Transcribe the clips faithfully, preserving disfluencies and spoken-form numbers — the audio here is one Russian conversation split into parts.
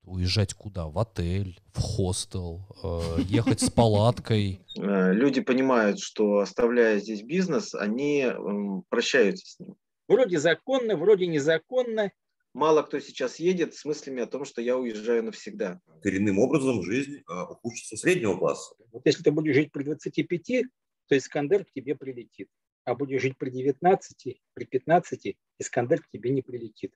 Уезжать куда? В отель, в хостел, э, ехать с палаткой. Э, люди понимают, что, оставляя здесь бизнес, они, м, прощаются с ним. Вроде законно, вроде незаконно. Мало кто сейчас едет с мыслями о том, что я уезжаю навсегда. Коренным образом жизнь э, ухудшится среднего класса. Вот если ты будешь жить при двадцати пяти, то Искандер к тебе прилетит. А будешь жить при девятнадцати, при пятнадцати, Искандер к тебе не прилетит.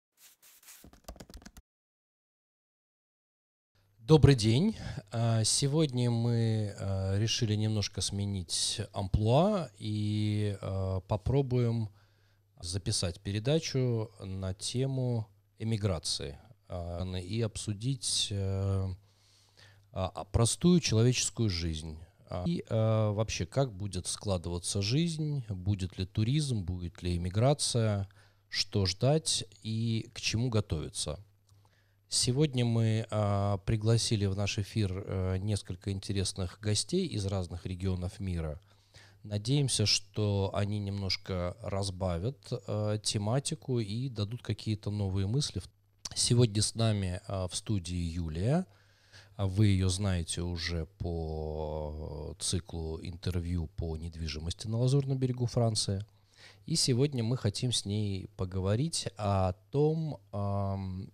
Добрый день. А, Сегодня мы а, решили немножко сменить амплуа и а, попробуем записать передачу на тему эмиграции а, и обсудить а, а, простую человеческую жизнь. А, И а, вообще, как будет складываться жизнь, будет ли туризм, будет ли эмиграция, что ждать и к чему готовиться. Сегодня мы а, пригласили в наш эфир а, несколько интересных гостей из разных регионов мира. Надеемся, что они немножко разбавят а, тематику и дадут какие-то новые мысли. Сегодня с нами а, в студии Юлия. А Вы ее знаете уже по циклу интервью по недвижимости на Лазурном берегу Франции. И сегодня мы хотим с ней поговорить о том, ам,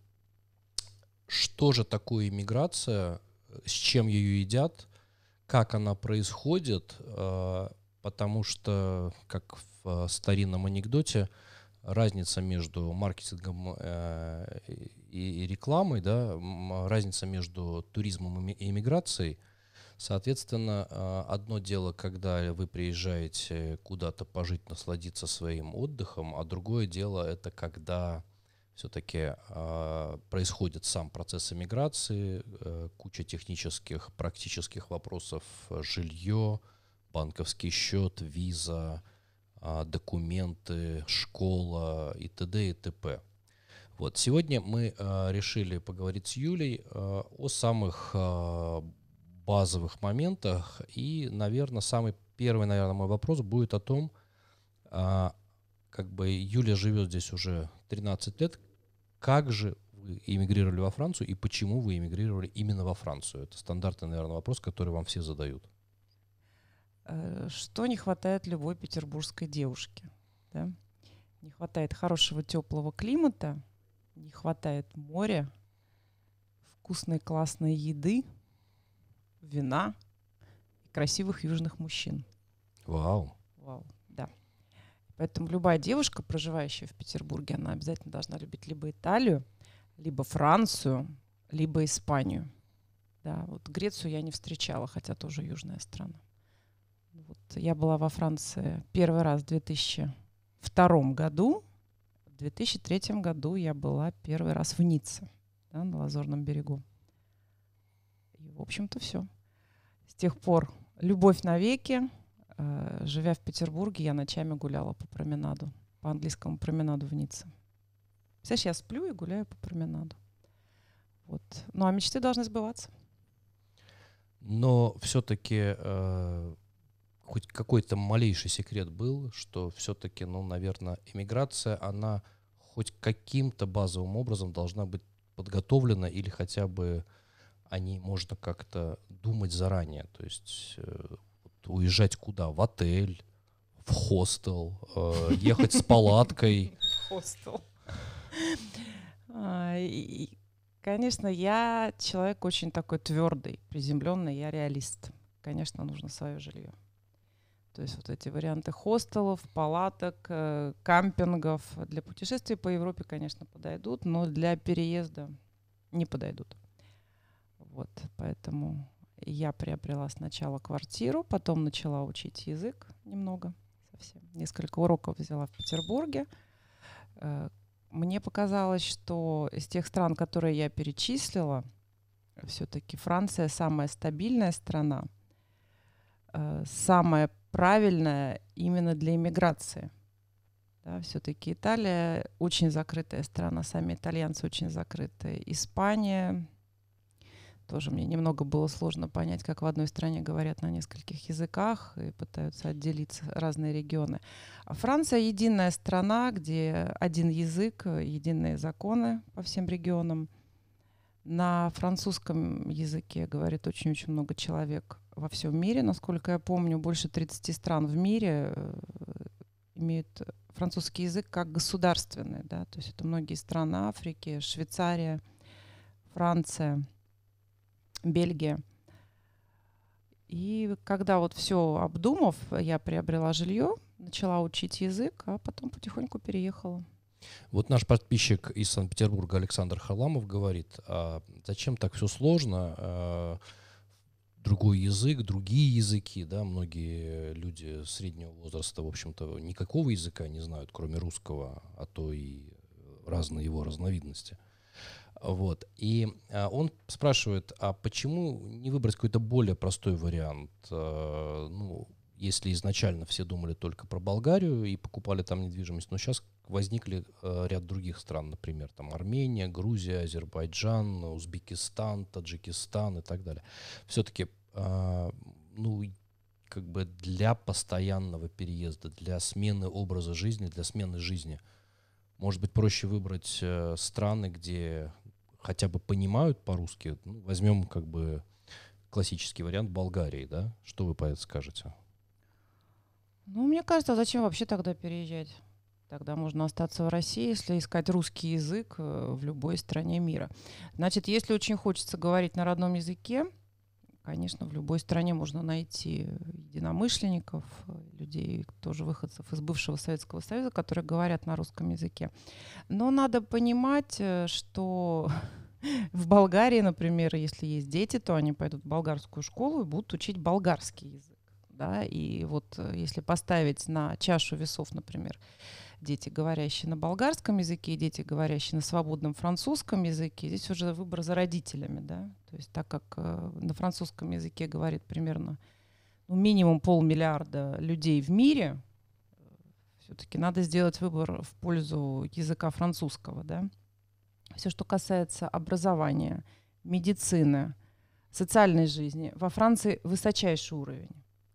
что же такое иммиграция, с чем ее едят, как она происходит, э, потому что, как в э, старинном анекдоте, разница между маркетингом э, и, и рекламой, да, м, разница между туризмом и иммиграцией. Соответственно, э, одно дело, когда вы приезжаете куда-то пожить, насладиться своим отдыхом, а другое дело это когда все-таки э, происходит сам процесс эмиграции, э, куча технических, практических вопросов, э, жилье, банковский счет, виза, э, документы, школа и т.д. и т.п. Вот. Сегодня мы э, решили поговорить с Юлей э, о самых э, базовых моментах. И, наверное, самый первый, наверное, мой вопрос будет о том, э, как бы Юля живет здесь уже тринадцать лет. Как же вы эмигрировали во Францию и почему вы эмигрировали именно во Францию? Это стандартный, наверное, вопрос, который вам все задают. Э, Что не хватает любой петербургской девушке? Да? Не хватает хорошего теплого климата, не хватает моря, вкусной классной еды, вина и красивых южных мужчин. Вау. Вау, да. Поэтому любая девушка, проживающая в Петербурге, она обязательно должна любить либо Италию, либо Францию, либо Испанию. Да, вот Грецию я не встречала, хотя тоже южная страна. Вот я была во Франции первый раз в две тысячи втором году. В две тысячи третьем году я была первый раз в Ницце, да, на Лазурном берегу. И, в общем-то, все. С тех пор любовь навеки. Э, живя в Петербурге, я ночами гуляла по променаду, по английскому променаду в Ницце. Представляешь, я сплю и гуляю по променаду. Вот. Ну, а мечты должны сбываться. Но все-таки э, хоть какой-то малейший секрет был, что все-таки, ну, наверное, эмиграция, она хоть каким-то базовым образом должна быть подготовлена или хотя бы о ней можно как-то думать заранее. То есть э, вот уезжать куда? В отель, в хостел, э, ехать с палаткой. Хостел. А, и, Конечно, я человек очень такой твердый, приземленный, я реалист. Конечно, нужно свое жилье. То есть вот эти варианты хостелов, палаток, э, кампингов для путешествий по Европе, конечно, подойдут, но для переезда не подойдут. Вот, поэтому я приобрела сначала квартиру, потом начала учить язык немного, совсем. Несколько уроков взяла в Петербурге. Э, Мне показалось, что из тех стран, которые я перечислила, все-таки Франция самая стабильная страна, э, самая правильная именно для иммиграции. Да, все-таки Италия очень закрытая страна, сами итальянцы очень закрытые. Испания, тоже мне немного было сложно понять, как в одной стране говорят на нескольких языках и пытаются отделиться разные регионы. А Франция единая страна, где один язык, единые законы по всем регионам. На французском языке говорит очень-очень много человек во всем мире. Насколько я помню, больше тридцати стран в мире имеют французский язык как государственный. Да? То есть это многие страны Африки, Швейцария, Франция, Бельгия. И когда вот все обдумав, я приобрела жилье, начала учить язык, а потом потихоньку переехала. Вот наш подписчик из Санкт-Петербурга Александр Халамов говорит, а зачем так все сложно? А, другой язык, другие языки, да, многие люди среднего возраста, в общем-то, никакого языка не знают, кроме русского, а то и разные его разновидности. Вот. И а, он спрашивает, а почему не выбрать какой-то более простой вариант? А, ну, если изначально все думали только про Болгарию и покупали там недвижимость, но сейчас возникли а, ряд других стран, например, там Армения, Грузия, Азербайджан, Узбекистан, Таджикистан и так далее. Все-таки, а, ну, как бы для постоянного переезда, для смены образа жизни, для смены жизни, может быть, проще выбрать э, страны, где хотя бы понимают по-русски. Ну, возьмем как бы классический вариант Болгарии, да? Что вы по этому скажете? Ну, мне кажется, зачем вообще тогда переезжать? Тогда можно остаться в России, если искать русский язык в любой стране мира. Значит, если очень хочется говорить на родном языке, конечно, в любой стране можно найти единомышленников, людей, тоже выходцев из бывшего Советского Союза, которые говорят на русском языке. Но надо понимать, что в Болгарии, например, если есть дети, то они пойдут в болгарскую школу и будут учить болгарский язык. Да? И вот если поставить на чашу весов, например, дети, говорящие на болгарском языке, и дети, говорящие на свободном французском языке, здесь уже выбор за родителями. Да? То есть так как э, на французском языке говорит примерно ну, минимум полмиллиарда людей в мире, все-таки надо сделать выбор в пользу языка французского. Да? Все, что касается образования, медицины, социальной жизни, во Франции высочайший уровень.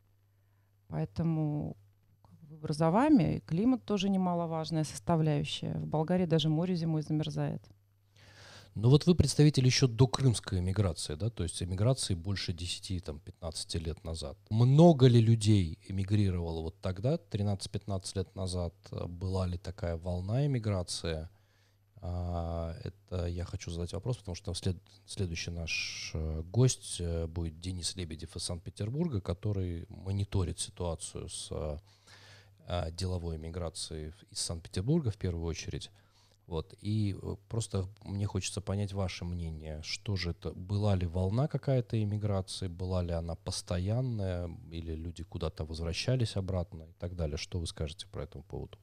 Поэтому выбор за вами, и климат тоже немаловажная составляющая. В Болгарии даже море зимой замерзает. Ну вот вы представитель еще до крымской эмиграции, да, то есть эмиграции больше десяти-пятнадцати лет назад. Много ли людей эмигрировало вот тогда, тринадцать-пятнадцать лет назад? Была ли такая волна эмиграции? А, это я хочу задать вопрос, потому что след, следующий наш э, гость э, будет Денис Лебедев из Санкт-Петербурга, который мониторит ситуацию с э, деловой эмиграцией из Санкт-Петербурга в первую очередь. Вот. И просто мне хочется понять ваше мнение, что же это, была ли волна какая-то эмиграции, была ли она постоянная, или люди куда-то возвращались обратно и так далее. Что вы скажете по этому поводу?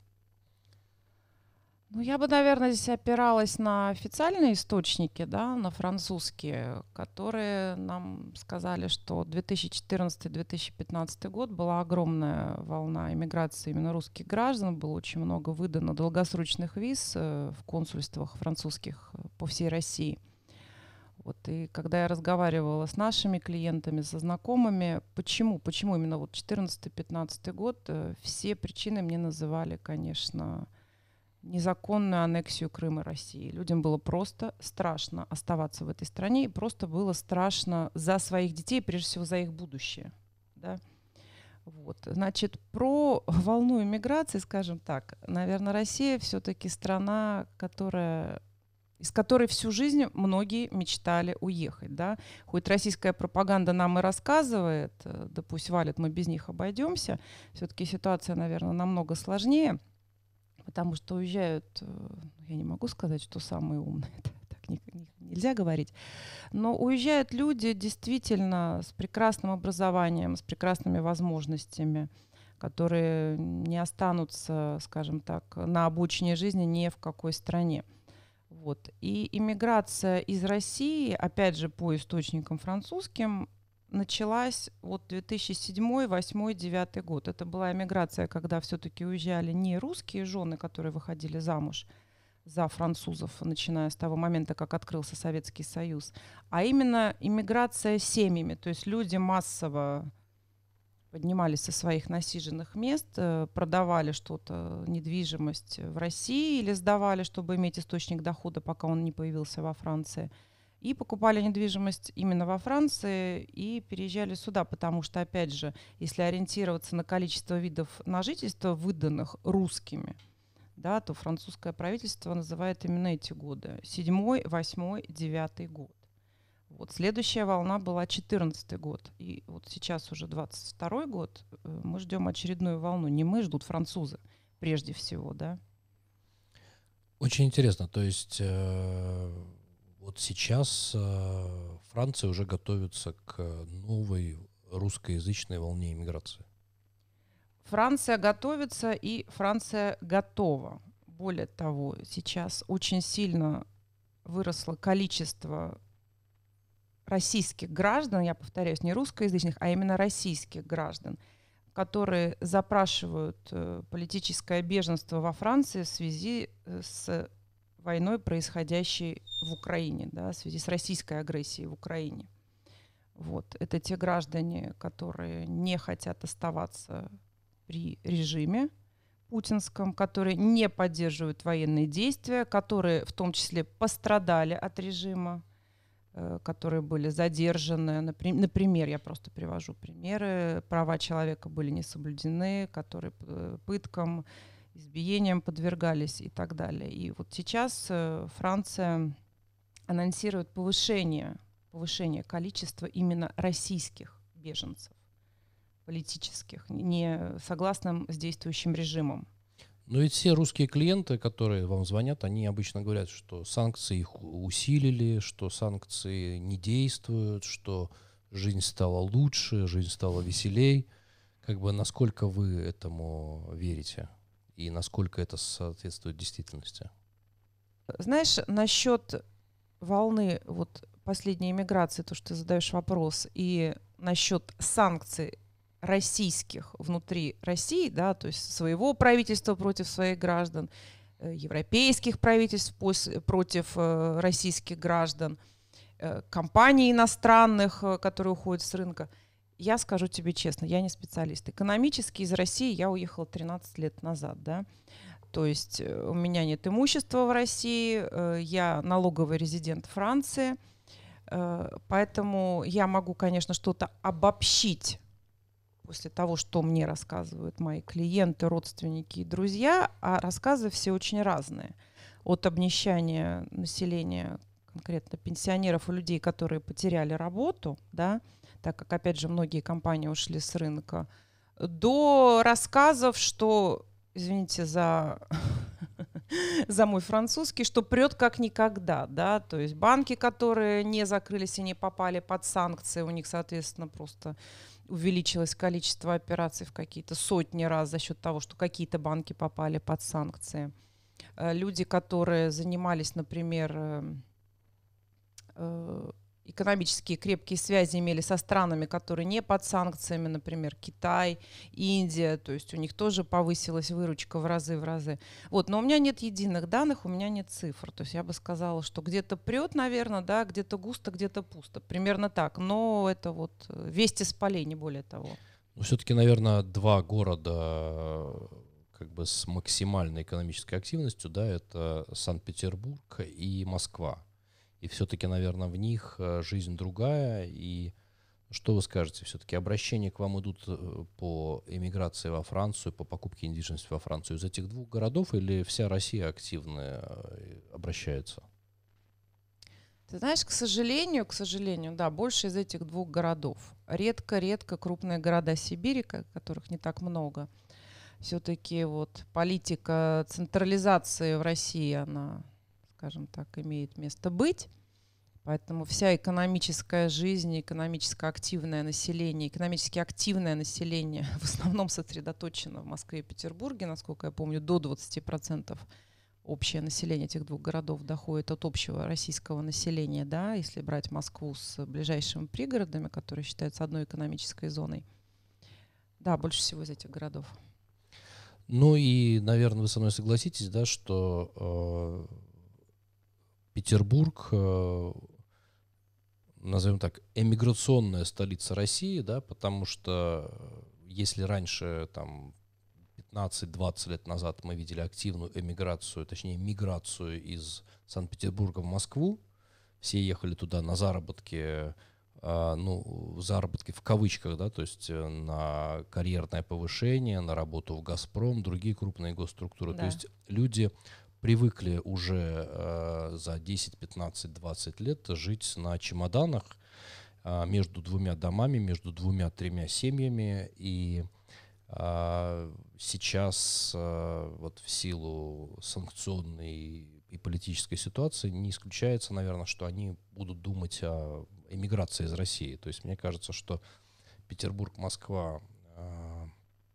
Ну, я бы, наверное, здесь опиралась на официальные источники, да, на французские, которые нам сказали, что две тысячи четырнадцатый — две тысячи пятнадцатый год была огромная волна иммиграции именно русских граждан. Было очень много выдано долгосрочных виз в консульствах французских по всей России. Вот, и когда я разговаривала с нашими клиентами, со знакомыми, почему, почему именно вот четырнадцатый-пятнадцатый год, все причины мне называли, конечно, незаконную аннексию Крыма России. Людям было просто страшно оставаться в этой стране, и просто было страшно за своих детей, прежде всего за их будущее. Да? Вот. Значит, про волну иммиграции, скажем так, наверное, Россия все-таки страна, которая, из которой всю жизнь многие мечтали уехать. Да? Хоть российская пропаганда нам и рассказывает, да пусть валит, мы без них обойдемся, все-таки ситуация, наверное, намного сложнее. Потому что уезжают, я не могу сказать, что самые умные, так не, не, нельзя говорить, но уезжают люди действительно с прекрасным образованием, с прекрасными возможностями, которые не останутся, скажем так, на обочине жизни ни в какой стране. Вот. И иммиграция из России, опять же, по источникам французским, началась вот две тысячи седьмой, восьмой, девятый год. Это была эмиграция, когда все-таки уезжали не русские жены, которые выходили замуж за французов, начиная с того момента, как открылся Советский Союз, а именно иммиграция семьями. То есть люди массово поднимались со своих насиженных мест, продавали что-то, недвижимость в России или сдавали, чтобы иметь источник дохода, пока он не появился во Франции. и покупали недвижимость именно во Франции и переезжали сюда, потому что, опять же, если ориентироваться на количество видов на жительство, выданных русскими, да, то французское правительство называет именно эти годы. Седьмой, восьмой, девятый год. Вот. Следующая волна была четырнадцатый год. И вот сейчас уже двадцать второй год. Мы ждем очередную волну. Не мы, ждут французы прежде всего, да. Очень интересно. То есть э, вот сейчас э, Франция уже готовится к новой русскоязычной волне иммиграции. Франция готовится, и Франция готова. Более того, сейчас очень сильно выросло количество российских граждан, я повторяюсь, не русскоязычных, а именно российских граждан, которые запрашивают э, политическое беженство во Франции в связи с войной, происходящей в Украине, да, в связи с российской агрессией в Украине. Вот. Это те граждане, которые не хотят оставаться при режиме путинском, которые не поддерживают военные действия, которые в том числе пострадали от режима, э, которые были задержаны. Напри- Например, я просто привожу примеры, права человека были не соблюдены, которые э, пыткам, избиениям подвергались и так далее. И вот сейчас э, Франция анонсирует повышение, повышение количества именно российских беженцев политических, не согласным с действующим режимом. Но ведь все русские клиенты, которые вам звонят, они обычно говорят, что санкции их усилили, что санкции не действуют, что жизнь стала лучше, жизнь стала веселей. Как бы насколько вы этому верите и насколько это соответствует действительности? Знаешь, насчет волны вот последней иммиграции, то, что ты задаешь вопрос, и насчет санкций российских внутри России, да, то есть своего правительства против своих граждан, э, европейских правительств пос- против э, российских граждан, э, компаний иностранных, э, которые уходят с рынка. Я скажу тебе честно, я не специалист. Экономически из России я уехала тринадцать лет назад, да. То есть э, у меня нет имущества в России, э, я налоговый резидент Франции, э, поэтому я могу, конечно, что-то обобщить после того, что мне рассказывают мои клиенты, родственники и друзья, а рассказы все очень разные. От обнищания населения, конкретно пенсионеров и людей, которые потеряли работу, да, так как, опять же, многие компании ушли с рынка, до рассказов, что, извините за, за мой французский, что прет как никогда, да, то есть банки, которые не закрылись и не попали под санкции, у них, соответственно, просто увеличилось количество операций в какие-то сотни раз за счет того, что какие-то банки попали под санкции. Люди, которые занимались, например, экономические крепкие связи имели со странами, которые не под санкциями, например, Китай, Индия, то есть у них тоже повысилась выручка в разы, в разы. Вот, но у меня нет единых данных, у меня нет цифр. То есть я бы сказала, что где-то прет, наверное, да, где-то густо, где-то пусто. Примерно так. Но это вот весть из полей, не более того. Ну, все-таки, наверное, два города как бы с максимальной экономической активностью, да, это Санкт-Петербург и Москва. И все-таки, наверное, в них жизнь другая. И что вы скажете? Все-таки обращения к вам идут по эмиграции во Францию, по покупке недвижимости во Францию из этих двух городов, или вся Россия активно обращается? Ты знаешь, к сожалению, к сожалению, да, больше из этих двух городов. Редко-редко крупные города Сибири, которых не так много. Все-таки вот политика централизации в России, она, скажем так, имеет место быть. Поэтому вся экономическая жизнь, экономически активное население, экономически активное население в основном сосредоточено в Москве и Петербурге. Насколько я помню, до двадцати процентов общее население этих двух городов доходит от общего российского населения, да, если брать Москву с ближайшими пригородами, которые считаются одной экономической зоной. Да, больше всего из этих городов. Ну и, наверное, вы со мной согласитесь, да, что э, Петербург, э, назовем так, эмиграционная столица России, да, потому что если раньше, там, пятнадцать-двадцать лет назад мы видели активную эмиграцию, точнее, миграцию из Санкт-Петербурга в Москву, все ехали туда на заработки, ну, заработки в кавычках, да, то есть на карьерное повышение, на работу в «Газпром», другие крупные госструктуры. Да. То есть люди привыкли уже э, за десять, пятнадцать, двадцать лет жить на чемоданах э, между двумя домами, между двумя-тремя семьями. И э, сейчас э, вот в силу санкционной и политической ситуации не исключается, наверное, что они будут думать о эмиграции из России. То есть мне кажется, что Петербург, Москва э,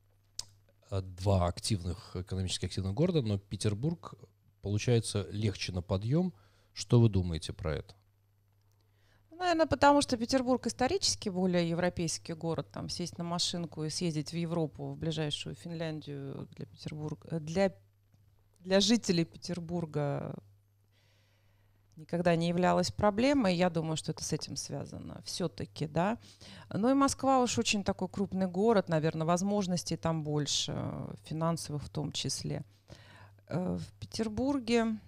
два активных, экономически активных города, но Петербург получается легче на подъем. Что вы думаете про это? Наверное, потому что Петербург исторически более европейский город. Там сесть на машинку и съездить в Европу, в ближайшую Финляндию для Петербурга, для, для жителей Петербурга никогда не являлась проблемой. Я думаю, что это с этим связано все-таки, да. Ну и Москва уж очень такой крупный город, наверное, возможностей там больше, финансовых в том числе. В Петербурге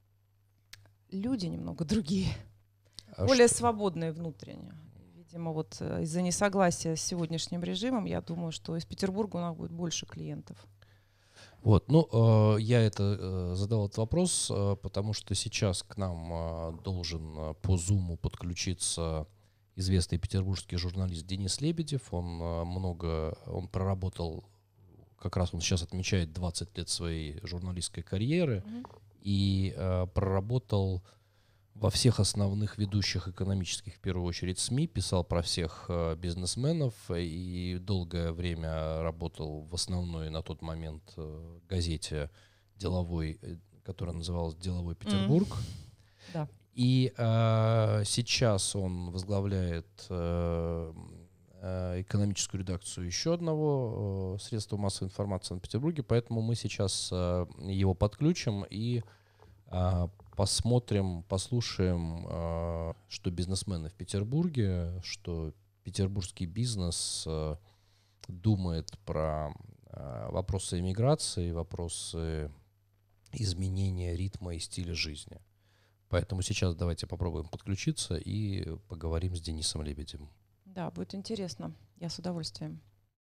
люди немного другие, а более что? Свободные внутренне. Видимо, вот из-за несогласия с сегодняшним режимом, я думаю, что из Петербурга у нас будет больше клиентов. Вот, ну, э, я это э, задал этот вопрос, э, потому что сейчас к нам э, должен э, по Zoom подключиться известный петербургский журналист Денис Лебедев. Он э, много, он проработал, как раз он сейчас отмечает двадцать лет своей журналистской карьеры, mm-hmm. и э, проработал во всех основных ведущих экономических, в первую очередь, СМИ, писал про всех э, бизнесменов и долгое время работал в основной на тот момент э, газете деловой, которая называлась «Деловой Петербург». Mm. Да. И э, сейчас он возглавляет э, э, экономическую редакцию еще одного э, средства массовой информации в Санкт-Петербурге, поэтому мы сейчас э, его подключим и э, посмотрим, послушаем, э, что бизнесмены в Петербурге, что петербургский бизнес э, думает про э, вопросы эмиграции, вопросы изменения ритма и стиля жизни. Поэтому сейчас давайте попробуем подключиться и поговорим с Денисом Лебедевым. Да, будет интересно. Я с удовольствием.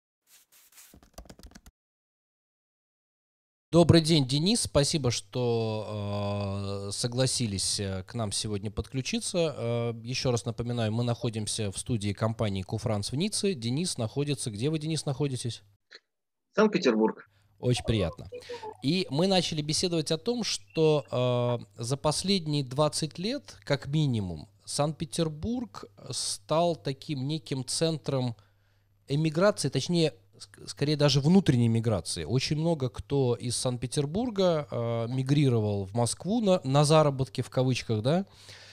Добрый день, Денис. Спасибо, что э, согласились к нам сегодня подключиться. Э, еще раз напоминаю, мы находимся в студии компании Куфранс в Ницце. Денис находится... Где вы, Денис, находитесь? Санкт-Петербург. Очень приятно. И мы начали беседовать о том, что э, за последние двадцать лет, как минимум, Санкт-Петербург стал таким неким центром эмиграции, точнее, скорее даже внутренней миграции. Очень много кто из Санкт-Петербурга э, мигрировал в Москву на, на заработки, в кавычках, да,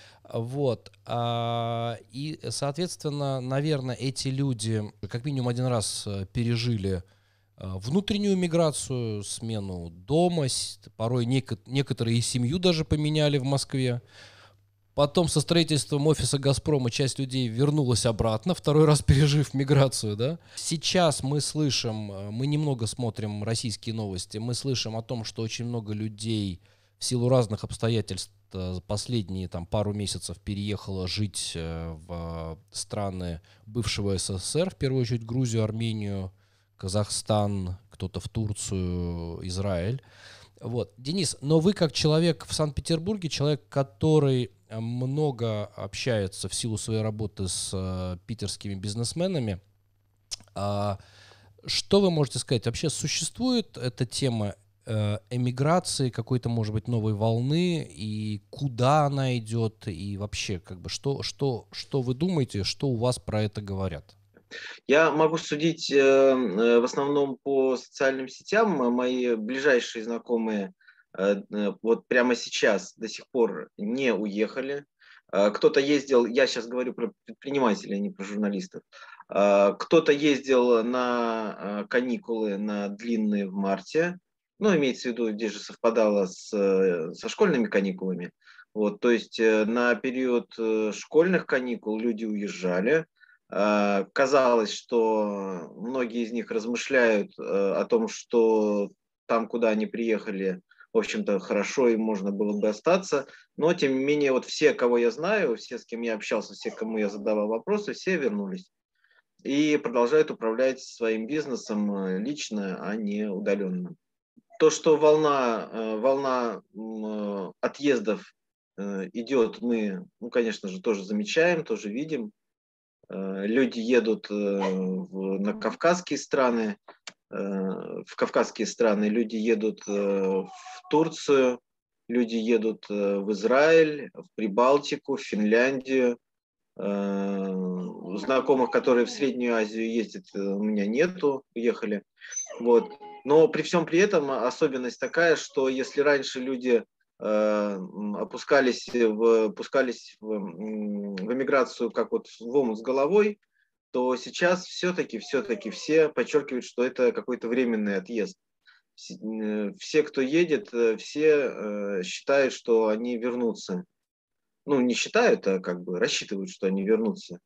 вот. А, и, соответственно, наверное, эти люди как минимум один раз пережили внутреннюю миграцию, смену дома, порой неко- некоторые и семью даже поменяли в Москве. Потом со строительством офиса «Газпрома» часть людей вернулась обратно, второй раз пережив миграцию, да. Сейчас мы слышим, мы немного смотрим российские новости, мы слышим о том, что очень много людей в силу разных обстоятельств последние там, пару месяцев переехало жить в страны бывшего СССР, в первую очередь Грузию, Армению, Казахстан, кто-то в Турцию, Израиль. Вот. Денис, но вы как человек в Санкт-Петербурге, человек, который много общается в силу своей работы с э, питерскими бизнесменами, э, что вы можете сказать? Вообще существует эта тема э, эмиграции, какой-то, может быть, новой волны, и куда она идет, и вообще, как бы, что, что, что вы думаете, что у вас про это говорят? Я могу судить э, в основном по социальным сетям. Мои ближайшие знакомые э, вот прямо сейчас до сих пор не уехали. Э, кто-то ездил, я сейчас говорю про предпринимателей, а не про журналистов. Э, кто-то ездил на каникулы, на длинные в марте. Ну, имеется в виду, где же совпадало с, со школьными каникулами. Вот, то есть э, на период школьных каникул люди уезжали. Казалось, что многие из них размышляют о том, что там, куда они приехали, в общем-то, хорошо, и можно было бы остаться. Но, тем не менее, вот все, кого я знаю, все, с кем я общался, все, кому я задавал вопросы, все вернулись. И продолжают управлять своим бизнесом лично, а не удаленно. То, что волна, волна отъездов идет, мы, ну, конечно же, тоже замечаем, тоже видим. Люди едут в, на кавказские страны, в кавказские страны, люди едут в Турцию, люди едут в Израиль, в Прибалтику, в Финляндию. Знакомых, которые в Среднюю Азию ездят, у меня нету, уехали. Вот. Но при всем при этом особенность такая, что если раньше люди э, опускались в, пускались в, в эмиграцию как вот в омут с головой, то сейчас все-таки, все-таки все подчеркивают, что это какой-то временный отъезд. Все, кто едет, все считают, что они вернутся. Ну, не считают, а как бы рассчитывают, что они вернутся.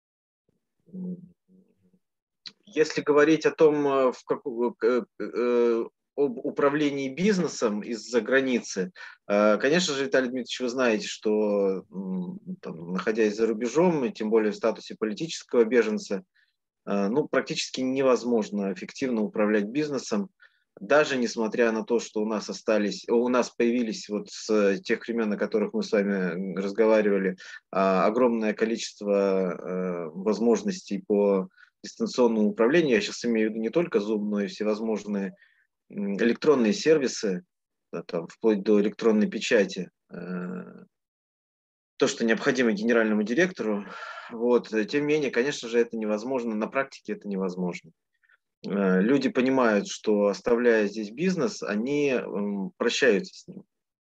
Если говорить о том, в как, э, об управлении бизнесом из-за границы, э, конечно же, Виталий Дмитриевич, вы знаете, что там, находясь за рубежом, и тем более в статусе политического беженца, э, ну, практически невозможно эффективно управлять бизнесом, даже несмотря на то, что у нас остались, у нас появились вот с тех времен, о которых мы с вами разговаривали, огромное количество возможностей по дистанционному управлению. Я сейчас имею в виду не только Zoom, но и всевозможные электронные сервисы, да, там, вплоть до электронной печати. То, что необходимо генеральному директору. Вот. Тем не менее, конечно же, это невозможно. На практике это невозможно. Люди понимают, что, оставляя здесь бизнес, они прощаются с ним.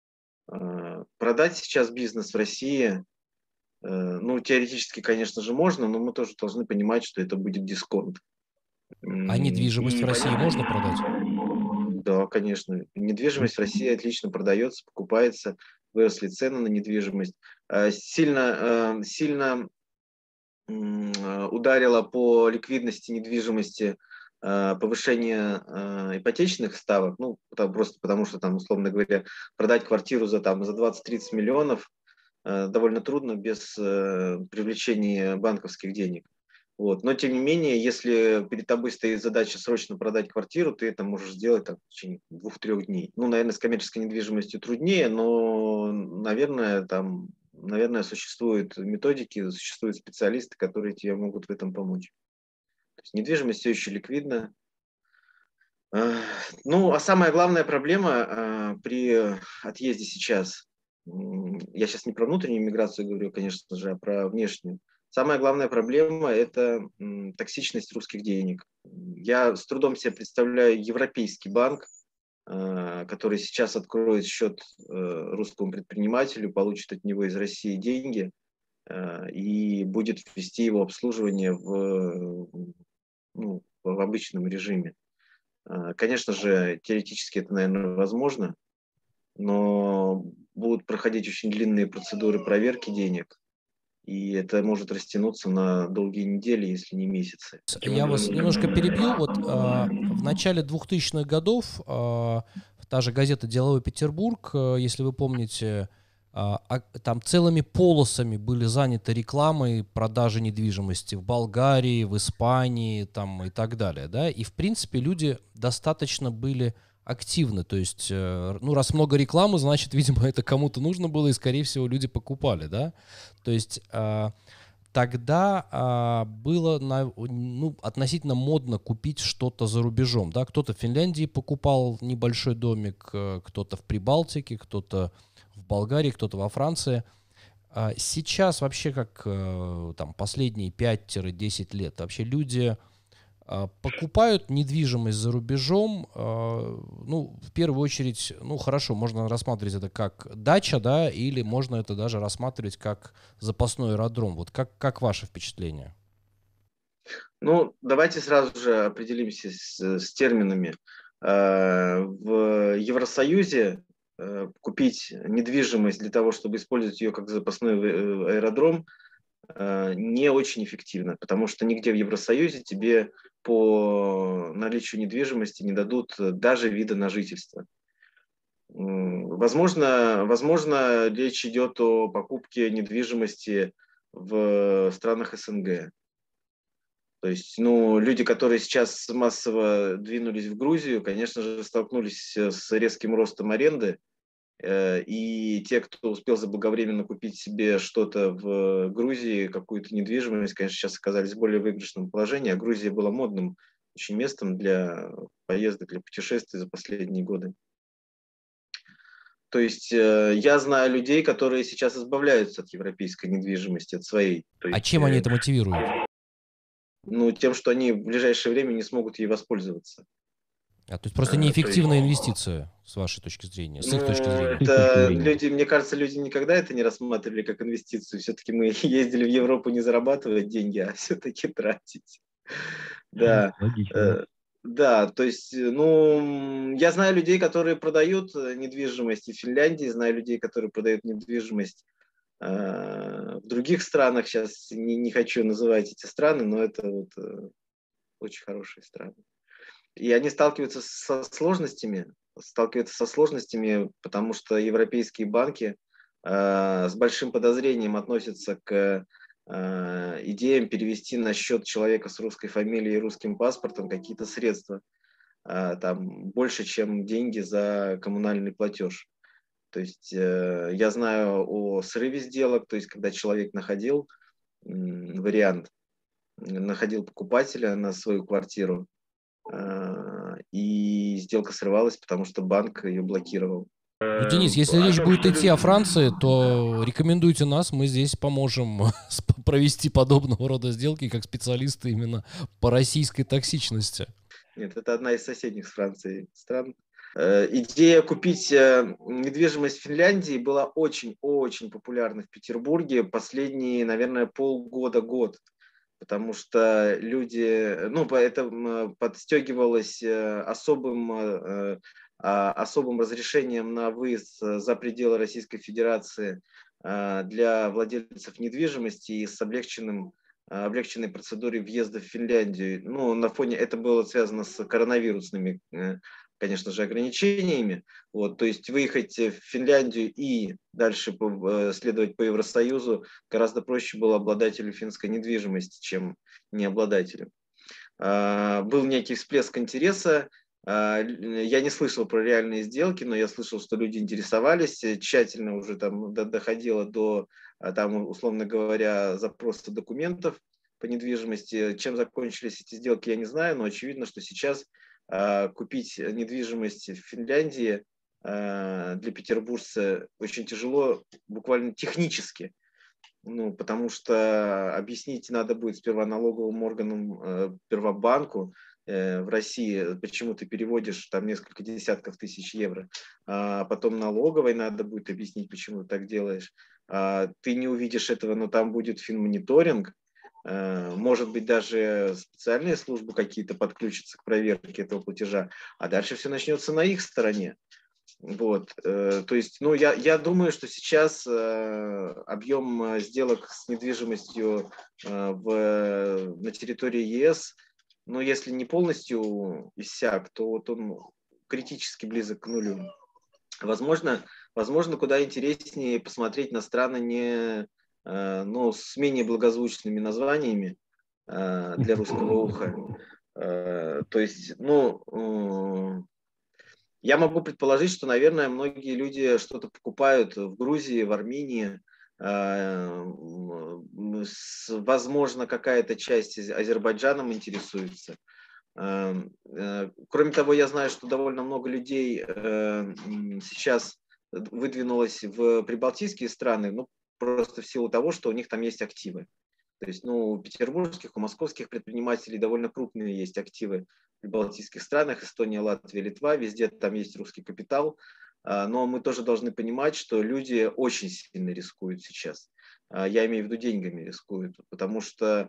Продать сейчас бизнес в России, ну, теоретически, конечно же, можно, но мы тоже должны понимать, что это будет дисконт. А недвижимость И в России понятно. Можно продать? Да, конечно. Недвижимость в России отлично продается, покупается, выросли цены на недвижимость. Сильно, сильно ударило по ликвидности недвижимости повышение э, ипотечных ставок, ну, там, просто потому что, там, условно говоря, продать квартиру за, там, за двадцать-тридцать миллионов э, довольно трудно без э, привлечения банковских денег. Вот. Но, тем не менее, если перед тобой стоит задача срочно продать квартиру, ты это можешь сделать там, в течение двух-трех дней. Ну, наверное, с коммерческой недвижимостью труднее, но, наверное, там, наверное, существуют методики, существуют специалисты, которые тебе могут в этом помочь. Недвижимость все еще ликвидна. Ну, а самая главная проблема при отъезде сейчас, я сейчас не про внутреннюю миграцию говорю, конечно же, а про внешнюю. Самая главная проблема – это токсичность русских денег. Я с трудом себе представляю европейский банк, который сейчас откроет счет русскому предпринимателю, получит от него из России деньги и будет вести его обслуживание в Ну, в обычном режиме. Конечно же, теоретически это, наверное, возможно, но будут проходить очень длинные процедуры проверки денег, и это может растянуться на долгие недели, если не месяцы. Я вас немножко перебью. Вот а, в начале двухтысячных годов а, та же газета «Деловой Петербург», а, если вы помните, А, там целыми полосами были заняты рекламой продажи недвижимости в Болгарии, в Испании там, и так далее. Да? И, в принципе, люди достаточно были активны. То есть, ну, раз много рекламы, значит, видимо, это кому-то нужно было, и, скорее всего, люди покупали. Да? То есть тогда было ну, относительно модно купить что-то за рубежом. Да? Кто-то в Финляндии покупал небольшой домик, кто-то в Прибалтике, кто-то в Болгарии, кто-то во Франции. Сейчас вообще как там последние пять-десять лет вообще люди покупают недвижимость за рубежом, ну, в первую очередь, ну, хорошо, можно рассматривать это как дача, да, или можно это даже рассматривать как запасной аэродром. Вот как, как ваше впечатление? Ну, давайте сразу же определимся с, с терминами. В Евросоюзе купить недвижимость для того, чтобы использовать ее как запасной аэродром, не очень эффективно, потому что нигде в Евросоюзе тебе по наличию недвижимости не дадут даже вида на жительство. Возможно, возможно, речь идет о покупке недвижимости в странах СНГ. То есть, ну, люди, которые сейчас массово двинулись в Грузию, конечно же, столкнулись с резким ростом аренды. И те, кто успел заблаговременно купить себе что-то в Грузии, какую-то недвижимость, конечно, сейчас оказались в более выигрышном положении. А Грузия была модным очень местом для поездок, для путешествий за последние годы. То есть я знаю людей, которые сейчас избавляются от европейской недвижимости, от своей. То есть, а чем они это мотивируют? Ну, тем, что они в ближайшее время не смогут ей воспользоваться. А, то есть просто неэффективная инвестиция, с вашей точки зрения, с их Ну, точки зрения? это люди, мне кажется, люди никогда это не рассматривали как инвестицию. Все-таки мы ездили в Европу не зарабатывать деньги, а все-таки тратить. Да. Логично. Да, то есть, ну, я знаю людей, которые продают недвижимость и в Финляндии, знаю людей, которые продают недвижимость э, в других странах. Сейчас не, не хочу называть эти страны, но это вот э, очень хорошие страны. И они сталкиваются со сложностями, сталкиваются со сложностями, потому что европейские банки э, с большим подозрением относятся к э, идеям перевести на счет человека с русской фамилией и русским паспортом какие-то средства, э, там больше, чем деньги за коммунальный платеж. То есть э, я знаю о срыве сделок, то есть когда человек находил э, вариант, находил покупателя на свою квартиру, и сделка срывалась, потому что банк ее блокировал. Ну, Денис, если речь будет идти о Франции, то рекомендуйте нас, мы здесь поможем провести подобного рода сделки, как специалисты именно по российской токсичности. Нет, это одна из соседних с Францией стран. Идея купить недвижимость в Финляндии была очень-очень популярна в Петербурге последние, наверное, полгода-год. Потому что люди, ну, это подстегивалось особым, особым разрешением на выезд за пределы Российской Федерации для владельцев недвижимости и с облегченным, облегченной процедурой въезда в Финляндию. Ну, на фоне это было связано с коронавирусными, конечно же, ограничениями. Вот, то есть выехать в Финляндию и дальше следовать по Евросоюзу гораздо проще было обладателю финской недвижимости, чем не обладателю. Был некий всплеск интереса. Я не слышал про реальные сделки, но я слышал, что люди интересовались, тщательно уже там доходило до, там, условно говоря, запроса документов по недвижимости. Чем закончились эти сделки, я не знаю, но очевидно, что сейчас купить недвижимость в Финляндии для петербуржца очень тяжело, буквально технически. Ну, потому что объяснить надо будет сперва налоговым органам, сперва банку в России, почему ты переводишь там несколько десятков тысяч евро, а потом налоговой надо будет объяснить, почему ты так делаешь. Ты не увидишь этого, но там будет финмониторинг. Может быть, даже специальные службы какие-то подключатся к проверке этого платежа, а дальше все начнется на их стороне. Вот. То есть, ну, я, я думаю, что сейчас объем сделок с недвижимостью в, на территории ЕС, ну, если не полностью иссяк, то вот он критически близок к нулю. Возможно, возможно, куда интереснее посмотреть на страны не... но с менее благозвучными названиями для русского уха. То есть, ну, я могу предположить, что, наверное, многие люди что-то покупают в Грузии, в Армении. Возможно, какая-то часть Азербайджаном интересуется. Кроме того, я знаю, что довольно много людей сейчас выдвинулось в прибалтийские страны, ну, просто в силу того, что у них там есть активы. То есть, ну, у петербургских, у московских предпринимателей довольно крупные есть активы в прибалтийских странах, Эстония, Латвия, Литва, везде там есть русский капитал. Но мы тоже должны понимать, что люди очень сильно рискуют сейчас. Я имею в виду деньгами рискуют, потому что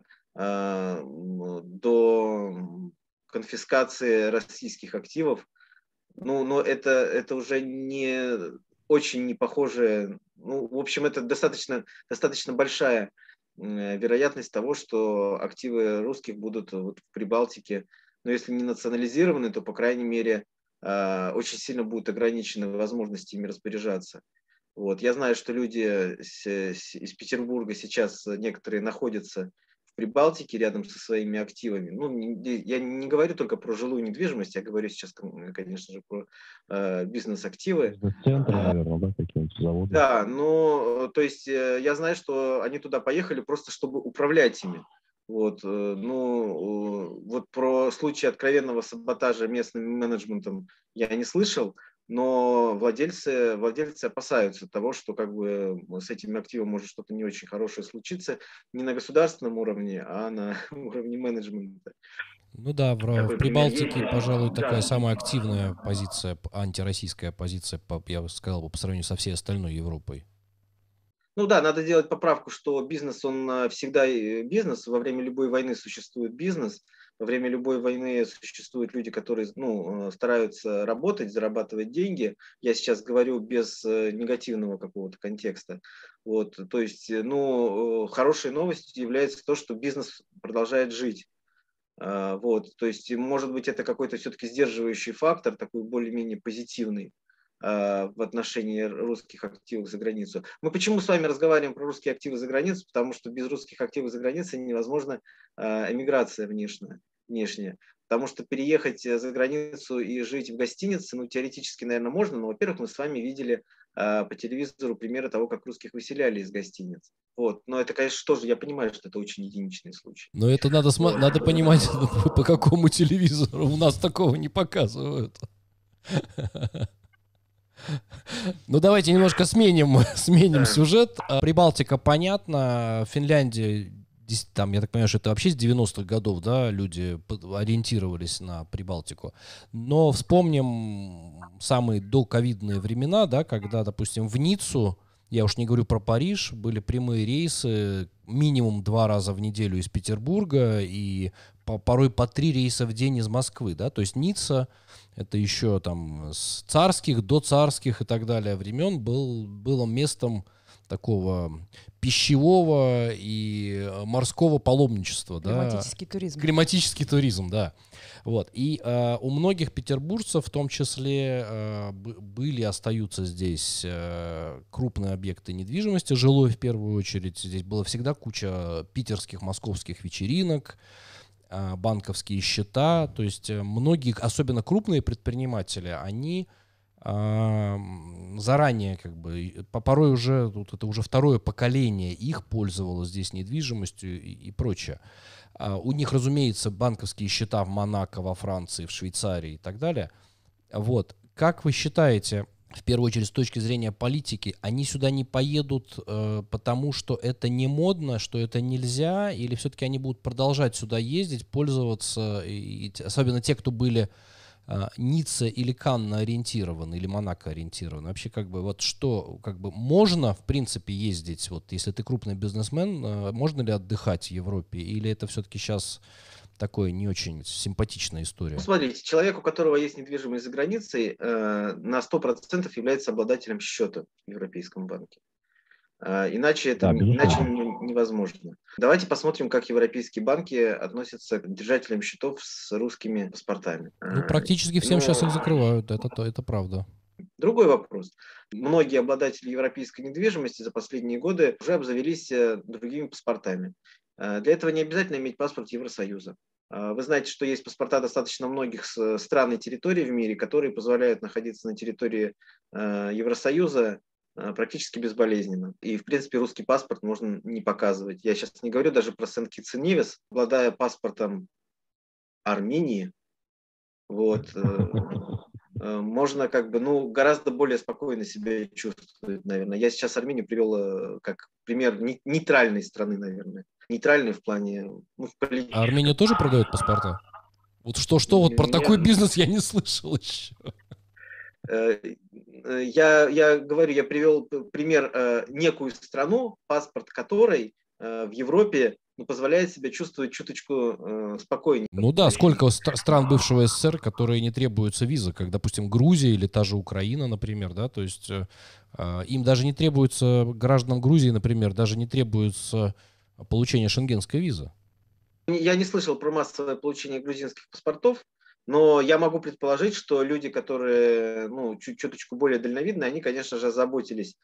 до конфискации российских активов, ну, но это, это уже не очень не похоже, ну, в общем, это достаточно, достаточно большая вероятность того, что активы русских будут вот в Прибалтике, но если не национализированы, то, по крайней мере, очень сильно будут ограничены возможности ими распоряжаться. Вот. Я знаю, что люди из Петербурга сейчас некоторые находятся в Прибалтике рядом со своими активами. Ну, я не говорю только про жилую недвижимость, я говорю сейчас, конечно же, про э, бизнес-активы. Центры, наверное, да, какие-нибудь заводы. Да, ну, то есть я знаю, что они туда поехали просто, чтобы управлять ими. Вот, ну, вот про случай откровенного саботажа местным менеджментом я не слышал, но владельцы, владельцы опасаются того, что как бы с этим активом может что-то не очень хорошее случиться не на государственном уровне, а на уровне менеджмента. Ну да, в, в Прибалтике, пожалуй, да. такая самая активная позиция, антироссийская позиция, я бы сказал, по сравнению со всей остальной Европой. Ну да, надо делать поправку, что бизнес, он всегда бизнес, во время любой войны существует бизнес, во время любой войны существуют люди, которые ну, стараются работать, зарабатывать деньги. Я сейчас говорю без негативного какого-то контекста. Вот, то есть, ну, хорошей новостью является то, что бизнес продолжает жить. Вот, то есть, может быть, это какой-то все-таки сдерживающий фактор, такой более-менее позитивный в отношении русских активов за границу. Мы почему с вами разговариваем про русские активы за границу? Потому что без русских активов за границей невозможна эмиграция внешняя. внешняя. Потому что переехать за границу и жить в гостинице, ну, теоретически, наверное, можно, но, во-первых, мы с вами видели по телевизору примеры того, как русских выселяли из гостиниц. Вот. Но это, конечно, тоже, я понимаю, что это очень единичный случай. Но это надо, см... надо понимать, по какому телевизору. У нас такого не показывают. Ну, давайте немножко сменим, сменим сюжет. Прибалтика, понятно. Финляндия, там, я так понимаю, что это вообще с девяностых годов, да, люди ориентировались на Прибалтику. Но вспомним самые доковидные времена, да, когда, допустим, в Ниццу, я уж не говорю про Париж, были прямые рейсы минимум два раза в неделю из Петербурга и по, порой по три рейса в день из Москвы, да, то есть Ницца это еще там с царских, до царских и так далее времен был, было местом такого пищевого и морского паломничества. Климатический да? туризм. Климатический туризм, да. Вот. И э, у многих петербуржцев в том числе э, были, остаются здесь э, крупные объекты недвижимости, жилой в первую очередь. Здесь была всегда куча питерских, московских вечеринок, э, банковские счета. То есть многие, особенно крупные предприниматели, они э, заранее, как бы, порой уже, вот это уже второе поколение их пользовалось здесь недвижимостью и, и прочее. Uh, у них, разумеется, банковские счета в Монако, во Франции, в Швейцарии и так далее. Вот. Как вы считаете, в первую очередь с точки зрения политики, они сюда не поедут, uh, потому что это не модно, что это нельзя, или все-таки они будут продолжать сюда ездить, пользоваться, и, и, особенно те, кто были uh, Ницца или Канна ориентированы, или Монако ориентированы? Вообще, как бы, вот что, как бы, можно, в принципе, ездить, вот, если ты крупный бизнесмен, uh, можно ли отдыхать в Европе, или это все-таки сейчас такое не очень симпатичная история? Ну, смотрите, человек, у которого есть недвижимость за границей, э, на сто процентов является обладателем счета в Европейском банке. Э, иначе это да, иначе невозможно. Давайте посмотрим, как европейские банки относятся к держателям счетов с русскими паспортами. Ну, практически всем Но... сейчас их закрывают, это, это правда. Другой вопрос. Многие обладатели европейской недвижимости за последние годы уже обзавелись другими паспортами. Для этого не обязательно иметь паспорт Евросоюза. Вы знаете, что есть паспорта достаточно многих стран и территорий в мире, которые позволяют находиться на территории Евросоюза практически безболезненно. И, в принципе, русский паспорт можно не показывать. Я сейчас не говорю даже про Сент-Китс-и-Невис, обладая паспортом Армении, вот, можно как бы, ну, гораздо более спокойно себя чувствовать, наверное. Я сейчас Армению привел как пример нейтральной страны, наверное. Нейтральной в плане... Ну, в политике. А Армения тоже продает паспорта? Вот что-что, вот про такой бизнес я не слышал еще. Я, я говорю, я привел пример некую страну, паспорт которой в Европе ну, позволяет себя чувствовать чуточку э, спокойнее. Ну да, сколько ст- стран бывшего СССР, которые не требуются визы, как, допустим, Грузия или та же Украина, например, да, то есть э, э, им даже не требуется, гражданам Грузии, например, даже не требуется получение шенгенской визы. Я не слышал про массовое получение грузинских паспортов, Но я могу предположить, что люди, которые ну, чуть чуточку более дальновидные, они, конечно же, озаботились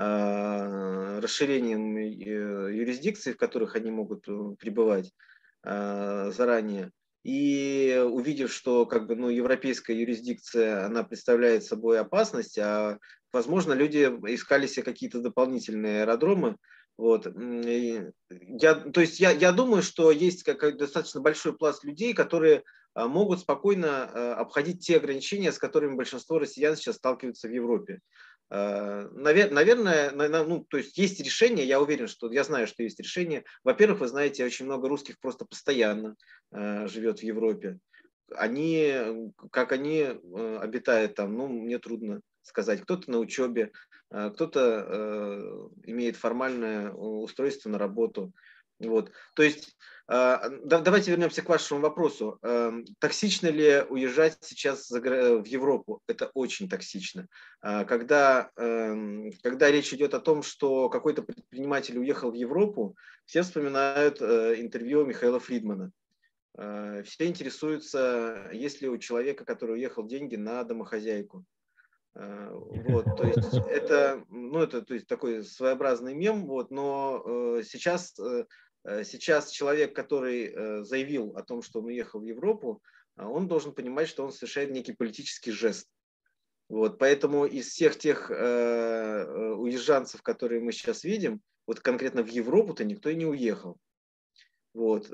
э, расширением э, юрисдикций, в которых они могут э, пребывать э, заранее. И увидев, что как бы, ну, европейская юрисдикция, она представляет собой опасность, а возможно, люди искали себе какие-то дополнительные аэродромы. Вот. И я, то есть я, я думаю, что есть как, достаточно большой пласт людей, которые а, могут спокойно а, обходить те ограничения, с которыми большинство россиян сейчас сталкиваются в Европе. А, навер- Наверное, на- на- ну, то есть есть решение, я уверен, что я знаю, что есть решение. Во-первых, вы знаете, очень много русских просто постоянно а, живет в Европе. Они, как они э, обитают там, ну, мне трудно сказать. Кто-то на учебе, э, кто-то э, имеет формальное устройство на работу. Вот. То есть э, да, давайте вернемся к вашему вопросу. Э, токсично ли уезжать сейчас за гра- в Европу? Это очень токсично. Э, когда, э, когда речь идет о том, что какой-то предприниматель уехал в Европу, все вспоминают э, интервью Михаила Фридмана. Все интересуются, есть ли у человека, который уехал, деньги на домохозяйку. Вот, то есть это, ну, это то есть такой своеобразный мем, вот, но сейчас, сейчас человек, который заявил о том, что он уехал в Европу, он должен понимать, что он совершает некий политический жест. Вот, поэтому из всех тех э, уезжанцев, которые мы сейчас видим, вот конкретно в Европу-то никто и не уехал. Вот.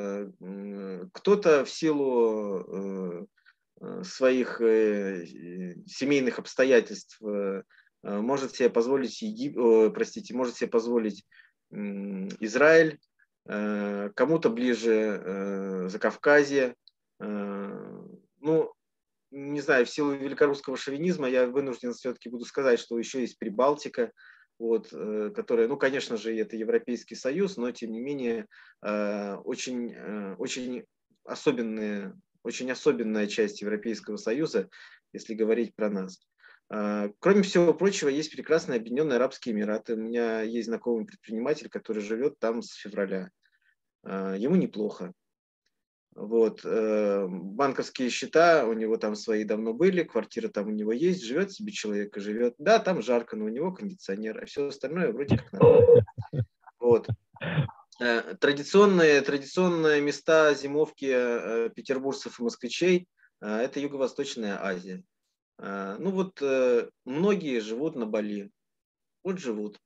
Кто-то в силу своих семейных обстоятельств может себе позволить Егип... простите, может себе позволить Израиль, кому-то ближе Закавказье. Ну, не знаю, в силу великорусского шовинизма я вынужден все-таки буду сказать, что еще есть Прибалтика, вот, которая, ну, конечно же, это Европейский Союз, но, тем не менее, очень, очень, особенная, очень особенная часть Европейского Союза, если говорить про нас. Кроме всего прочего, есть прекрасные Объединенные Арабские Эмираты. У меня есть знакомый предприниматель, который живет там с февраля. Ему неплохо. Вот, э, банковские счета у него там свои давно были, квартира там у него есть, живет себе человек и живет. Да, там жарко, но у него кондиционер, а все остальное вроде как нормально. Вот. Э, традиционные, традиционные места зимовки э, петербуржцев и москвичей э, – это Юго-Восточная Азия. Э, ну вот э, многие живут на Бали, вот живут,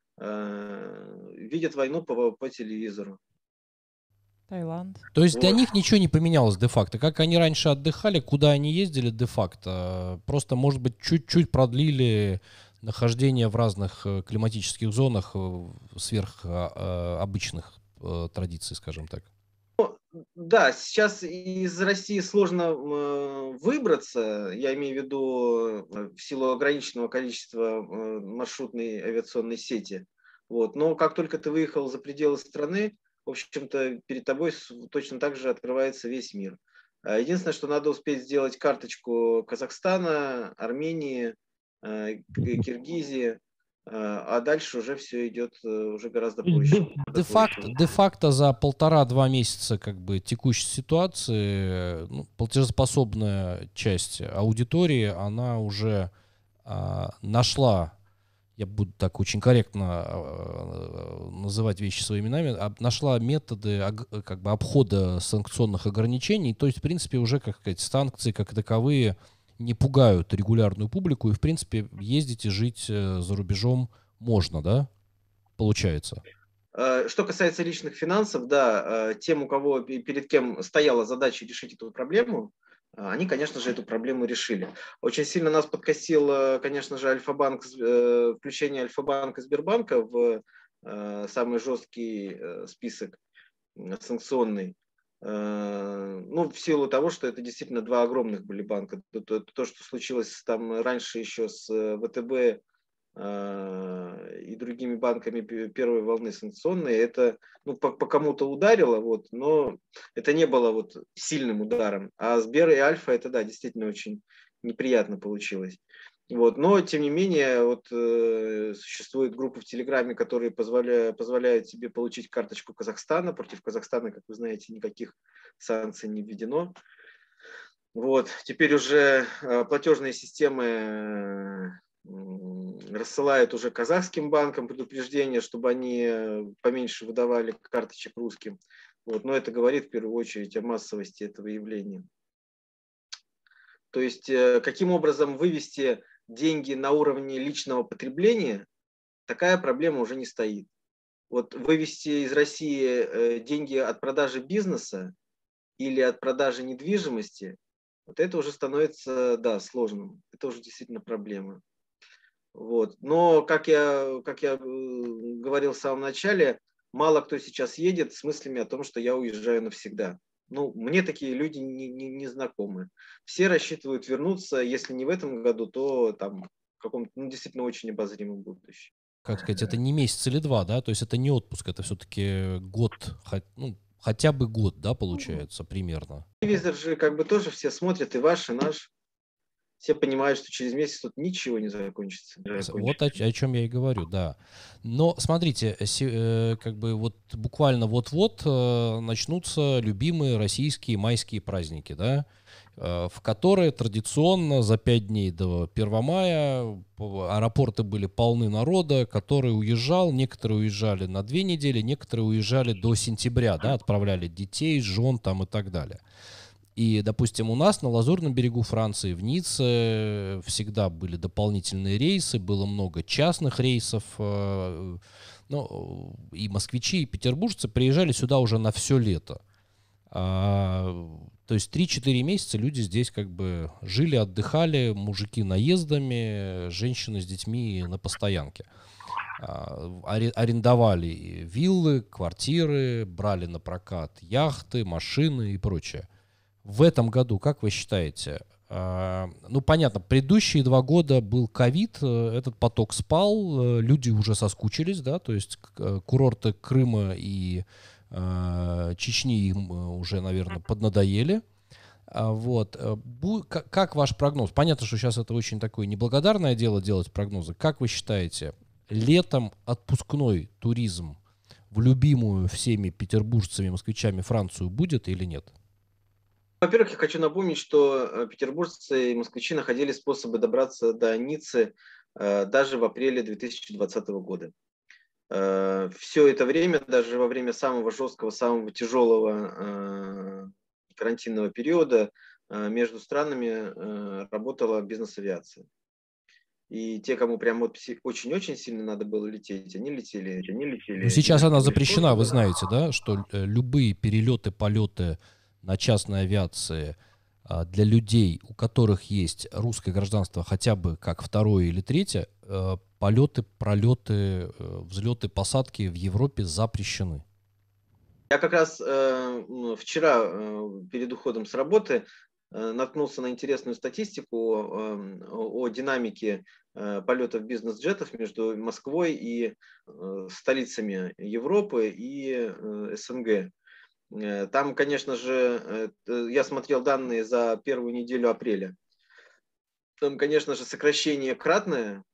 э, видят войну по, по телевизору. Таиланд. То есть для Вот. них ничего не поменялось де-факто. Как они раньше отдыхали, куда они ездили де-факто, просто, может быть, чуть-чуть продлили нахождение в разных э, климатических зонах э, сверх э, обычных э, традиций, скажем так. Да, сейчас из России сложно э, выбраться, я имею в виду э, в силу ограниченного количества э, маршрутной авиационной сети. Вот. Но как только ты выехал за пределы страны, в общем-то, перед тобой с- точно так же открывается весь мир. А Единственное, что надо успеть сделать карточку Казахстана, Армении, э, К- Киргизии, э, а дальше уже все идет э, уже гораздо проще. гораздо Де-факто, проще. де-факто за полтора-два месяца как бы текущей ситуации, ну, платежеспособная часть аудитории, она уже а, нашла, я буду так очень корректно э, называть вещи своими именами, об- нашла методы ог- как бы обхода санкционных ограничений. То есть, в принципе, уже, как сказать, санкции как таковые не пугают регулярную публику, и, в принципе, ездить и жить э, за рубежом можно, да? Получается. Э, Что касается личных финансов, да, э, тем, у кого пе- перед кем стояла задача решить эту проблему, э, они, конечно же, эту проблему решили. Очень сильно нас подкосил, э, конечно же, Альфа-банк, с- э, включение Альфа-банка и Сбербанка в э, самый жесткий э, список м, санкционный. Э, Ну, в силу того, что это действительно два огромных были банка. То, то- то, что случилось там раньше еще с э, ВТБ э, и другими банками пе- первой волны санкционной, это ну, по, по кому-то ударило, вот, но это не было вот сильным ударом. А Сбер и Альфа, это да, действительно очень неприятно получилось. Вот, но, тем не менее, вот, э, существует группа в Телеграме, которые позволяют, позволяют тебе получить карточку Казахстана. Против Казахстана, как вы знаете, никаких санкций не введено. Вот. Теперь уже платежные системы рассылают уже казахским банкам предупреждение, чтобы они поменьше выдавали карточек русским. Вот. Но это говорит в первую очередь о массовости этого явления. То есть каким образом вывести деньги на уровне личного потребления, такая проблема уже не стоит. Вот вывести из России деньги от продажи бизнеса или от продажи недвижимости, вот это уже становится, да, сложным. Это уже действительно проблема. Вот. Но, как я, как я говорил в самом начале, мало кто сейчас едет с мыслями о том, что я уезжаю навсегда. Ну, мне такие люди не, не, не знакомы. Все рассчитывают вернуться, если не в этом году, то там в каком-то, ну, действительно очень обозримом будущем. Как сказать, это не месяц или два, да? То есть это не отпуск, это все-таки год, ну, хотя бы год, да, получается, примерно. Телевизор же как бы тоже все смотрят, и ваш, и наш. Все понимают, что через месяц тут ничего не закончится. Не закончится. Вот о, о чем я и говорю, да. Но смотрите, э, как бы вот буквально вот-вот э, начнутся любимые российские майские праздники, да, э, в которые традиционно за пять дней до первого мая аэропорты были полны народа, который уезжал, некоторые уезжали на две недели, некоторые уезжали до сентября, да, отправляли детей, жен там и так далее. И, допустим, у нас на Лазурном берегу Франции, в Ницце, всегда были дополнительные рейсы, было много частных рейсов. Ну, и москвичи, и петербуржцы приезжали сюда уже на все лето. А, то есть три-четыре месяца люди здесь как бы жили, отдыхали, мужики наездами, женщины с детьми на постоянке. Арендовали виллы, квартиры, брали на прокат яхты, машины и прочее. В этом году, как вы считаете, э, ну, понятно, предыдущие два года был ковид, э, этот поток спал, э, люди уже соскучились, да, то есть э, курорты Крыма и э, Чечни им уже, наверное, поднадоели. А, вот. Бу- как, как ваш прогноз? Понятно, что сейчас это очень такое неблагодарное дело делать прогнозы. Как вы считаете, летом отпускной туризм в любимую всеми петербуржцами, москвичами Францию будет или нет? Во-первых, я хочу напомнить, что петербуржцы и москвичи находили способы добраться до Ниццы э, даже в апреле две тысячи двадцатого года. Э, все это время, даже во время самого жесткого, самого тяжелого э, карантинного периода, э, между странами э, работала бизнес-авиация. И те, кому прям вот очень-очень сильно надо было лететь, они летели. Они летели. Ну, сейчас она запрещена, вы знаете, да, что э, любые перелеты, полеты на частной авиации а, для людей, у которых есть русское гражданство хотя бы как второе или третье, э, полеты, пролеты, э, взлеты, посадки в Европе запрещены. Я как раз э, вчера э, перед уходом с работы э, наткнулся на интересную статистику э, о динамике э, полетов бизнес-джетов между Москвой и э, столицами Европы и э, СНГ. Там, конечно же, я смотрел данные за первую неделю апреля. Там, конечно же, сокращение кратное,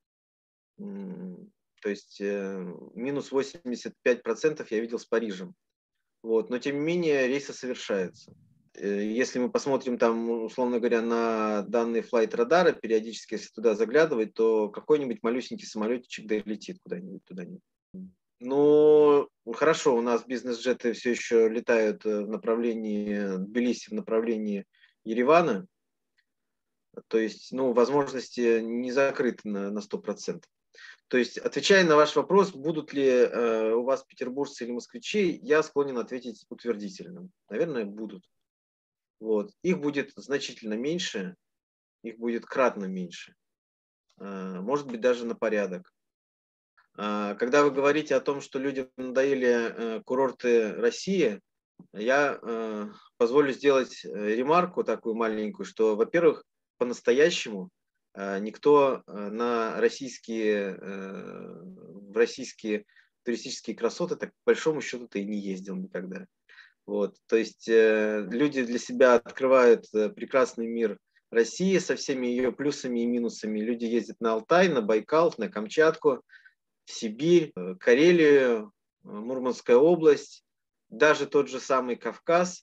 то есть минус восемьдесят пять процентов я видел с Парижем. Вот. Но, тем не менее, рейсы совершаются. Если мы посмотрим, там, условно говоря, на данные флайт-радара, периодически, если туда заглядывать, то какой-нибудь малюсенький самолетичек долетит куда-нибудь туда-нибудь. Ну, хорошо, у нас бизнес-джеты все еще летают в направлении Тбилиси, в направлении Еревана. То есть, ну, возможности не закрыты на, на сто процентов. То есть, отвечая на ваш вопрос, будут ли э, у вас петербуржцы или москвичи, я склонен ответить утвердительно. Наверное, будут. Вот. Их будет значительно меньше, их будет кратно меньше. Э, может быть, даже на порядок. Когда вы говорите о том, что людям надоели курорты России, я позволю сделать ремарку такую маленькую, что, во-первых, по-настоящему никто на российские, в российские туристические красоты так по большому счету-то и не ездил никогда. Вот. То есть люди для себя открывают прекрасный мир России со всеми ее плюсами и минусами. Люди ездят на Алтай, на Байкал, на Камчатку, Сибирь, Карелию, Мурманская область, даже тот же самый Кавказ.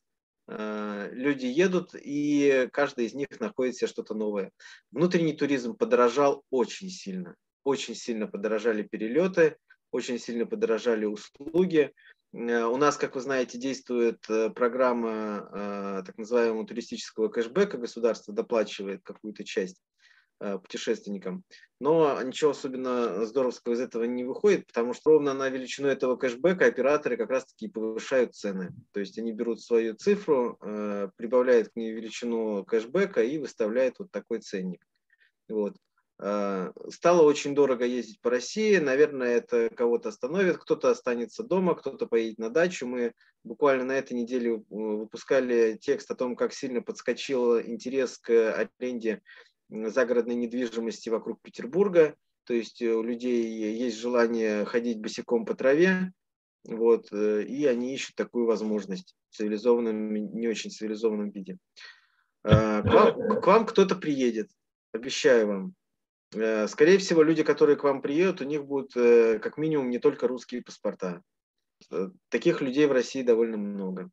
Люди едут, и каждый из них находит себе что-то новое. Внутренний туризм подорожал очень сильно. Очень сильно подорожали перелеты, очень сильно подорожали услуги. У нас, как вы знаете, действует программа так называемого туристического кэшбэка. Государство доплачивает какую-то часть путешественникам. Но ничего особенно здоровского из этого не выходит, потому что ровно на величину этого кэшбэка операторы как раз-таки повышают цены. То есть они берут свою цифру, прибавляют к ней величину кэшбэка и выставляют вот такой ценник. Вот. Стало очень дорого ездить по России. Наверное, это кого-то остановит. Кто-то останется дома, кто-то поедет на дачу. Мы буквально на этой неделе выпускали текст о том, как сильно подскочил интерес к аренде загородной недвижимости вокруг Петербурга. То есть у людей есть желание ходить босиком по траве, вот, и они ищут такую возможность в цивилизованном, не очень цивилизованном виде. К вам, к вам кто-то приедет, обещаю вам. Скорее всего, люди, которые к вам приедут, у них будут как минимум не только русские паспорта. Таких людей в России довольно много.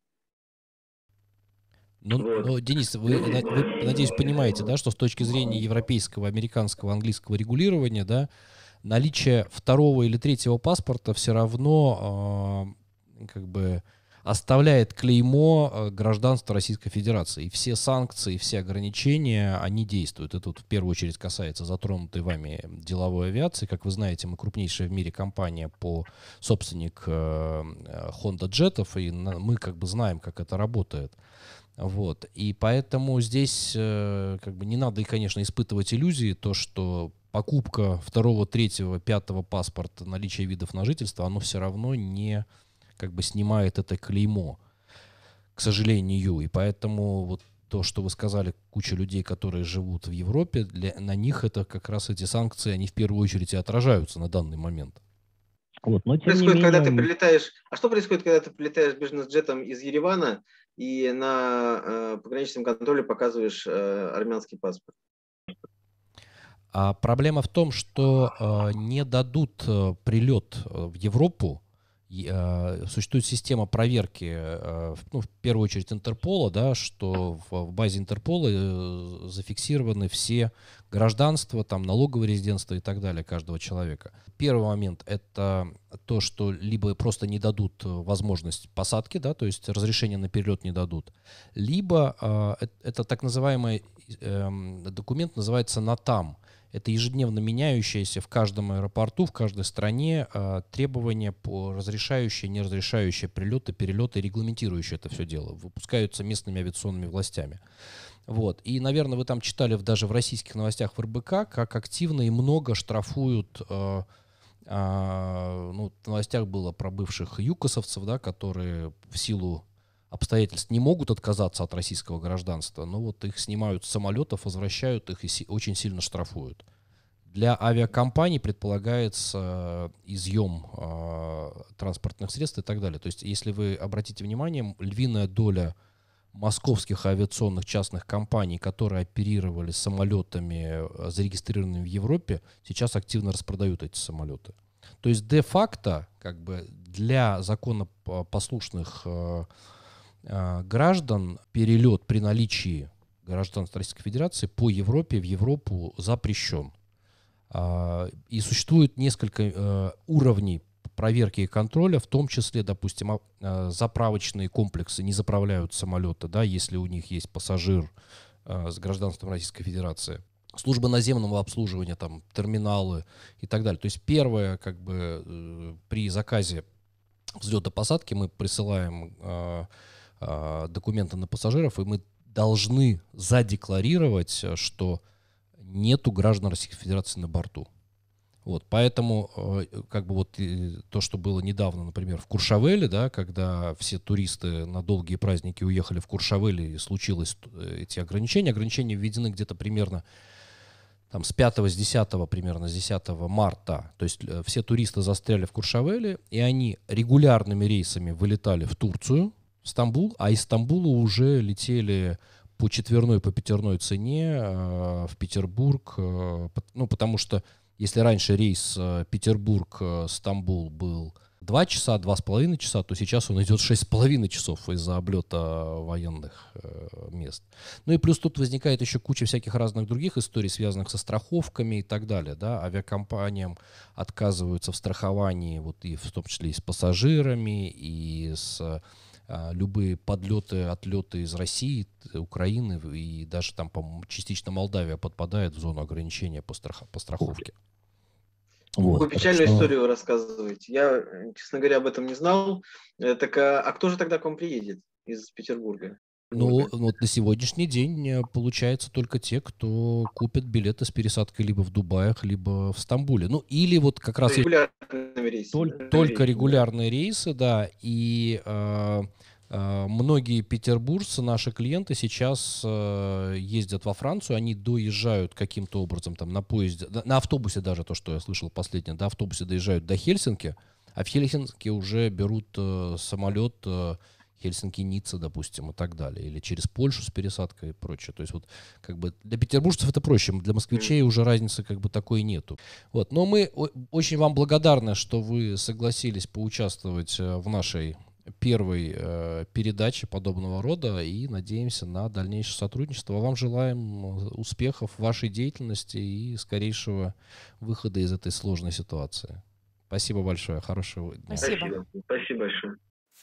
Ну, вот. Но, Денис, вы, вы, надеюсь, понимаете, да, что с точки зрения европейского, американского, английского регулирования, да, наличие второго или третьего паспорта все равно э, как бы оставляет клеймо гражданства Российской Федерации. И все санкции, все ограничения, они действуют. Это вот в первую очередь касается затронутой вами деловой авиации. Как вы знаете, мы крупнейшая в мире компания по собственник э, Honda джетов, и на, мы как бы знаем, как это работает. Вот. И поэтому здесь э, как бы не надо, и, конечно, испытывать иллюзии, то, что покупка второго, третьего, пятого паспорта, наличие видов на жительство, оно все равно не как бы снимает это клеймо, к сожалению. И поэтому вот то, что вы сказали, куча людей, которые живут в Европе, для, на них это как раз эти санкции, они в первую очередь и отражаются на данный момент. Вот, но тем происходит, не менее... когда ты прилетаешь... А что происходит, когда ты прилетаешь бизнес-джетом из Еревана и на э, пограничном контроле показываешь э, армянский паспорт? А проблема в том, что э, не дадут э, прилет в Европу. Э, существует система проверки, э, ну, в первую очередь Интерпола, да, что в, в базе Интерпола э, зафиксированы все гражданства, там, налоговое резидентство и так далее каждого человека. Первый момент — это то, что либо просто не дадут возможность посадки, да, то есть разрешение на перелет не дадут, либо э, это так называемый э, документ называется НАТАМ. Это ежедневно меняющееся в каждом аэропорту, в каждой стране э, требования по разрешающие, не разрешающие прилеты, перелеты, регламентирующие это все дело, выпускаются местными авиационными властями. Вот. И, наверное, вы там читали даже в российских новостях в эр бэ ка, как активно и много штрафуют. Э, э, ну, в новостях было про бывших юкосовцев, да, которые в силу обстоятельств не могут отказаться от российского гражданства, но вот их снимают с самолетов, возвращают их и си- очень сильно штрафуют. Для авиакомпаний предполагается изъем э, транспортных средств и так далее. То есть, если вы обратите внимание, львиная доля московских авиационных частных компаний, которые оперировали самолетами, зарегистрированными в Европе, сейчас активно распродают эти самолеты. То есть, де-факто, как бы для законопослушных э, граждан перелет при наличии гражданства Российской Федерации по Европе в Европу запрещен. И существует несколько уровней проверки и контроля, в том числе, допустим, заправочные комплексы не заправляют самолеты, да, если у них есть пассажир с гражданством Российской Федерации. Служба наземного обслуживания, там, терминалы и так далее. То есть первое, как бы, при заказе взлета-посадки мы присылаем документы на пассажиров, и мы должны задекларировать, что нету граждан Российской Федерации на борту. Вот, поэтому как бы вот то, что было недавно, например, в Куршавеле, да, когда все туристы на долгие праздники уехали в Куршавель, и случилось эти ограничения. Ограничения введены где-то примерно там, с пятого, с десятого, примерно с десятого марта. То есть все туристы застряли в Куршавеле, и они регулярными рейсами вылетали в Турцию, Стамбул, а из Стамбула уже летели по четверной, по пятерной цене э, в Петербург. Э, ну, потому что если раньше рейс э, Петербург-Стамбул был два часа, два с половиной часа, то сейчас он идет шесть с половиной часов из-за облета военных э, мест. Ну и плюс тут возникает еще куча всяких разных других историй, связанных со страховками и так далее. Да? Авиакомпаниям отказываются в страховании, вот и в том числе и с пассажирами, и с э, любые подлеты, отлеты из России, Украины, и даже там, по-моему, частично Молдавия подпадает в зону ограничения по, страх, по страховке. Вот, Какую печальную что... историю вы рассказываете. Я, честно говоря, об этом не знал. Так, а, а кто же тогда к вам приедет из Петербурга? Ну, вот на сегодняшний день получается только те, кто купит билеты с пересадкой либо в Дубаях, либо в Стамбуле. Ну, или вот как раз... Регулярные рейсы. Только, да? только регулярные рейсы, да. И э, э, многие петербуржцы, наши клиенты, сейчас э, ездят во Францию, они доезжают каким-то образом там на поезде, на автобусе даже, то, что я слышал последнее, на автобусе доезжают до Хельсинки, а в Хельсинки уже берут э, самолет... Э, Хельсинки-Ницца, допустим, и так далее. Или через Польшу с пересадкой и прочее. То есть вот как бы для петербуржцев это проще, для москвичей уже разницы как бы такой нету. Вот. Но мы очень вам благодарны, что вы согласились поучаствовать в нашей первой э, передаче подобного рода и надеемся на дальнейшее сотрудничество. Вам желаем успехов в вашей деятельности и скорейшего выхода из этой сложной ситуации. Спасибо большое. Хорошего дня. Спасибо. Спасибо большое.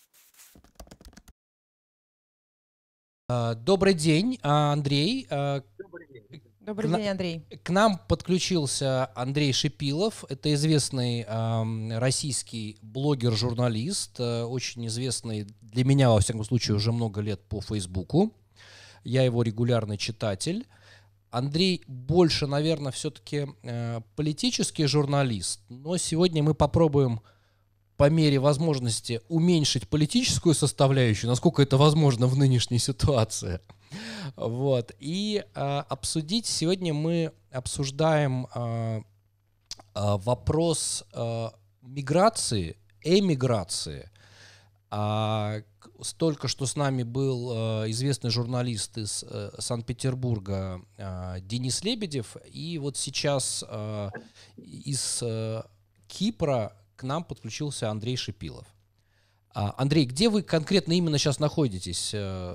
Добрый день, Андрей. Добрый день. Добрый день, Андрей. К нам подключился Андрей Шипилов. Это известный э, российский блогер-журналист, э, очень известный для меня, во всяком случае, уже много лет по Фейсбуку. Я его регулярный читатель. Андрей больше, наверное, все-таки э, политический журналист, но сегодня мы попробуем по мере возможности уменьшить политическую составляющую, насколько это возможно в нынешней ситуации. Вот. И э, обсудить сегодня мы обсуждаем э, э, вопрос э, миграции, эмиграции. А, столько, что с нами был э, известный журналист из э, Санкт-Петербурга э, Денис Лебедев, и вот сейчас э, из э, Кипра к нам подключился Андрей Шипилов. А, Андрей, где вы конкретно именно сейчас находитесь?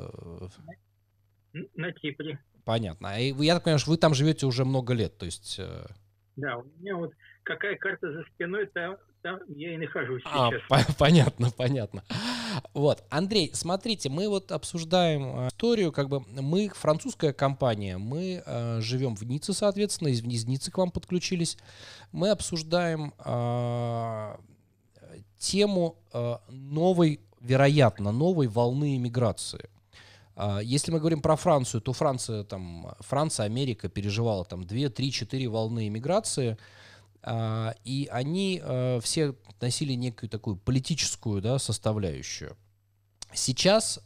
На Кипре. Понятно. И я так понимаю, что вы там живете уже много лет, то есть... Да, у меня вот какая карта за спиной, там, там я и нахожусь а, сейчас. По- понятно, понятно. Вот, Андрей, смотрите, мы вот обсуждаем историю, как бы мы французская компания, мы э, живем в Ницце, соответственно, из, из Ниццы к вам подключились. Мы обсуждаем э, тему э, новой, вероятно, новой волны иммиграции. Если мы говорим про Францию, то Франция, там, Франция, Америка переживала там две, три, четыре волны иммиграции, и они все носили некую такую политическую, да, составляющую. Сейчас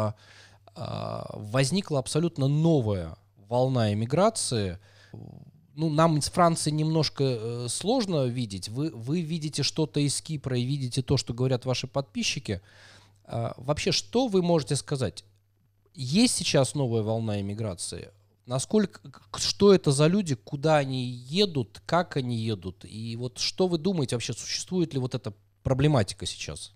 возникла абсолютно новая волна иммиграции. Ну, нам из Франции немножко сложно видеть. Вы, вы видите что-то из Кипра и видите то, что говорят ваши подписчики. Вообще, что вы можете сказать? Есть сейчас новая волна иммиграции? Насколько, что это за люди, куда они едут, как они едут? И вот что вы думаете вообще, существует ли вот эта проблематика сейчас?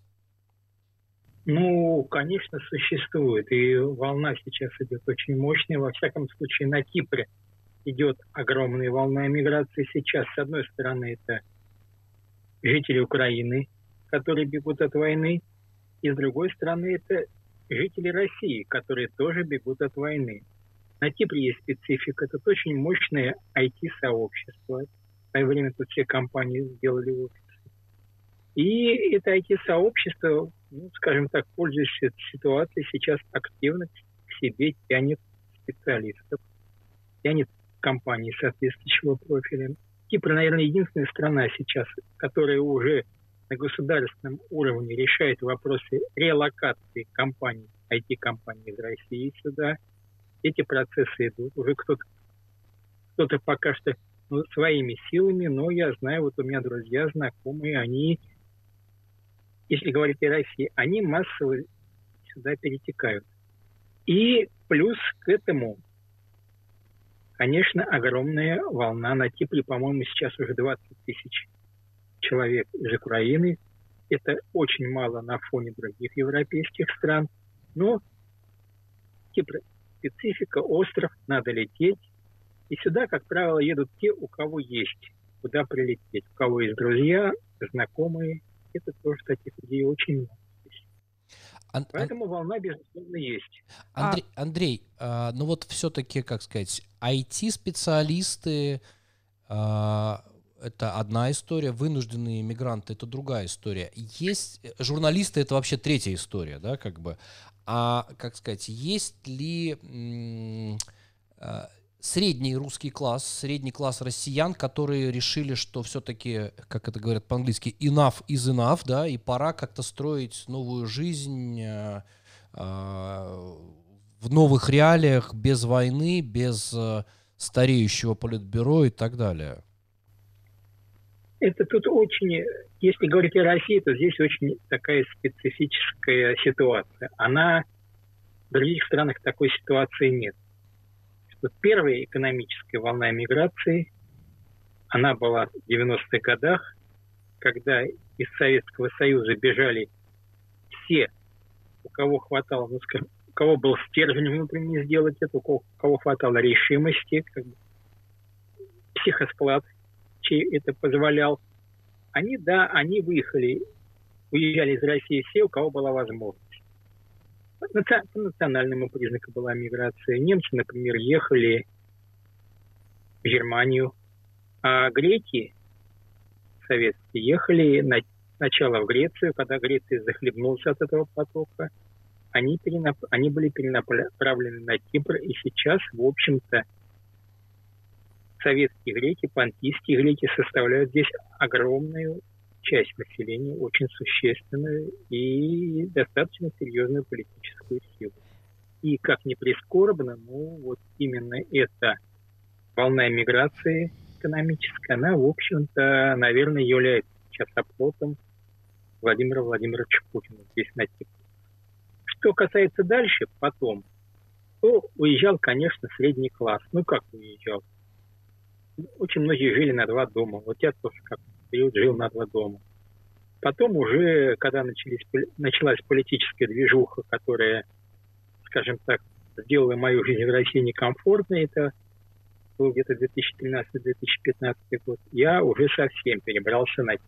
Ну, конечно, существует. И волна сейчас идет очень мощная. Во всяком случае, на Кипре идет огромная волна иммиграции сейчас. С одной стороны, это жители Украины, которые бегут от войны. И с другой стороны, это жители России, которые тоже бегут от войны. На Кипре есть специфика. Это очень мощное ай ти-сообщество. В свое время тут все компании сделали офисы. И это ай ти-сообщество, ну, скажем так, пользуясь ситуацией, сейчас активно к себе тянет специалистов, тянет компании соответствующего профиля. Кипр, наверное, единственная страна сейчас, которая уже на государственном уровне решает вопросы релокации компаний, ай ти-компаний из России сюда. Эти процессы идут. Уже кто-то, кто-то пока что ну, своими силами, но я знаю, вот у меня друзья, знакомые, они, если говорить о России, они массово сюда перетекают. И плюс к этому, конечно, огромная волна на Кипре, по-моему, сейчас уже двадцать тысяч человек из Украины это очень мало на фоне других европейских стран, но Кипр специфика, остров, надо лететь. И сюда, как правило, едут те, у кого есть куда прилететь, у кого есть друзья, знакомые. Это тоже таких людей очень много. Ан- Поэтому волна, безусловно, есть. Андрей, Андрей а, ну вот все-таки, как сказать, ай ти-специалисты а, это одна история, вынужденные мигранты это другая история. Есть журналисты это вообще третья история, да, как бы. А, как сказать, есть ли м, а, средний русский класс, средний класс россиян, которые решили, что все-таки, как это говорят по-английски, enough is enough, да, и пора как-то строить новую жизнь э, э, в новых реалиях, без войны, без э, стареющего политбюро и так далее? Это тут очень, если говорить о России, то здесь очень такая специфическая ситуация. Она в других странах такой ситуации нет. Вот первая экономическая волна миграции, она была в девяностых годах, когда из Советского Союза бежали все, у кого хватало, ну, скажем, у кого был стержень внутренний сделать это, у кого, у кого хватало решимости, как бы, психосклад, чей это позволял. Они, да, они выехали, уезжали из России все, у кого была возможность. По национальному признаку была миграция. Немцы, например, ехали в Германию, а греки советские ехали на, сначала в Грецию, когда Греция захлебнулась от этого потока. Они, перенап... они были перенаправлены на Кипр, и сейчас, в общем-то, советские греки, понтийские греки составляют здесь огромную часть населения, очень существенную и достаточно серьезную политическую силу. И, как ни прискорбно, ну, вот именно эта волна миграции экономическая, она, в общем-то, наверное, является сейчас оплотом Владимира Владимировича Путина здесь на Кипре. Что касается дальше, потом, то уезжал, конечно, средний класс. Ну, как уезжал? Очень многие жили на два дома. Вот я тоже как период жил на два дома. Потом уже, когда начались, началась политическая движуха, которая, скажем так, сделала мою жизнь в России некомфортной, это был где-то две тысячи тринадцатый — две тысячи пятнадцатый год, я уже совсем перебрался на Кипр.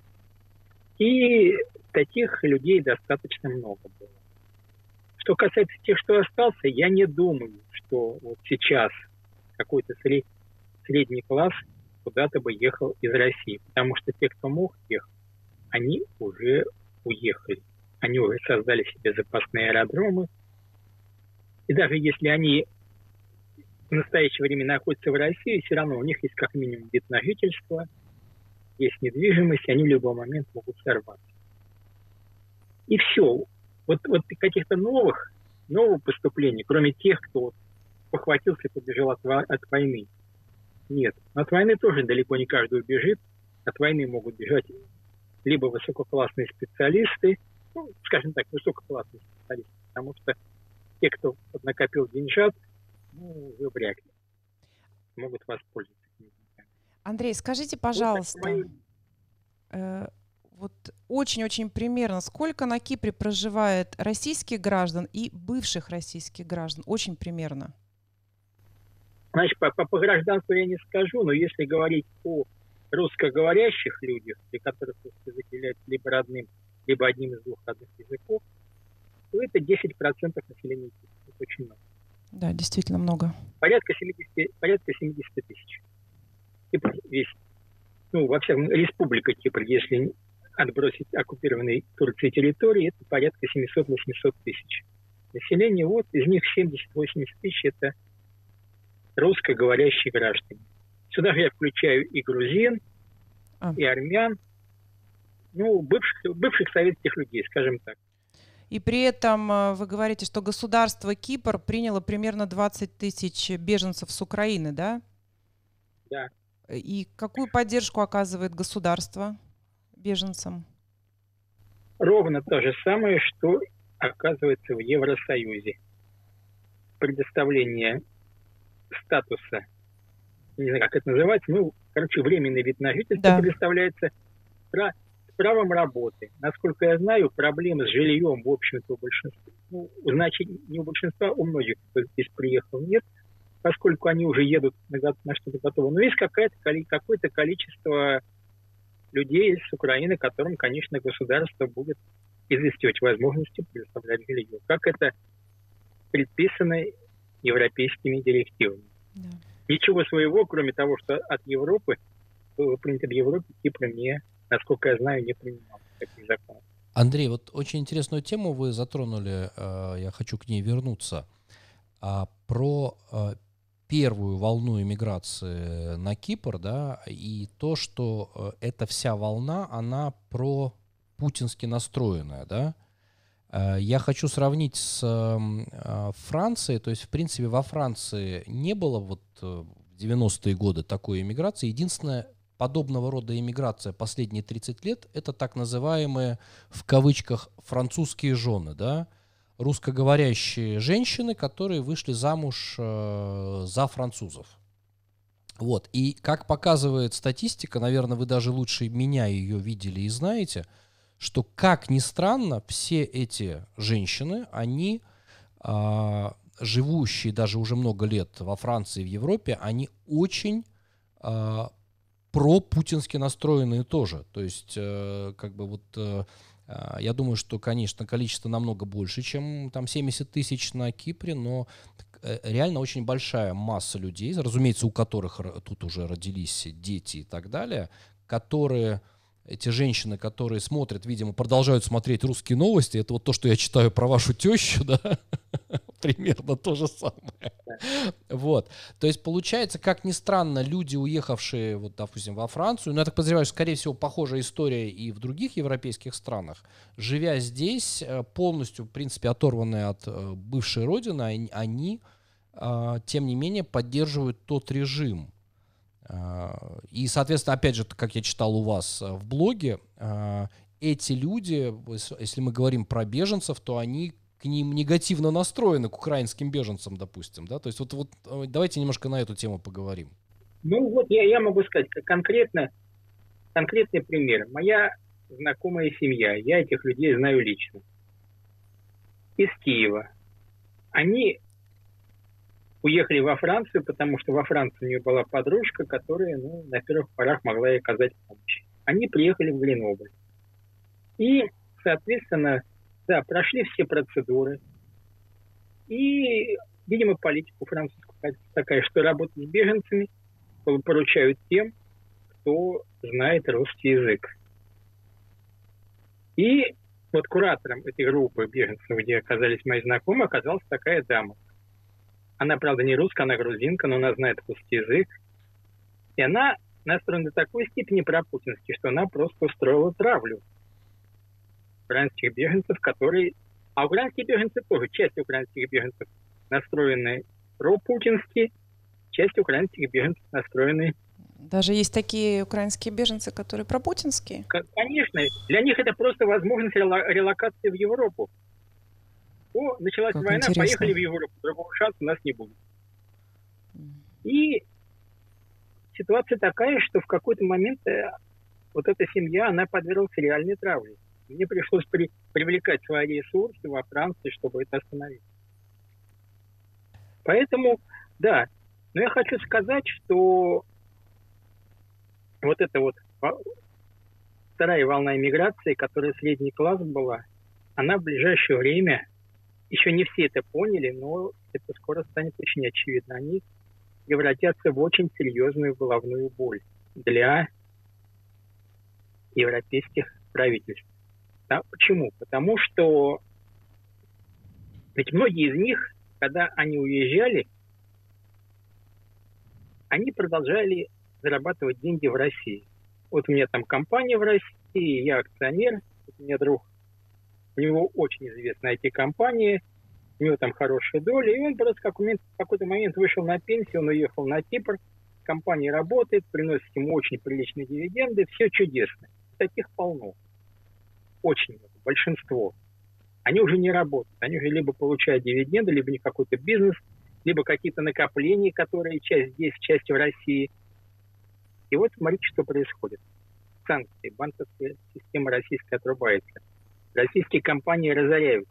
И таких людей достаточно много было. Что касается тех, что остался, я не думаю, что вот сейчас какой-то сред... средний класс куда-то бы ехал из России. Потому что те, кто мог ехать, они уже уехали. Они уже создали себе запасные аэродромы. И даже если они в настоящее время находятся в России, все равно у них есть как минимум вид на жительство, есть недвижимость, они в любой момент могут сорваться. И все. Вот, вот каких-то новых, новых поступлений, кроме тех, кто похватился и побежал от, от войны, нет. От войны тоже далеко не каждый убежит. От войны могут бежать либо высококлассные специалисты, ну, скажем так, высококлассные специалисты, потому что те, кто накопил деньжат, ну, уже вряд ли могут воспользоваться. Андрей, скажите, пожалуйста, вот, э, вот очень-очень примерно, сколько на Кипре проживает российских граждан и бывших российских граждан? Очень примерно. Значит, по, по, по гражданству я не скажу, но если говорить о русскоговорящих людях, для которых русский язык является либо родным, либо одним из двух родных языков, то это десять процентов населения Кипра. Это очень много. Да, действительно много. Порядка семьдесят, порядка семьдесят тысяч. Кипр весь, ну, во всяком, республика Кипр, если отбросить оккупированные Турцией территории, это порядка семьсот-восемьсот тысяч. Население, вот, из них семьдесят-восемьдесят тысяч – это русскоговорящие граждане. Сюда же я включаю и грузин, а. и армян, ну, бывших, бывших советских людей, скажем так. И при этом вы говорите, что государство Кипр приняло примерно двадцать тысяч беженцев с Украины, да? Да. И какую поддержку оказывает государство беженцам? Ровно то же самое, что оказывается в Евросоюзе. Предоставление статуса, не знаю, как это называется, ну, короче, временный вид на жительство, да, предоставляется правом работы. Насколько я знаю, проблемы с жильем, в общем-то, у большинства, ну, значит, не у большинства, у многих, кто здесь приехал, нет, поскольку они уже едут на, на что-то готовое. Но есть какое-то, какое-то количество людей с Украины, которым, конечно, государство будет известить возможностью предоставлять жилье. Как это предписано европейскими директивами. Да. Ничего своего, кроме того, что от Европы, было принято в Европе, Кипр не, насколько я знаю, не принимал таких законов. Андрей, вот очень интересную тему вы затронули, я хочу к ней вернуться. Про первую волну эмиграции на Кипр, да, и то, что эта вся волна, она про путински настроенная, да. Я хочу сравнить с Францией, то есть, в принципе, во Франции не было вот в девяностые годы такой эмиграции. Единственное, подобного рода эмиграция последние тридцать лет, это так называемые, в кавычках, французские жены, да, русскоговорящие женщины, которые вышли замуж э, за французов. Вот, и как показывает статистика, наверное, вы даже лучше меня ее видели и знаете, что, как ни странно, все эти женщины, они, э, живущие даже уже много лет во Франции и в Европе, они очень э, пропутински настроенные тоже. То есть, э, как бы вот, э, я думаю, что, конечно, количество намного больше, чем там семьдесят тысяч на Кипре, но реально очень большая масса людей, разумеется, у которых тут уже родились дети и так далее, которые... Эти женщины, которые смотрят, видимо, продолжают смотреть русские новости, это вот то, что я читаю про вашу тещу, да, примерно то же самое. Вот. То есть, получается, как ни странно, люди, уехавшие, вот, допустим, во Францию, ну, я так подозреваю, скорее всего, похожая история и в других европейских странах, живя здесь, полностью, в принципе, оторванные от бывшей родины, они, тем не менее, поддерживают тот режим. И, соответственно, опять же, как я читал у вас в блоге, эти люди, если мы говорим про беженцев, то они к ним негативно настроены, к украинским беженцам, допустим, да? То есть вот, вот давайте немножко на эту тему поговорим. Ну вот я, я могу сказать конкретно, конкретный пример. Моя знакомая семья, я этих людей знаю лично, из Киева. Они уехали во Францию, потому что во Франции у нее была подружка, которая, ну, на первых порах могла ей оказать помощь. Они приехали в Гренобль. И, соответственно, да, прошли все процедуры. И, видимо, политика французская такая, что работать с беженцами поручают тем, кто знает русский язык. И вот куратором этой группы беженцев, где оказались мои знакомые, оказалась такая дама. Она, правда, не русская, она грузинка, но она знает русский язык. И она настроена до такой степени пропутински, что она просто устроила травлю украинских беженцев, которые... А украинские беженцы тоже, часть украинских беженцев настроены пропутински, часть украинских беженцев настроены... Даже есть такие украинские беженцы, которые пропутинские? Конечно. Для них это просто возможность релокации в Европу. О, началась как война, интересно. Поехали в Европу, другого шанса у нас не будет. И ситуация такая, что в какой-то момент вот эта семья, она подверглась реальной травле. Мне пришлось при, привлекать свои ресурсы во Франции, чтобы это остановить. Поэтому, да, но я хочу сказать, что вот эта вот вторая волна иммиграции, которая средний класс была, она в ближайшее время... Еще не все это поняли, но это скоро станет очень очевидно. Они превратятся в очень серьезную головную боль для европейских правительств. Да, почему? Потому что ведь многие из них, когда они уезжали, они продолжали зарабатывать деньги в России. Вот у меня там компания в России, я акционер, у меня друг, у него очень известная ай ти-компания, у него там хорошая доля, и он просто в какой-то момент вышел на пенсию, он уехал на Кипр, компания работает, приносит ему очень приличные дивиденды, все чудесно. Таких полно. Очень много, большинство. Они уже не работают, они уже либо получают дивиденды, либо не какой-то бизнес, либо какие-то накопления, которые часть здесь, часть в России. И вот смотрите, что происходит. санкции, банковская система российская отрубается. Российские компании разоряются.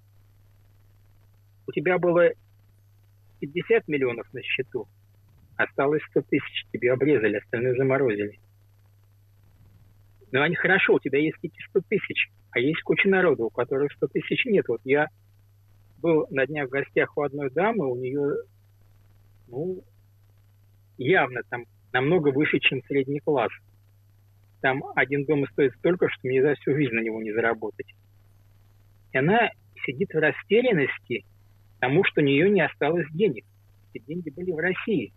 У тебя было пятьдесят миллионов на счету, осталось сто тысяч, тебе обрезали, остальное заморозили. Но они хорошо, у тебя есть эти сто тысяч, а есть куча народу, у которых сто тысяч нет. Вот я был на днях в гостях у одной дамы, у нее, ну, явно там намного выше, чем средний класс. Там один дом стоит столько, что мне за всю жизнь на него не заработать. И она сидит в растерянности, потому что у нее не осталось денег. Эти деньги были в России.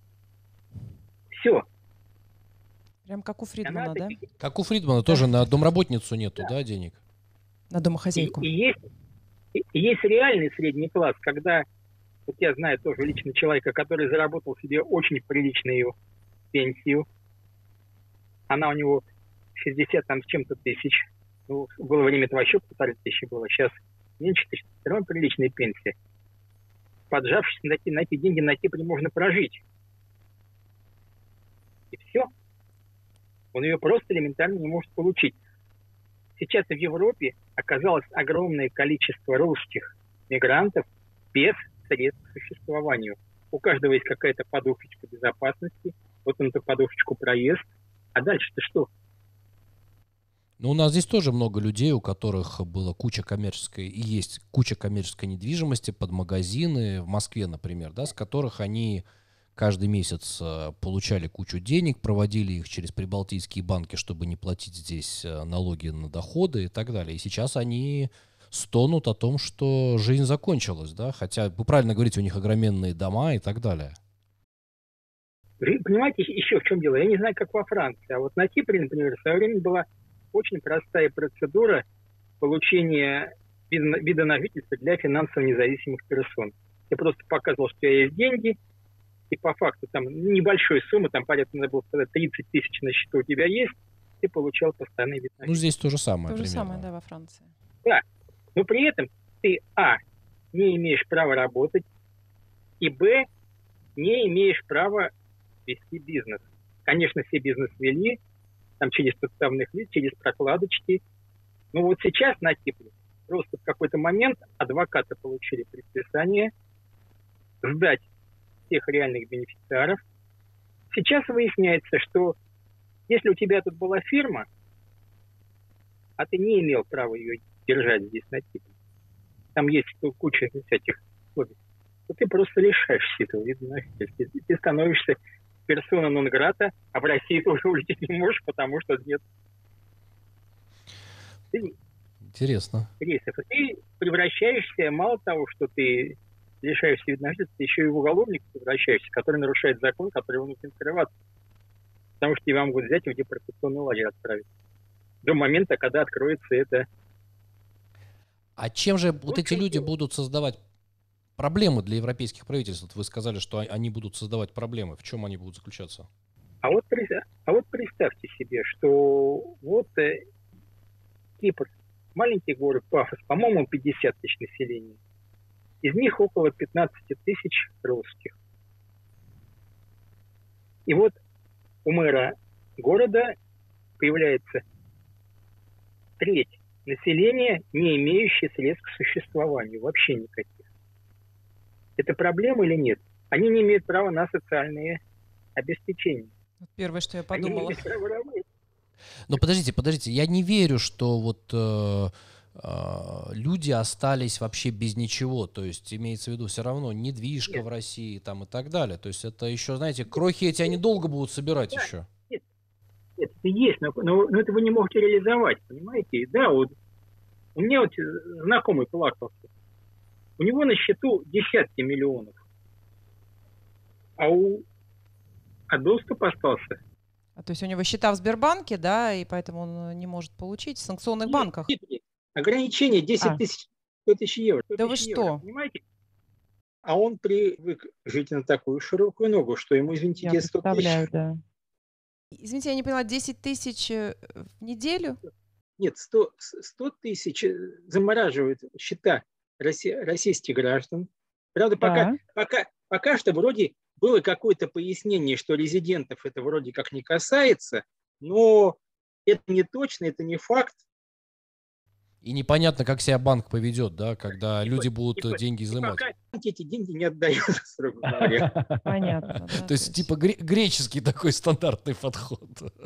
Все. Прям как у Фридмана, да? Как у Фридмана, тоже на домработницу нету, да, денег? На домохозяйку. И, и, есть, и, и есть реальный средний класс, когда, вот я знаю тоже лично человека, который заработал себе очень приличную пенсию. Она у него шестьдесят там с чем-то тысяч. Ну, было время, это вообще полторы тысячи было. Сейчас меньше тысяч. Все равно приличная пенсия. Поджавшись на эти, на эти деньги, на Кипре можно прожить. И все. Он ее просто элементарно не может получить. Сейчас в Европе оказалось огромное количество русских мигрантов без средств к существованию. У каждого есть какая-то подушечка безопасности, вот он эту подушечку проезд, а дальше-то что? Ну, у нас здесь тоже много людей, у которых была куча коммерческой, и есть куча коммерческой недвижимости под магазины в Москве, например, да, с которых они каждый месяц э, получали кучу денег, проводили их через прибалтийские банки, чтобы не платить здесь э, налоги на доходы и так далее. И сейчас они стонут о том, что жизнь закончилась, да, хотя вы правильно говорите, у них огроменные дома и так далее. Вы понимаете, еще в чем дело? Я не знаю, как во Франции, а вот на Кипре, например, в свое время была очень простая процедура получения вида, вида на жительство для финансово независимых персон. Я просто показывал, что у тебя есть деньги, и по факту там небольшой суммы, там порядка, надо было сказать, тридцать тысяч на счету у тебя есть, ты получал постоянный вид на жительство. Ну, здесь то же самое. То же примерно. самое, да, во Франции. Да, но при этом ты, а, не имеешь права работать, и, б, не имеешь права вести бизнес. Конечно, все бизнес вели, там через подставных лиц, через прокладочки. Но вот сейчас на Кипре просто в какой-то момент адвокаты получили предписание сдать всех реальных бенефициаров. Сейчас выясняется, что если у тебя тут была фирма, а ты не имел права ее держать здесь на Кипре, там есть куча всяких условий, то ты просто лишаешься этого вида на жительство. Ты становишься персона нон-грата, а в России ты уже улететь не можешь, потому что нет Интересно. рейсов. И ты превращаешься, мало того, что ты лишаешься вида на жительство, ты еще и в уголовник превращаешься, который нарушает закон, который вынужден скрываться. Потому что тебя могут взять и в депортационный лагерь отправить. До момента, когда откроется это. А чем же вот, Вот эти люди дело. будут создавать проблемы для европейских правительств? Вот вы сказали, что они будут создавать проблемы. В чем они будут заключаться? А вот, а вот представьте себе, что вот э, Кипр, маленький город Пафос, по-моему, пятьдесят тысяч населения. Из них около пятнадцать тысяч русских. И вот у мэра города появляется треть населения, не имеющее средств к существованию, вообще никаких. Это проблема или нет? Они не имеют права на социальные обеспечения. Первое, что я Они не подумала. имеют права работать. Но подождите, подождите, я не верю, что вот э, э, люди остались вообще без ничего. То есть имеется в виду все равно недвижка Нет. в России там и так далее. То есть это еще, знаете, крохи эти они долго будут собирать Да. еще. Нет, это есть, но, но, но это вы не можете реализовать, понимаете? И да, вот у меня вот знакомый плакался. У него на счету десятки миллионов. А у а доступ остался. А то есть у него счета в Сбербанке, да, и поэтому он не может получить в санкционных Нет, банках. нет, нет. Ограничение десять А. тысяч, сто тысяч евро. сто Да вы тысяч что? евро, понимаете? А он привык жить на такую широкую ногу, что ему, извините, Я где сто тысяч. представляю, да. Извините, я не поняла, десять тысяч э, в неделю? Нет, сто, сто тысяч замораживают счета росси- российских граждан. Правда, пока, Да. пока, пока что вроде было какое-то пояснение, что резидентов это вроде как не касается, но Это не точно, это не факт. И непонятно, как себя банк поведет, да, когда люди будут И, деньги и изымать. пока эти деньги не отдают, строго говоря. Понятно, да. То есть, типа, гре- греческий такой стандартный подход.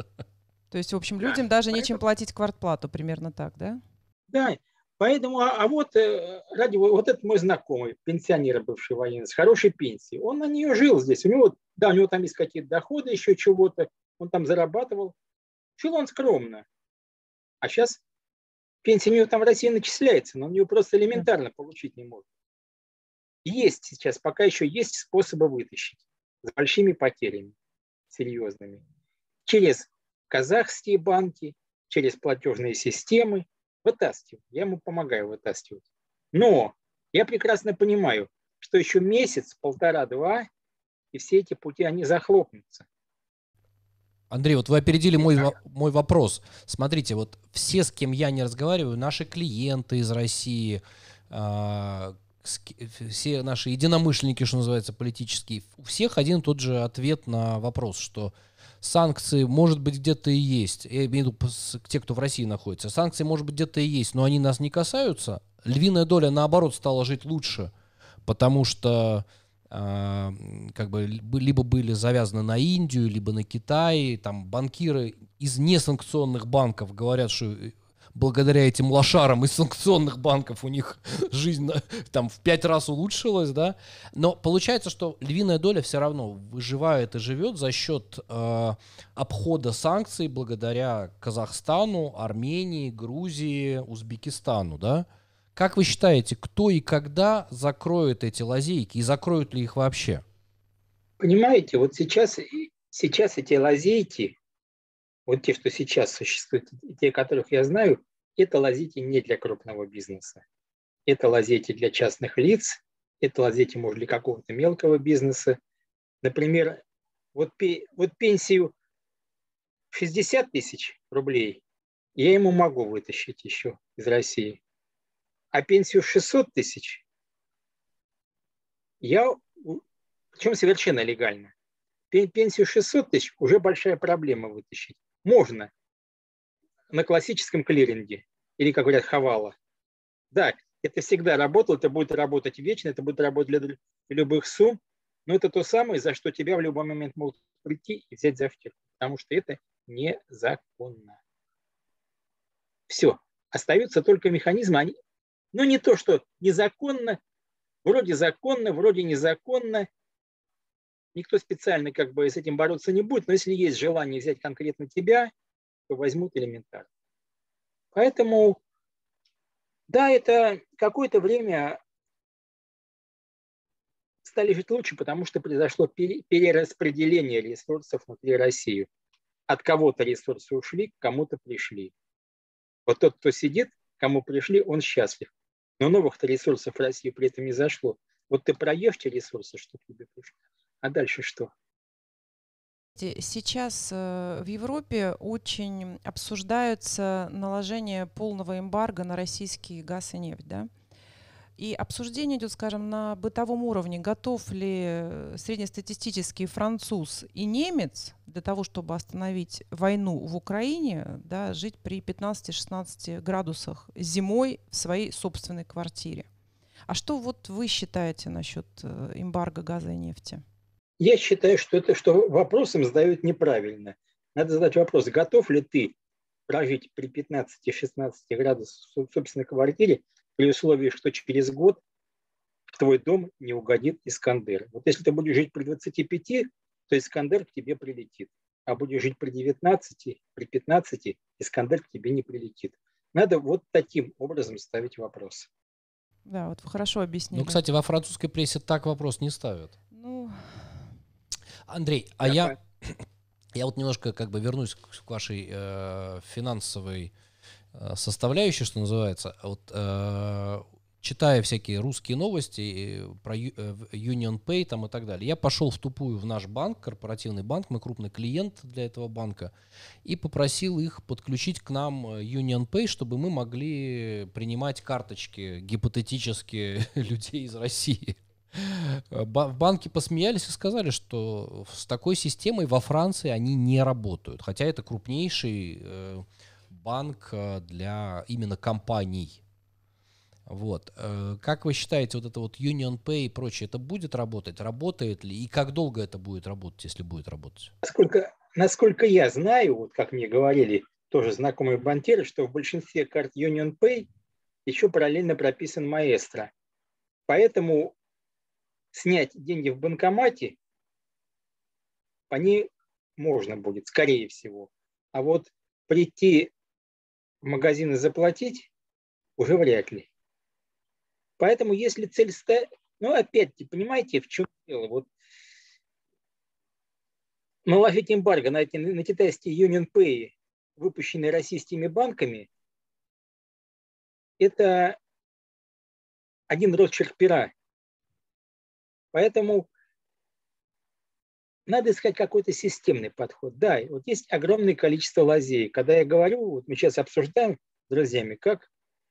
То есть, в общем, людям даже нечем платить квартплату, примерно так, да? Да, поэтому, а, а вот э, ради вот этот мой знакомый, пенсионер бывший военный, с хорошей пенсией, он на нее жил здесь. У него, да, у него там есть какие-то доходы, еще чего-то, он там зарабатывал. Жил он скромно. А сейчас пенсия у него там в России начисляется, но он ее просто элементарно получить не может. Есть сейчас, пока еще есть способы вытащить с большими потерями, серьезными. Через казахские банки, через платежные системы. Вытаскиваю. Я ему помогаю вытаскивать. Но я прекрасно понимаю, что еще месяц, полтора-два, и все эти пути, они захлопнутся. Андрей, вот вы опередили мой, мой вопрос. Смотрите, вот все, с кем я не разговариваю, наши клиенты из России, э, все наши единомышленники, что называется, политические, у всех один и тот же ответ на вопрос, что санкции, может быть, где-то и есть. Я имею в виду те, кто в России находится. Санкции, может быть, где-то и есть, но они нас не касаются. Львиная доля, наоборот, стала жить лучше, потому что э, как бы либо были завязаны на Индию, либо на Китай. Там банкиры из несанкционных банков говорят, что благодаря этим лошарам из санкционных банков у них жизнь там в пять раз улучшилась, да. Но получается, что львиная доля все равно выживает и живет за счет э, обхода санкций благодаря Казахстану, Армении, Грузии, Узбекистану, да. Как вы считаете, кто и когда закроет эти лазейки и закроют ли их вообще? Понимаете, вот сейчас, сейчас эти лазейки, вот те, что сейчас существуют, те, которых я знаю, это лазейки не для крупного бизнеса. Это лазейки для частных лиц, это лазейки, может, для какого-то мелкого бизнеса. Например, вот, вот пенсию шестьдесят тысяч рублей я ему могу вытащить еще из России. А пенсию шестьсот тысяч я, причем совершенно легально, пенсию шестьсот тысяч уже большая проблема вытащить. Можно на классическом клиринге, или, как говорят, хавала. Да, это всегда работало, это будет работать вечно, это будет работать для любых сумм, но это то самое, за что тебя в любой момент могут прийти и взять за втирку, потому что это незаконно. Все, остаются только механизмы, они, ну не то, что незаконно, вроде законно, вроде незаконно, никто специально как бы с этим бороться не будет, но если есть желание взять конкретно тебя, то возьмут элементарно. Поэтому, да, это какое-то время стали жить лучше, потому что произошло перераспределение ресурсов внутри России. От кого-то ресурсы ушли, к кому-то пришли. Вот тот, кто сидит, кому пришли, он счастлив. Но новых-то ресурсов в России при этом не зашло. Вот ты проешь те ресурсы, что к тебе пришло, а дальше что? Сейчас в Европе очень обсуждается наложение полного эмбарго на российский газ и нефть, да? И обсуждение идет, скажем, на бытовом уровне. Готов ли среднестатистический француз и немец для того, чтобы остановить войну в Украине, да, жить при пятнадцати-шестнадцати градусах зимой в своей собственной квартире? А что вот вы считаете насчет эмбарго газа и нефти? Я считаю, что это что вопросом задают неправильно. Надо задать вопрос, готов ли ты прожить при пятнадцати-шестнадцати градусах в собственной квартире при условии, что через год в твой дом не угодит Искандер. Вот если ты будешь жить при двадцати пяти, то Искандер к тебе прилетит. А будешь жить при девятнадцати, при пятнадцати, Искандер к тебе не прилетит. Надо вот таким образом ставить вопрос. Да, вот вы хорошо объяснили. Ну, кстати, во французской прессе так вопрос не ставят. Ну... Андрей, а я, я вот немножко как бы вернусь к вашей э, финансовой э, составляющей, что называется. Вот, э, читая всякие русские новости про Union Pay там, и так далее, я пошел в тупую в наш банк, корпоративный банк, мы крупный клиент для этого банка, и попросил их подключить к нам Union Pay, чтобы мы могли принимать карточки гипотетически людей из России. Ба- В банке посмеялись и сказали, что с такой системой во Франции они не работают. Хотя это крупнейший э, банк э, для именно компаний. Вот. Э, Как вы считаете, вот это вот UnionPay и прочее, это будет работать? Работает ли? И как долго это будет работать, если будет работать? Насколько, насколько я знаю, вот как мне говорили тоже знакомые банкиры, что в большинстве карт UnionPay еще параллельно прописан маэстро. Поэтому снять деньги в банкомате по ней можно будет, скорее всего. А вот прийти в магазин и заплатить уже вряд ли. Поэтому если цель ставить... Ну, опять-таки, понимаете, в чем дело? Вот наложить эмбарго на, эти, на китайские UnionPay, выпущенные российскими банками, это один росчерк пера. Поэтому надо искать какой-то системный подход. Да, вот есть огромное количество лазей. Когда я говорю, вот мы сейчас обсуждаем с друзьями, как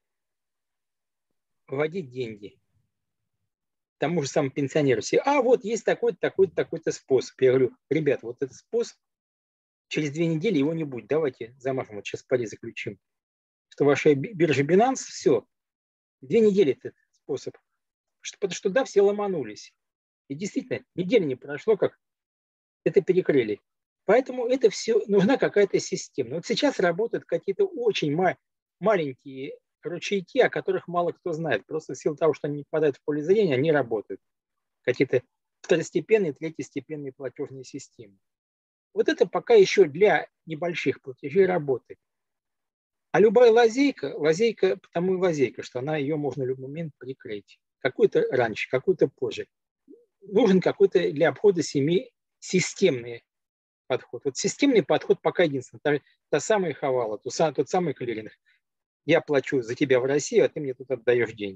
вводить деньги тому же самому пенсионеру. Все, а вот есть такой-то, такой-то, такой-то способ. Я говорю, ребят, вот этот способ, через две недели его не будет. Давайте замажем, вот сейчас пари заключим. Что ваша биржа Binance, все, две недели этот способ. Что, потому что да, все ломанулись. И действительно, недели не прошло, как это перекрыли. Поэтому это все, нужна какая-то система. Вот сейчас работают какие-то очень ма- маленькие ручейки, о которых мало кто знает. Просто в силу того, что они не попадают в поле зрения, они работают. Какие-то второстепенные, третьестепенные платежные системы. Вот это пока еще для небольших платежей работает. А любая лазейка, лазейка, потому и лазейка, что она ее можно в любой момент прикрыть. Какую-то раньше, какую-то позже. Нужен какой-то для обхода семьи системный подход. Вот системный подход пока единственный. Та, та самая хавала, тот, тот самый клиринг. Я плачу за тебя в России, а ты мне тут отдаешь деньги.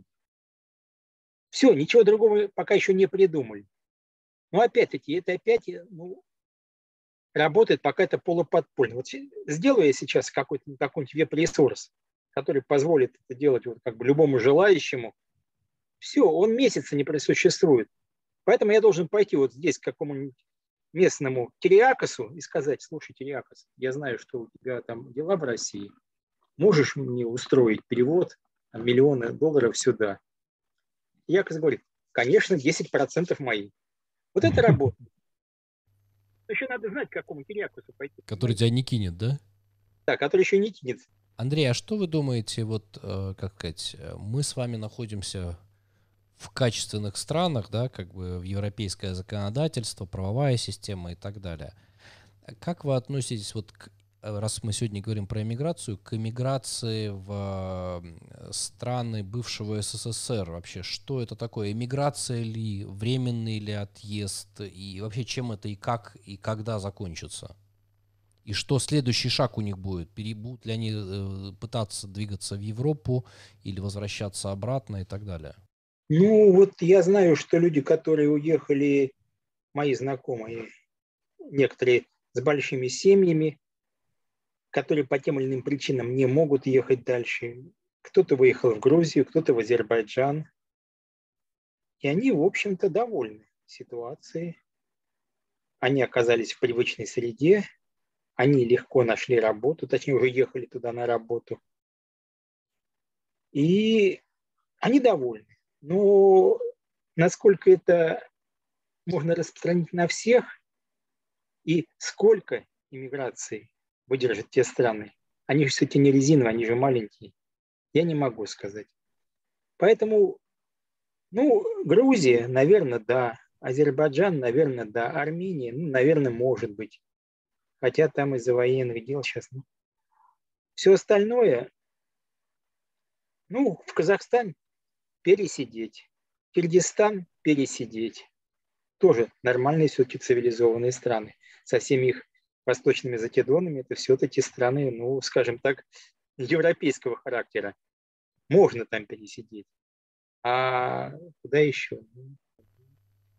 Все, ничего другого пока еще не придумали. Но опять-таки, это опять ну, работает пока это полуподпольно. Вот сделаю я сейчас какой-то какой-нибудь веб-ресурс, который позволит это делать вот как бы любому желающему. Все, он месяца не просуществует. Поэтому я должен пойти вот здесь к какому-нибудь местному Кириакосу и сказать, слушай, Кириакос, я знаю, что у тебя там дела в России. Можешь мне устроить перевод там, миллиона долларов сюда? Кириакос говорит, конечно, десять процентов мои. Вот это работает. Еще надо знать, к какому Кириакосу пойти. Который тебя не кинет, да? Да, который еще не кинет. Андрей, а что вы думаете, вот, э, как сказать, мы с вами находимся в качественных странах, да, как бы в европейское законодательство, правовая система и так далее. Как вы относитесь, вот к, раз мы сегодня говорим про эмиграцию, к эмиграции в страны бывшего СССР вообще? Что это такое? Эмиграция ли, временный ли отъезд? И вообще чем это и как, и когда закончится? И что следующий шаг у них будет? Будут ли они э, пытаться двигаться в Европу или возвращаться обратно и так далее? Ну, вот я знаю, что люди, которые уехали, мои знакомые, некоторые с большими семьями, которые по тем или иным причинам не могут ехать дальше. Кто-то выехал в Грузию, кто-то в Азербайджан. И они, в общем-то, довольны ситуацией. Они оказались в привычной среде, они легко нашли работу, точнее, уже ехали туда на работу. И они довольны. Но насколько это можно распространить на всех и сколько иммиграции выдержат те страны, они же все-таки не резиновые, они же маленькие, я не могу сказать. Поэтому, ну, Грузия, наверное, да. Азербайджан, наверное, да. Армения, ну, наверное, может быть. Хотя там из-за военных дел сейчас. Ну. Все остальное, ну, в Казахстан пересидеть. Киргизстан пересидеть. Тоже нормальные все-таки цивилизованные страны. Со всеми их восточными закидонами, это все-таки страны, ну, скажем так, европейского характера. Можно там пересидеть. А куда еще?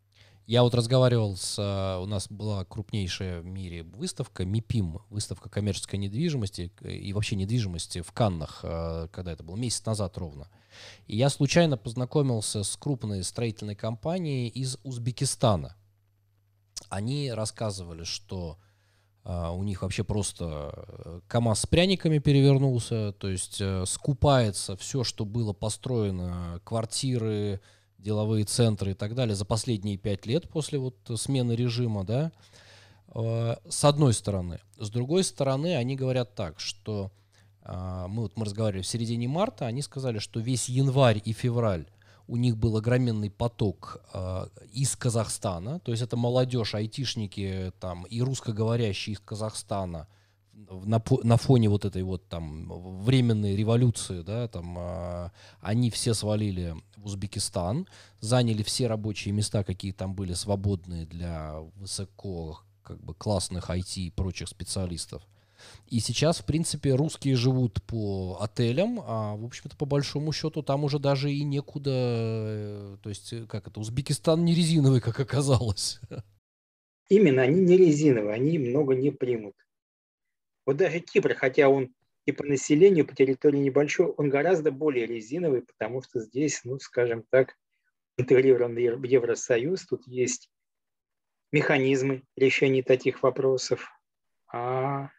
Я вот разговаривал с... У нас была крупнейшая в мире выставка МИПИМ, выставка коммерческой недвижимости и вообще недвижимости в Каннах, когда это было, месяц назад ровно. И я случайно познакомился с крупной строительной компанией из Узбекистана. Они рассказывали, что Uh, у них вообще просто КАМАЗ с пряниками перевернулся, то есть uh, скупается все, что было построено, квартиры, деловые центры и так далее за последние пять лет после вот смены режима, да, uh, с одной стороны. С другой стороны, они говорят так, что uh, мы, вот мы разговаривали в середине марта, они сказали, что весь январь и февраль у них был огроменный поток э, из Казахстана, то есть это молодежь, айтишники там, и русскоговорящие из Казахстана на, на фоне вот этой вот там временной революции, да, там, э, они все свалили в Узбекистан, заняли все рабочие места, какие там были свободные для высоко как бы, классных ай ти и прочих специалистов. И сейчас, в принципе, русские живут по отелям, а, в общем-то, по большому счету, там уже даже и некуда, то есть, как это, Узбекистан не резиновый, как оказалось. Именно, они не резиновые, они много не примут. Вот даже Кипр, хотя он и по населению, по территории небольшой, он гораздо более резиновый, потому что здесь, ну, скажем так, интегрирован в Евросоюз, тут есть механизмы решения таких вопросов, а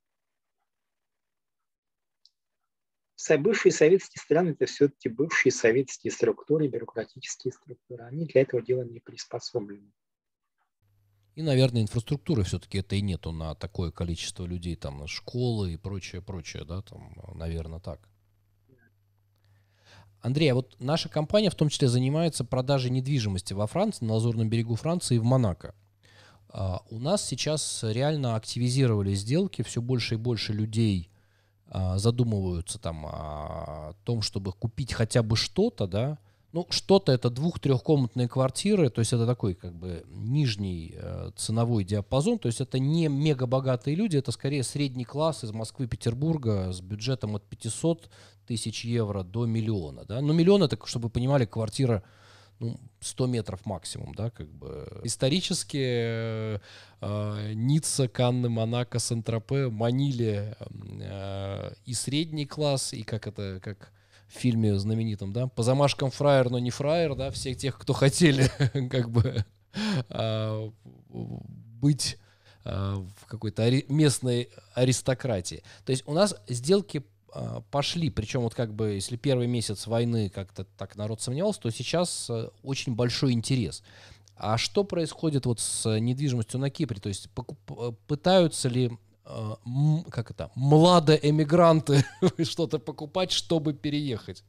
бывшие советские страны – это все-таки бывшие советские структуры, бюрократические структуры. Они для этого дела не приспособлены. И, наверное, инфраструктуры все-таки это и нету на такое количество людей, там, школы и прочее, прочее, да, там, наверное, так. Андрей, а вот наша компания в том числе занимается продажей недвижимости во Франции, на Лазурном берегу Франции и в Монако. А у нас сейчас реально активизировались сделки, все больше и больше людей задумываются там о том, чтобы купить хотя бы что-то, да, ну, что-то это двух-трехкомнатные квартиры, то есть это такой как бы нижний э, ценовой диапазон, то есть это не мега богатые люди, это скорее средний класс из Москвы, Петербурга с бюджетом от пятисот тысяч евро до миллиона, да, ну, миллион это, чтобы вы понимали, квартира, ну, сто метров максимум, да, как бы. Исторически э, э, Ницца, Канны, Монако, Сент-Тропе манили э, и средний класс, и как это, как в фильме знаменитом, да, по замашкам фраер, но не фраер, да, всех тех, кто хотели, как бы, э, быть э, в какой-то ари- местной аристократии. То есть у нас сделки пошли, причем вот как бы, если первый месяц войны как-то так народ сомневался, то сейчас очень большой интерес. А что происходит вот с недвижимостью на Кипре? То есть покуп, пытаются ли, как это, младоэмигранты что-то покупать, чтобы переехать?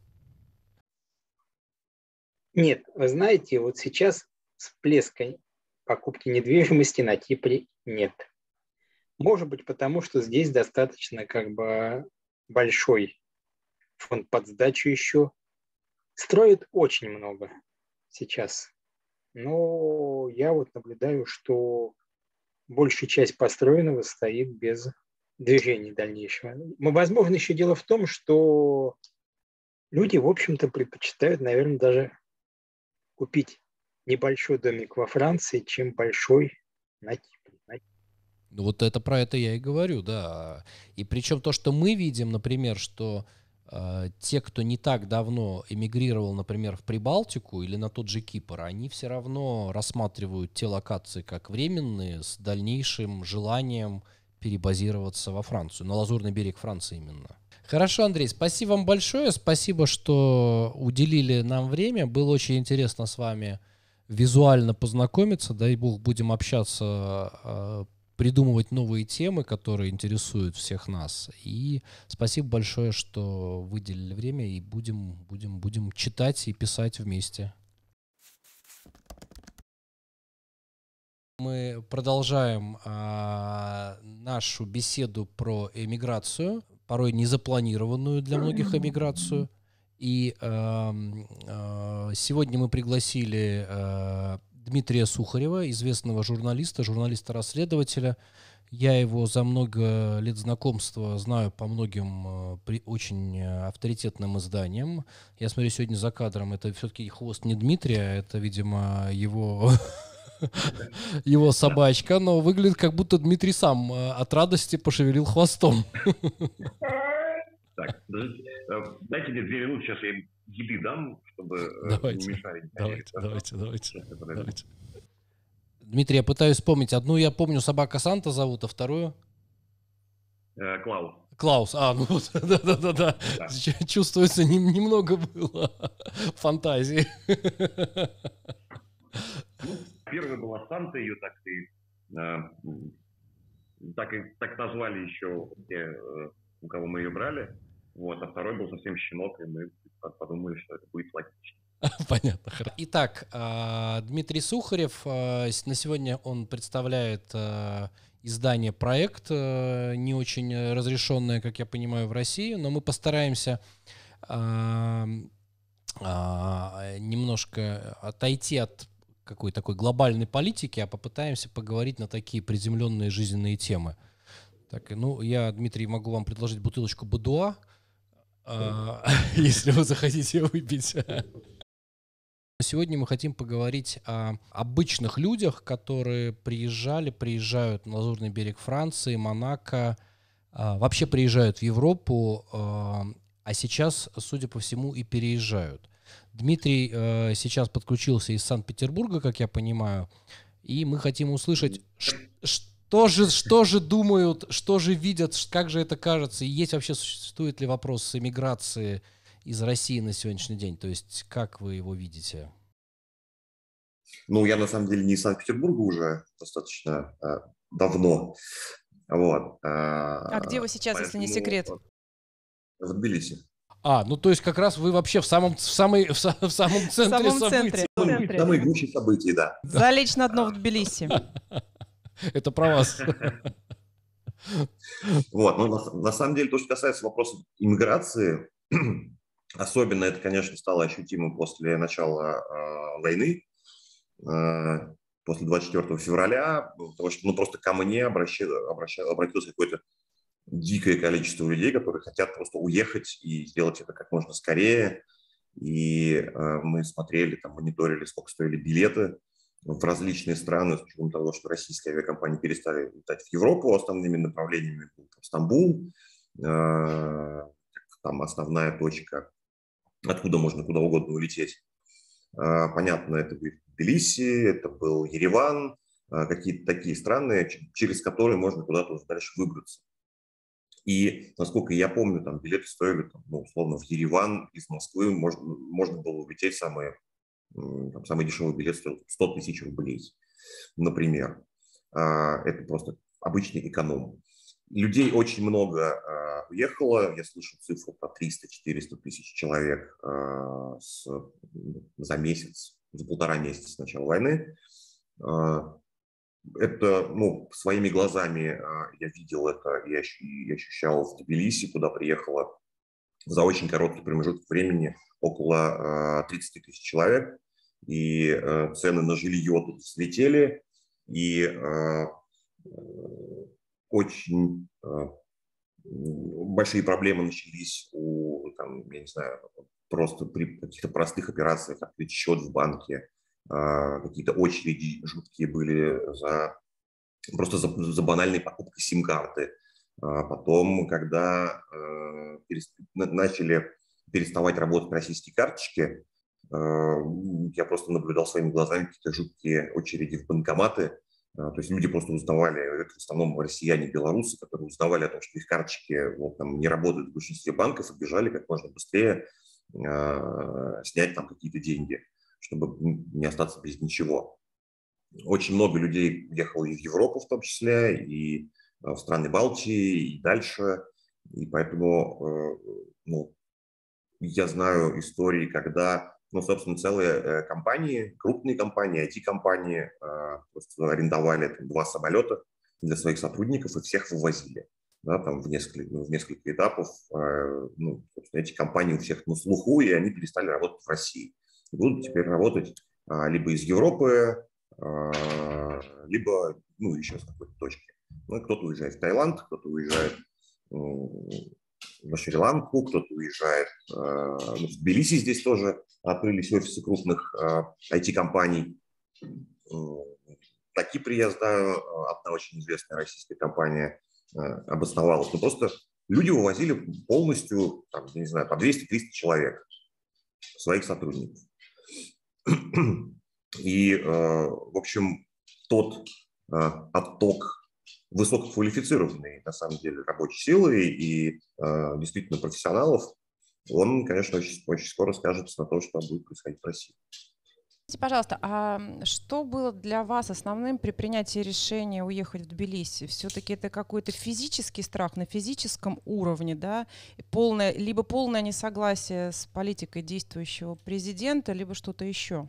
Нет, вы знаете, вот сейчас всплеска покупки недвижимости на Кипре нет. Может быть, потому что здесь достаточно как бы большой фонд под сдачу еще. Строят очень много сейчас. Но я вот наблюдаю, что большая часть построенного стоит без движения дальнейшего. Возможно, еще дело в том, что люди, в общем-то, предпочитают, наверное, даже купить небольшой домик во Франции, чем большой на Кипре. Ну вот это про это я и говорю, да. И причем то, что мы видим, например, что э, те, кто не так давно эмигрировал, например, в Прибалтику или на тот же Кипр, они все равно рассматривают те локации как временные, с дальнейшим желанием перебазироваться во Францию, на Лазурный берег Франции именно. Хорошо, Андрей, спасибо вам большое, спасибо, что уделили нам время, было очень интересно с вами визуально познакомиться, дай бог будем общаться, э, придумывать новые темы, которые интересуют всех нас. И спасибо большое, что выделили время, и будем, будем, будем читать и писать вместе. Мы продолжаем а, нашу беседу про эмиграцию, порой незапланированную для многих эмиграцию. И а, а, сегодня мы пригласили а, Дмитрия Сухарева, известного журналиста, журналиста-расследователя. Я его за много лет знакомства знаю по многим э, при, очень авторитетным изданиям. Я смотрю сегодня за кадром, это все-таки хвост не Дмитрия, это, видимо, его его собачка, но выглядит, как будто Дмитрий сам от радости пошевелил хвостом. Так, дайте мне две минуты, сейчас я им еды дам, чтобы давайте, не мешали. Давайте, давайте, давайте, давайте. Дмитрий, я пытаюсь вспомнить. Одну я помню, собака Санта зовут, а вторую? Клаус. Клаус, а, ну вот, да-да-да, чувствуется, немного было фантазии. Первая была Санта, ее так и так, и, так назвали еще те, у кого мы ее брали. Вот, а второй был совсем щенок, и мы подумали, что это будет логично. Понятно. Итак, Дмитрий Сухарев, на сегодня он представляет издание «Проект», не очень разрешенное, как я понимаю, в России, но мы постараемся немножко отойти от какой-то такой глобальной политики, а попытаемся поговорить на такие приземленные жизненные темы. Так, ну, я, Дмитрий, могу вам предложить бутылочку Бодуа, если вы захотите выпить. Сегодня мы хотим поговорить о обычных людях, которые приезжали, приезжают на Лазурный берег Франции, Монако, вообще приезжают в Европу, а сейчас, судя по всему, и переезжают. Дмитрий э, сейчас подключился из Санкт-Петербурга, как я понимаю, и мы хотим услышать, что же, что же думают, что же видят, как же это кажется, и есть вообще, существует ли вопрос эмиграции из России на сегодняшний день, то есть как вы его видите? Ну, я на самом деле не из Санкт-Петербурга уже достаточно э, давно. Вот, э, а где вы сейчас, если не секрет? В Тбилиси. А, ну то есть как раз вы вообще в самом, в самой, в, в самом центре в самом событий. Центре. Самые гуще событий, да. Залечь на дно в Тбилиси. Это про вас. Вот, ну на, на самом деле, то, что касается вопроса иммиграции, особенно это, конечно, стало ощутимо после начала э, войны, э, после двадцать четвёртого февраля, потому что ну, просто ко мне обращал, обращал, обратилось какое-то дикое количество людей, которые хотят просто уехать и сделать это как можно скорее. И э, мы смотрели, там, мониторили, сколько стоили билеты в различные страны, с учетом того, что российские авиакомпании перестали летать в Европу. Основными направлениями был Стамбул, э, там основная точка, откуда можно куда угодно улететь. Э, понятно, это был Тбилиси, это был Ереван, э, какие-то такие страны, через которые можно куда-то дальше выбраться. И, насколько я помню, там билеты стоили, там, ну, условно, в Ереван из Москвы можно, можно было улететь, самый, там, самый дешевый билет стоил сто тысяч рублей, например. Это просто обычный эконом. Людей очень много уехало, я слышал цифру про триста-четыреста тысяч человек с, за месяц, за полтора месяца с начала войны. Это, ну, своими глазами э, я видел это и ощущал в Тбилиси, куда приехало за очень короткий промежуток времени около э, тридцати тысяч человек, и э, цены на жилье тут взлетели, и э, очень э, большие проблемы начались у, там, я не знаю, просто при каких-то простых операциях, открыть счет в банке. Какие-то очереди жуткие были за, просто за, за банальной покупкой сим-карты. Потом, когда э, перест... начали переставать работать российские карточки, э, я просто наблюдал своими глазами какие-то жуткие очереди в банкоматы. Э, то есть люди просто узнавали, это в основном россияне, белорусы, которые узнавали о том, что их карточки вот, там, не работают в большинстве банков, и бежали как можно быстрее э, снять там какие-то деньги, чтобы не остаться без ничего. Очень много людей уехало и в Европу в том числе, и в страны Балтии, и дальше. И поэтому ну, я знаю истории, когда, ну, собственно, целые компании, крупные компании, ай ти-компании просто арендовали там, два самолета для своих сотрудников и всех вывозили. Да, там в несколько, в несколько этапов. Ну, собственно, эти компании у всех на слуху, и они перестали работать в России. Будут теперь работать а, либо из Европы, а, либо ну, еще с какой-то точки. Ну, кто-то уезжает в Таиланд, кто-то уезжает на Шри-Ланку, кто-то уезжает а, ну, в Тбилиси, здесь тоже открылись офисы крупных а, ай ти-компаний. На Кипре, я знаю, одна очень известная российская компания обосновалась. Но просто люди вывозили полностью, там, я не знаю, по двести-триста человек, своих сотрудников. И, в общем, тот отток высококвалифицированной, на самом деле, рабочей силы и действительно профессионалов, он, конечно, очень, очень скоро скажется на то, что будет происходить в России. Скажите, пожалуйста, а что было для вас основным при принятии решения уехать в Тбилиси? Все-таки это какой-то физический страх на физическом уровне, да? Полное, либо полное несогласие с политикой действующего президента, либо что-то еще?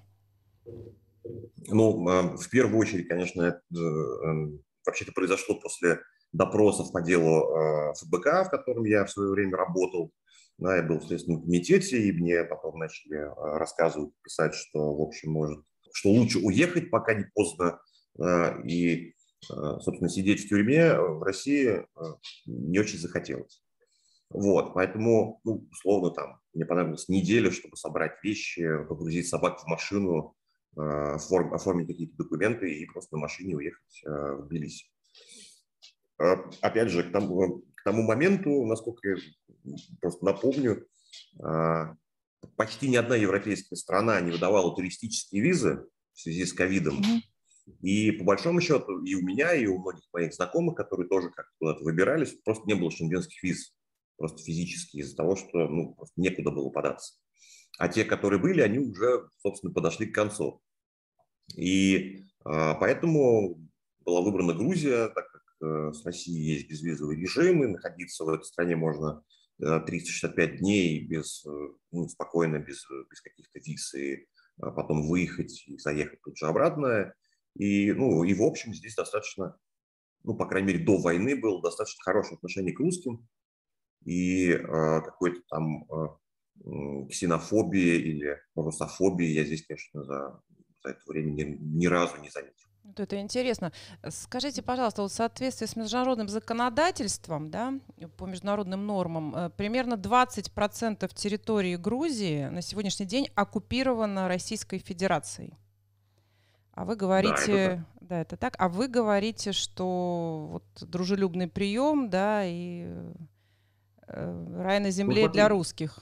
Ну, в первую очередь, конечно, это вообще-то произошло после допросов по делу эф бэ ка, в котором я в свое время работал. Да, я был в Следственном комитете, и мне потом начали рассказывать, писать, что, в общем, может, что лучше уехать, пока не поздно, и, собственно, сидеть в тюрьме в России не очень захотелось. Вот, поэтому, ну, условно, там, мне понадобилась неделя, чтобы собрать вещи, погрузить собак в машину, оформ, оформить какие-то документы и просто на машине уехать в Тбилиси. Опять же, к тому, к тому моменту, насколько я просто напомню, почти ни одна европейская страна не выдавала туристические визы в связи с ковидом. Mm-hmm. И по большому счету и у меня, и у многих моих знакомых, которые тоже как-то куда-то выбирались, просто не было шенгенских виз, просто физически, из-за того, что ну, просто некуда было податься. А те, которые были, они уже, собственно, подошли к концу. И а, поэтому была выбрана Грузия, так как а, с Россией есть безвизовый режим, и находиться в этой стране можно а, триста шестьдесят пять дней без, ну, спокойно, без, без каких-то виз, и а, потом выехать и заехать тут же обратно. И, ну, и в общем здесь достаточно, ну, по крайней мере, до войны было достаточно хорошее отношение к русским, и а, какой-то там а, ксенофобии или русофобии я здесь, конечно, за, за это время ни, ни разу не заметил. Вот это интересно. Скажите, пожалуйста, вот в соответствии с международным законодательством, да, по международным нормам, примерно двадцать процентов территории Грузии на сегодняшний день оккупировано Российской Федерацией. А вы говорите, да, это, да, это так, а вы говорите, что вот дружелюбный прием, да, и э, рай на земле ну, для русских.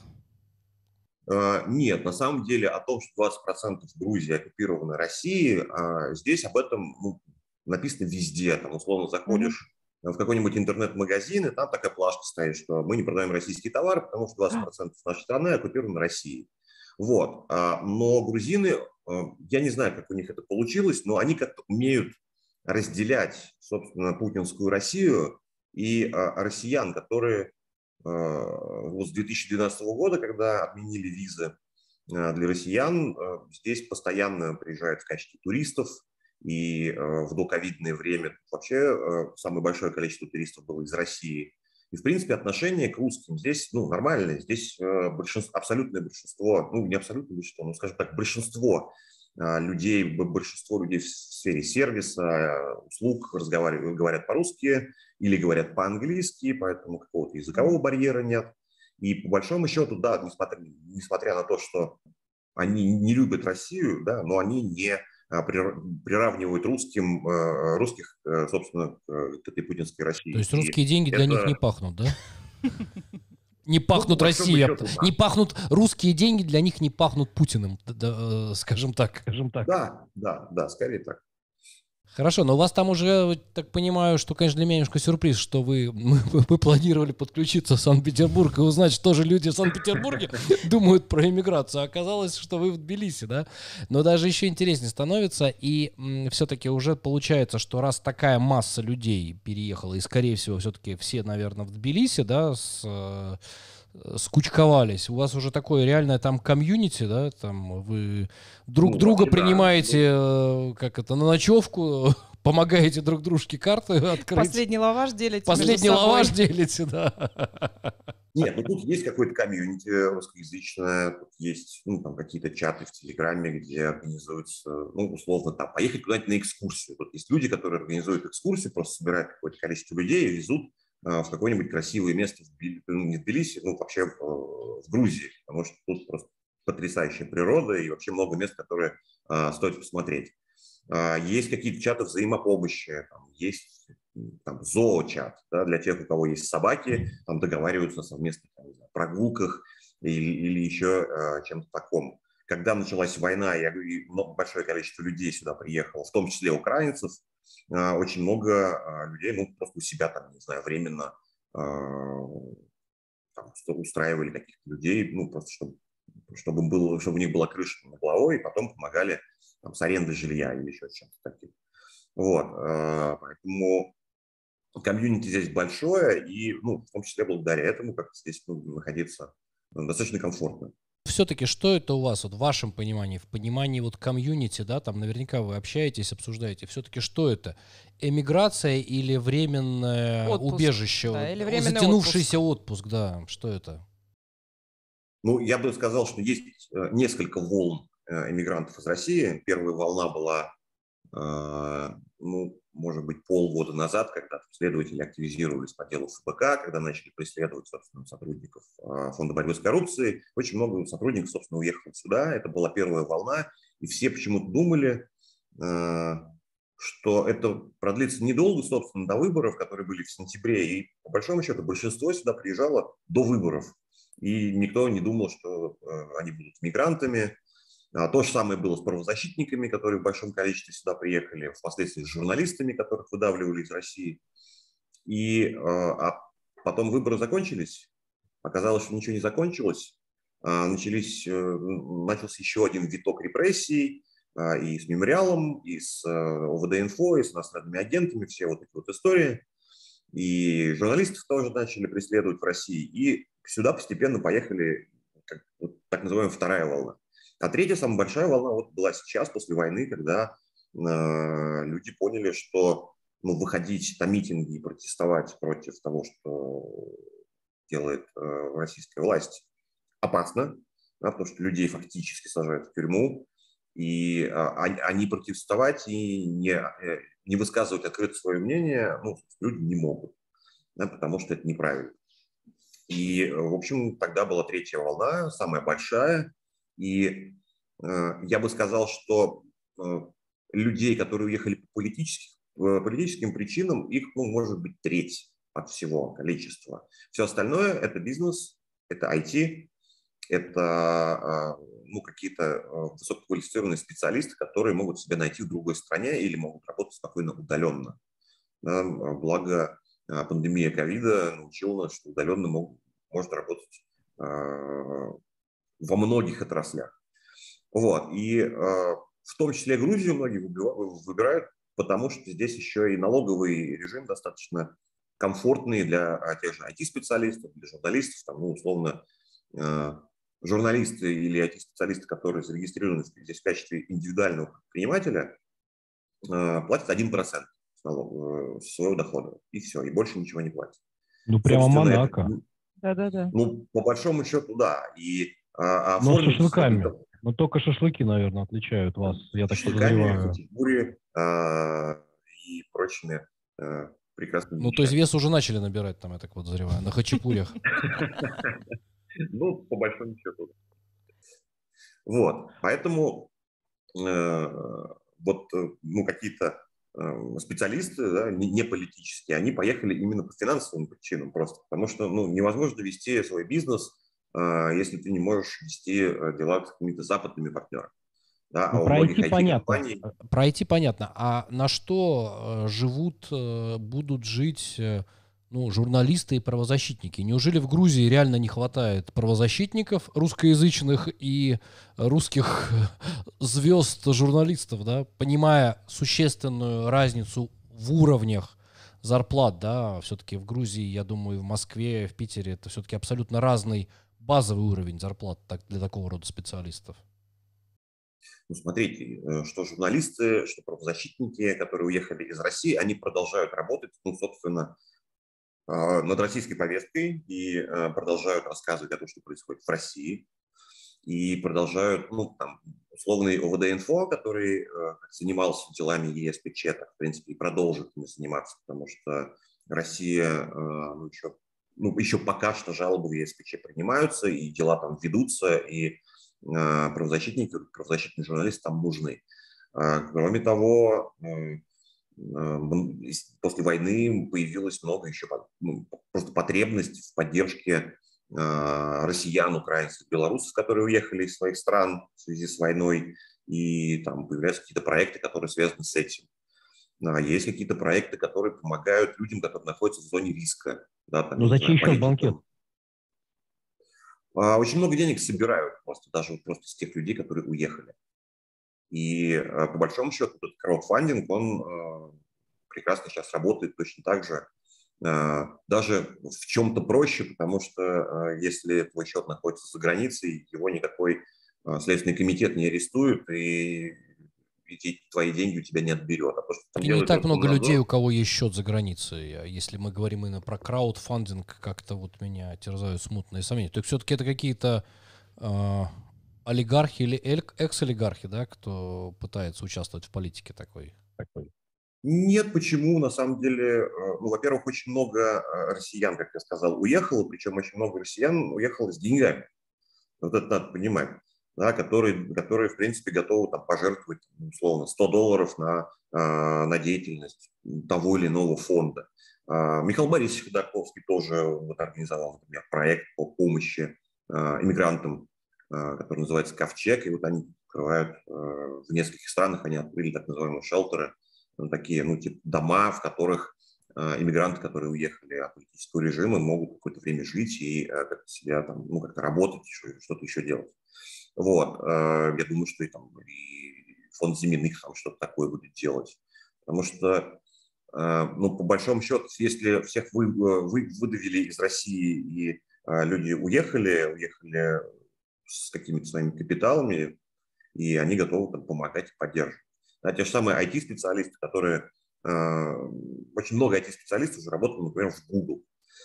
Нет, на самом деле о том, что двадцать процентов Грузии оккупированы Россией, здесь об этом ну, написано везде. Там, условно, заходишь mm-hmm. в какой-нибудь интернет-магазин, и там такая плашка стоит, что мы не продаем российские товары, потому что двадцать процентов нашей страны оккупированы Россией. Вот. Но грузины, я не знаю, как у них это получилось, но они как-то умеют разделять, собственно, путинскую Россию и россиян, которые... Вот с две тысячи двенадцатого года, когда отменили визы для россиян, здесь постоянно приезжают в качестве туристов, и в доковидное время вообще самое большое количество туристов было из России. И, в принципе, отношение к русским здесь ну, нормальное. Здесь большинство, абсолютное большинство, ну, не абсолютное большинство, но, скажем так, большинство людей, большинство людей в сфере сервиса, услуг разговаривают, говорят по-русски или говорят по-английски, поэтому какого-то языкового барьера нет. И по большому счету, да, несмотря, несмотря на то, что они не любят Россию, да, но они не приравнивают русским, русских, собственно, к этой путинской России. То есть русские деньги для это... них не пахнут, да? Не пахнут Россией, не пахнут русские деньги, для них не пахнут Путиным, скажем так. Скажем так. Да, да, да, скорее так. Хорошо, но у вас там уже, так понимаю, что, конечно, для меня немножко сюрприз, что вы, вы планировали подключиться в Санкт-Петербург и узнать, что же люди в Санкт-Петербурге думают про иммиграцию. Оказалось, что вы в Тбилиси, да? Но даже еще интереснее становится, и м, все-таки уже получается, что раз такая масса людей переехала, и, скорее всего, все-таки все, наверное, в Тбилиси, да, с... скучковались. У вас уже такое реальное там комьюнити, да, там вы друг ну, друга принимаете, да. как это, на ночевку, помогаете друг дружке карты открыть. Последний лаваш делите. Последний лаваш делите, да. Нет, ну тут есть какое-то комьюнити русскоязычное, тут есть ну, там какие-то чаты в Телеграме, где организуются, ну, условно, там, поехать куда-нибудь на экскурсию. Тут есть люди, которые организуют экскурсию, просто собирают какое-то количество людей и везут в какое-нибудь красивое место, в Тбилиси, ну, не в Тбилиси, ну, вообще в, в Грузии, потому что тут просто потрясающая природа и вообще много мест, которые а, стоит посмотреть. Есть какие-то чаты взаимопомощи, там, есть там, зоочат, да, для тех, у кого есть собаки, там договариваются о совместных там, прогулках или, или еще э, чем-то таком. Когда началась война, я говорю, большое количество людей сюда приехало, в том числе украинцев, э, очень много э, людей, ну, просто у себя там, не знаю, временно э, там, устраивали каких-то людей, ну, просто чтобы, чтобы, было, чтобы у них была крыша над головой, и потом помогали там, с арендой жилья или еще с чем-то таким. Вот, э, поэтому комьюнити здесь большое, и, ну, в том числе благодаря этому как-то здесь ну, находиться достаточно комфортно. Все-таки что это у вас, вот в вашем понимании, в понимании вот комьюнити, да, там наверняка вы общаетесь, обсуждаете, все-таки что это? Эмиграция или временное Отпуск, убежище? да, или временный затянувшийся отпуск. отпуск, да, что это? Ну, я бы сказал, что есть несколько волн эмигрантов из России. Первая волна была, ну, может быть, полгода назад, когда следователи активизировались по делу ФБК, когда начали преследовать, собственно, сотрудников Фонда борьбы с коррупцией. Очень много сотрудников, собственно, уехало сюда. Это была первая волна, и все почему-то думали, что это продлится недолго, собственно, до выборов, которые были в сентябре. И, по большому счету, большинство сюда приезжало до выборов. И никто не думал, что они будут мигрантами. То же самое было с правозащитниками, которые в большом количестве сюда приехали, впоследствии с журналистами, которых выдавливали из России. И а потом выборы закончились. Оказалось, что ничего не закончилось. Начались, начался еще один виток репрессий и с мемориалом, и с ОВД-инфо, и с иностранными агентами, все вот эти вот истории. И журналистов тоже начали преследовать в России. И сюда постепенно поехали как, вот, так называемая вторая волна. А третья, самая большая волна вот была сейчас, после войны, когда э, люди поняли, что ну, выходить на митинги и протестовать против того, что делает э, российская власть, опасно, да, потому что людей фактически сажают в тюрьму, и э, они протестовать и не, э, не высказывать открыто свое мнение ну, люди не могут, да, потому что это неправильно. И, в общем, тогда была третья волна, самая большая. И э, я бы сказал, что э, людей, которые уехали по политическим, по политическим причинам, их, ну, может быть, треть от всего количества. Все остальное – это бизнес, это ай ти, это э, ну, какие-то э, высококвалифицированные специалисты, которые могут себя найти в другой стране или могут работать спокойно удаленно. Да, благо э, пандемия ковида научила нас, что удаленно мог, можно работать э, во многих отраслях. Вот. И э, в том числе Грузию многие выбирают, потому что здесь еще и налоговый режим достаточно комфортный для тех же ай ти-специалистов, для журналистов. Там, ну, условно, э, журналисты или ай ти-специалисты, которые зарегистрированы здесь в качестве индивидуального предпринимателя, э, платят один процент своего дохода. И все, и больше ничего не платят. Ну, прямо Монако. Это, Да-да-да. ну, по большому счету, да. И А, Но с шашлыками. Свои... Но только шашлыки, наверное, отличают вас, я так подозреваю. Хачапури а, и прочими а, прекрасными Ну, вещами. То есть вес уже начали набирать там, я так подозреваю, на хачапурях. Ну, по большому счету. Вот, поэтому вот, ну, какие-то специалисты, да, не политические, они поехали именно по финансовым причинам просто, потому что, ну, невозможно вести свой бизнес, если ты не можешь вести дела с какими-то западными партнерами. Да, ну, а про ай ти понятно. Компаний... Про ай ти понятно. А на что живут, будут жить, ну, журналисты и правозащитники? Неужели в Грузии реально не хватает правозащитников русскоязычных и русских звезд журналистов, да, понимая существенную разницу в уровнях зарплат, да, все-таки в Грузии, я думаю, в Москве, в Питере это все-таки абсолютно разный базовый уровень зарплат для такого рода специалистов. Ну, смотрите, что журналисты, что правозащитники, которые уехали из России, они продолжают работать, ну, собственно, над российской повесткой и продолжают рассказывать о том, что происходит в России, и продолжают, ну, там, условный ОВД-инфо, который занимался делами ЕСПЧ, так, в принципе, и продолжит ими заниматься, потому что Россия, ну, еще, ну, еще пока что жалобы в ЕСПЧ принимаются, и дела там ведутся, и правозащитники, правозащитные журналисты там нужны. Кроме того, после войны появилось много еще ну, просто потребность в поддержке россиян, украинцев, белорусов, которые уехали из своих стран в связи с войной, и там появляются какие-то проекты, которые связаны с этим. Есть какие-то проекты, которые помогают людям, которые находятся в зоне риска. Да, там, ну зачем еще поедет, банкет? Там. Очень много денег собирают просто, даже вот просто с тех людей, которые уехали. И по большому счету этот краудфандинг, он прекрасно сейчас работает точно так же. Даже в чем-то проще, потому что если твой счет находится за границей, его никакой Следственный комитет не арестует, и эти твои деньги у тебя не отберет. А то, что там и не так много людей, у кого есть счет за границей. Если мы говорим именно про краудфандинг, как-то вот меня терзают смутные сомнения. То есть все-таки это какие-то э, олигархи или экс-олигархи, да, кто пытается участвовать в политике такой? такой? Нет, почему? На самом деле, ну, во-первых, очень много россиян, как я сказал, уехало, причем очень много россиян уехало с деньгами. Вот это надо понимать. Да, которые, которые, в принципе, готовы там, пожертвовать, условно, сто долларов на, на деятельность того или иного фонда. Михаил Борисович Ходорковский тоже вот, организовал, например, проект по помощи иммигрантам, который называется «Ковчег», и вот они открывают в нескольких странах, они открыли так называемые шелтеры, такие, ну, типа дома, в которых иммигранты, которые уехали от политического режима, могут какое-то время жить и как-то себя там, ну, как-то работать, что-то еще делать. Вот. Я думаю, что и, там, и фонд Зиминых там что-то такое будет делать. Потому что, ну, по большому счету, если всех вы, вы выдавили из России и люди уехали, уехали с какими-то своими капиталами, и они готовы там, помогать и поддерживать. Да, те же самые ай ти-специалисты, которые... Очень много ай ти-специалистов уже работают, например, в Google.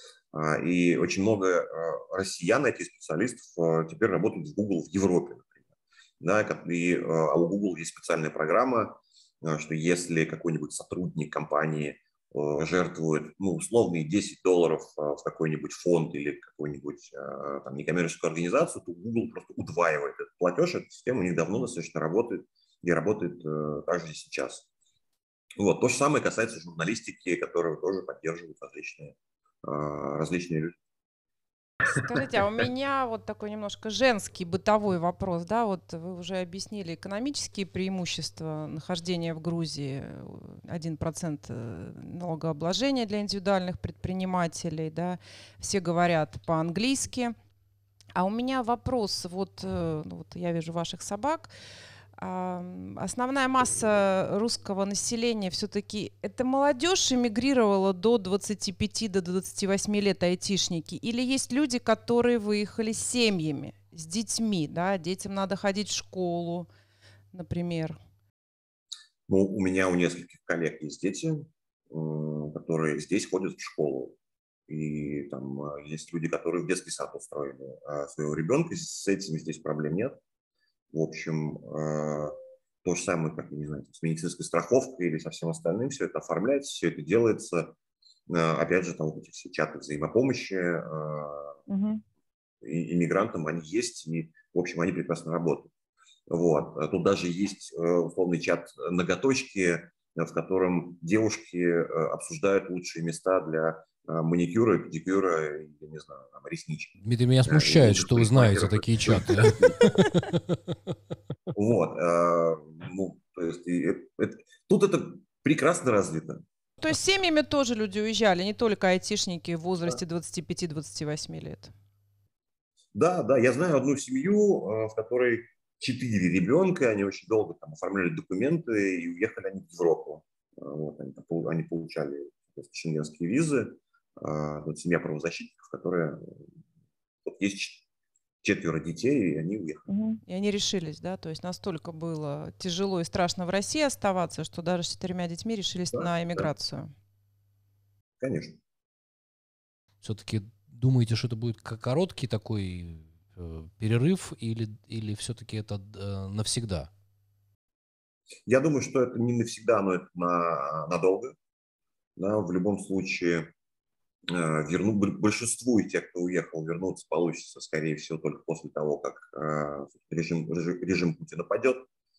И очень много россиян, ай ти-специалистов, теперь работают в Google в Европе, например. Да, и, а у Google есть специальная программа, что если какой-нибудь сотрудник компании жертвует, ну, условные десять долларов в какой-нибудь фонд или какую-нибудь там, некоммерческую организацию, то Google просто удваивает этот платеж. Эта система у них давно достаточно работает и работает также и сейчас. Вот. То же самое касается журналистики, которую тоже поддерживают различные различные люди. Скажите, а у меня вот такой немножко женский бытовой вопрос, да, вот вы уже объяснили экономические преимущества нахождения в Грузии, один процент налогообложения для индивидуальных предпринимателей, да, все говорят по-английски. А у меня вопрос, вот, вот я вижу ваших собак, основная масса русского населения все-таки это молодежь эмигрировала до двадцати пяти, до двадцати восьми лет, айтишники, или есть люди, которые выехали с семьями, с детьми, да, детям надо ходить в школу, например? Ну, у меня у нескольких коллег есть дети, которые здесь ходят в школу. И там есть люди, которые в детский сад устроили своего ребенка, с этим здесь проблем нет. В общем, то же самое, как, не знаю, с медицинской страховкой или со всем остальным, все это оформляется, все это делается. Опять же, там вот эти все чаты взаимопомощи угу. иммигрантам, они есть, и, в общем, они прекрасно работают. Вот. Тут даже есть условный чат «Ноготочки», в котором девушки обсуждают лучшие места для маникюра, педикюра, я не знаю, там, реснички. Дмитрий, меня смущает, что вы знаете такие чаты. Вот. Ну, то есть, тут это прекрасно развито. То есть семьями тоже люди уезжали, не только айтишники в возрасте двадцати пяти — двадцати восьми лет? Да, да, я знаю одну семью, в которой четыре ребенка, они очень долго там оформляли документы и уехали они в Европу. Вот, они, они получали шенгенские визы. Вот семья правозащитников, которая вот есть четверо детей, и они уехали. Угу. И они решились, да? То есть настолько было тяжело и страшно в России оставаться, что даже с четырьмя детьми решились да, на эмиграцию. Да. Конечно. Все-таки думаете, что это будет короткий такой э, перерыв или, или все-таки это э, навсегда? Я думаю, что это не навсегда, но это на, надолго. Да, в любом случае, верну, большинству из тех, кто уехал, вернуться получится, скорее всего, только после того, как режим, режим Путина падет.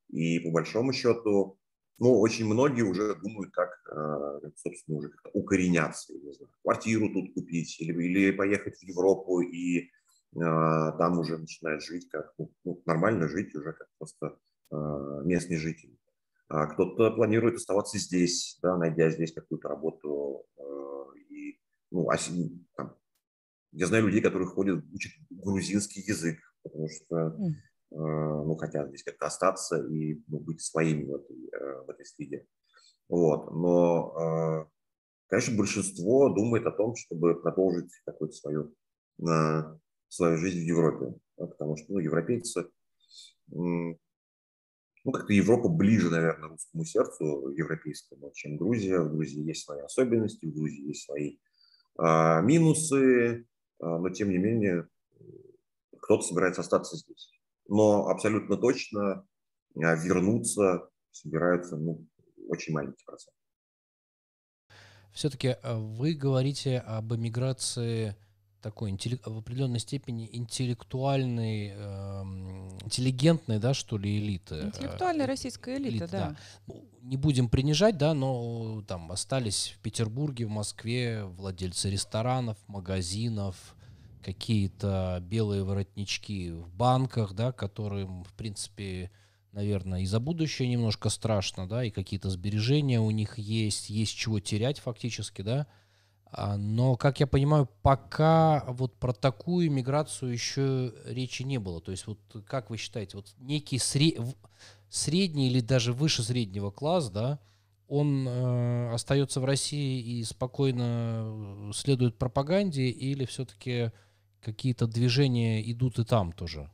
И по большому счету, ну, очень многие уже думают, как, собственно, уже как укореняться, не знаю, квартиру тут купить или, или поехать в Европу и а, там уже начинать жить как, ну, нормально жить уже как просто а, местный житель. А кто-то планирует оставаться здесь, да, найдя здесь какую-то работу. А, и, ну, а, там, я знаю людей, которые ходят, учат грузинский язык, потому что ну, хотят здесь как-то остаться и, ну, быть своими в этой, в этой среде. Вот. Но, конечно, большинство думает о том, чтобы продолжить какую-то свою, свою жизнь в Европе. Да, потому что, ну, европейцы, ну, как-то Европа ближе, наверное, русскому сердцу европейскому, чем Грузия. В Грузии есть свои особенности, в Грузии есть свои а, минусы, а, но, тем не менее, кто-то собирается остаться здесь. Но абсолютно точно вернуться собираются, ну, очень маленький процент. Все-таки вы говорите об эмиграции такой в определенной степени интеллектуальной, э, интеллигентной, да, что ли, элиты. Интеллектуальная российская элита, элиты, да. да. Не будем принижать, да, но там остались в Петербурге, в Москве владельцы ресторанов, магазинов, какие-то белые воротнички в банках, да, которым, в принципе, наверное, и за будущее немножко страшно, да, и какие-то сбережения у них есть, есть чего терять фактически, да. Но, как я понимаю, пока вот про такую миграцию еще речи не было. То есть, вот как вы считаете, вот некий сред... средний или даже выше среднего класс, да, он э, остается в России и спокойно следует пропаганде, или все-таки какие-то движения идут и там тоже?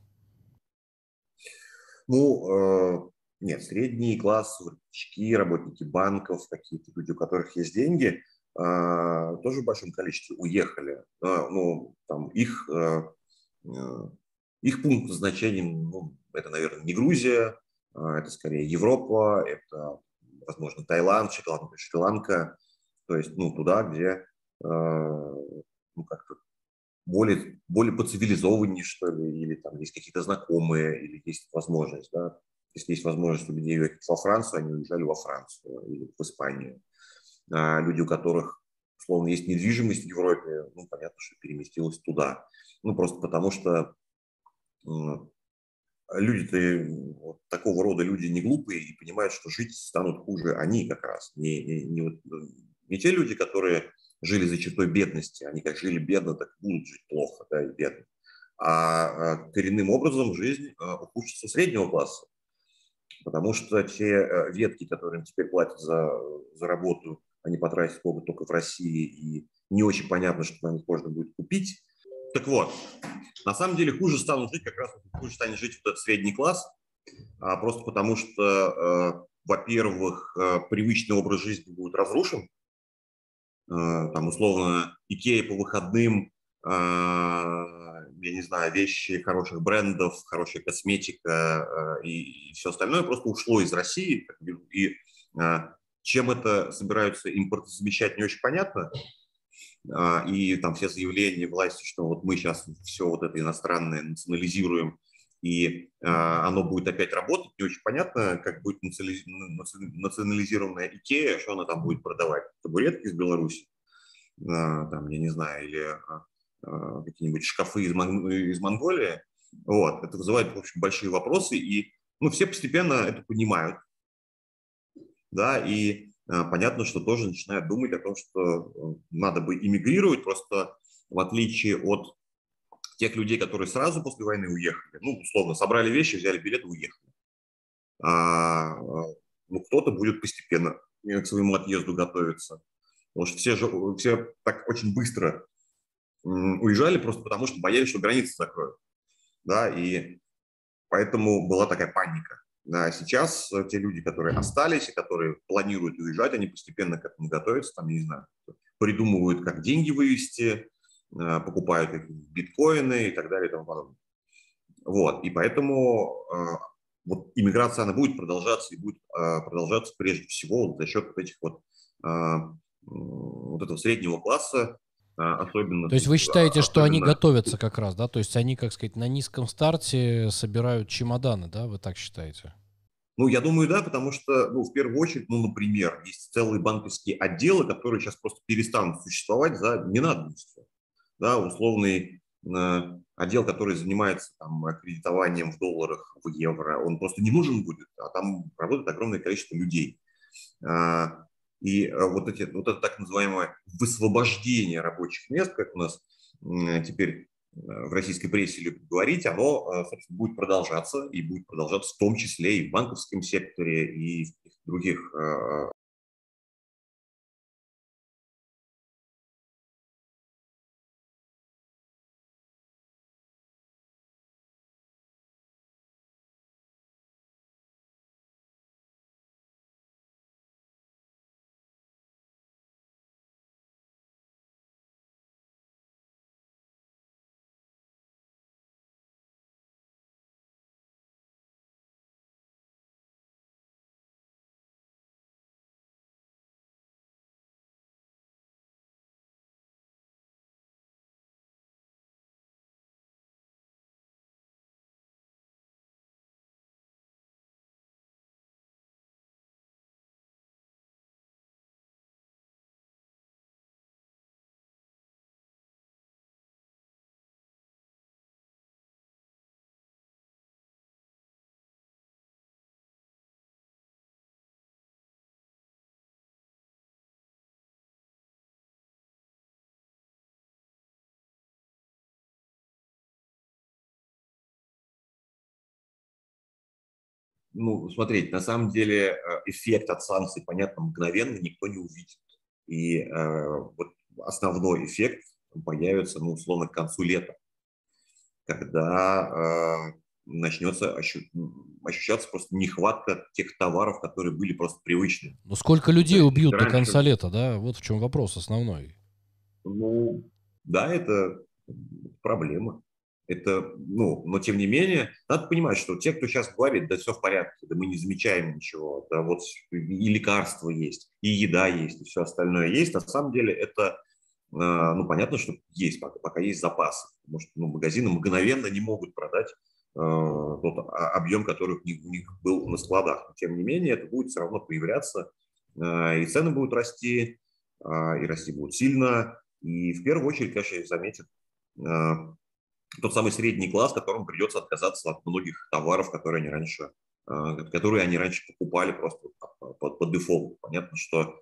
Ну, э, нет, средний класс, воротнички, работники банков, какие-то люди, у которых есть деньги, э, тоже в большом количестве уехали. Э, ну, там их, э, их пункт назначения, ну, это, наверное, не Грузия, э, это скорее Европа, это, возможно, Таиланд, Шри-Ланка, то есть, ну, туда, где, э, ну, как-то более, более поцивилизованнее, что ли, или там есть какие-то знакомые, или есть возможность, да. Если есть возможность у людей уехать во Францию, они уезжали во Францию или в Испанию. А люди, у которых, условно, есть недвижимость в Европе, ну, понятно, что переместилась туда. Ну, просто потому что ну, люди-то, вот такого рода люди не глупые и понимают, что жить станут хуже они как раз. Не, не, не, вот, не те люди, которые жили за чертой бедности, они как жили бедно, так будут жить плохо, да, и бедно. А коренным образом жизнь ухудшится среднего класса, потому что те ветки, которые им теперь платят за, за работу, они потратят могут только в России, и не очень понятно, что на них можно будет купить. Так вот, на самом деле хуже станут жить, как раз хуже станет жить вот этот средний класс, а просто потому что, во-первых, привычный образ жизни будет разрушен. Там, условно, Икея по выходным, я не знаю, вещи хороших брендов, хорошая косметика и, и все остальное просто ушло из России. И чем это собираются импортозамещать, не очень понятно. И там все заявления власти, что вот мы сейчас все вот это иностранное национализируем, и оно будет опять работать, не очень понятно, как будет национализированная Икея, что она там будет продавать. Табуретки из Беларуси, там, я не знаю, или какие-нибудь шкафы из, Мон- из Монголии. Вот. Это вызывает, в общем, большие вопросы, и ну, все постепенно это понимают. Да, и а, понятно, что тоже начинают думать о том, что надо бы эмигрировать, просто в отличие от тех людей, которые сразу после войны уехали, ну, условно, собрали вещи, взяли билет и уехали. А, ну, кто-то будет постепенно к своему отъезду готовиться. Потому что все, же, все так очень быстро уезжали просто потому, что боялись, что границы закроют. Да, и поэтому была такая паника. Да, сейчас те люди, которые остались и которые планируют уезжать, они постепенно к этому готовятся, там, не знаю, придумывают, как деньги вывести, покупают биткоины и так далее и тому подобное. Вот, и поэтому вот иммиграция, она будет продолжаться и будет продолжаться прежде всего вот за счет вот этих вот, вот этого среднего класса, особенно. То есть вы считаете, особенно... что они готовятся как раз, да? То есть они, как сказать, на низком старте собирают чемоданы, да? Вы так считаете? Ну, я думаю, да, потому что, ну, в первую очередь, ну, например, есть целые банковские отделы, которые сейчас просто перестанут существовать за ненадобностью. Да, условный э, отдел, который занимается там кредитованием в долларах, в евро, он просто не нужен будет, а там работает огромное количество людей. А, и а, вот, эти, вот это так называемое высвобождение рабочих мест, как у нас м, теперь в российской прессе любят говорить, оно, собственно, будет продолжаться, и будет продолжаться в том числе и в банковском секторе, и в других. Ну, смотрите, на самом деле эффект от санкций, понятно, мгновенно никто не увидит. И э, вот основной эффект появится, ну, условно, к концу лета, когда э, начнется ощу- ощущаться просто нехватка тех товаров, которые были просто привычны. Ну, сколько людей есть убьют до раньше- конца лета, да? Вот в чем вопрос основной. Ну, да, это проблема. Это, ну, но тем не менее, надо понимать, что те, кто сейчас говорит, да все в порядке, да мы не замечаем ничего, да вот и лекарства есть, и еда есть, и все остальное есть, на самом деле это, ну, понятно, что есть, пока, пока есть запасы, потому что, ну, магазины мгновенно не могут продать э, тот объем, который у них, у них был на складах. Но, тем не менее, это будет все равно появляться, э, и цены будут расти, э, и расти будут сильно, и в первую очередь, конечно, их заметят э, тот самый средний класс, которому придется отказаться от многих товаров, которые они раньше, которые они раньше покупали просто по, по, по дефолту. Понятно, что э,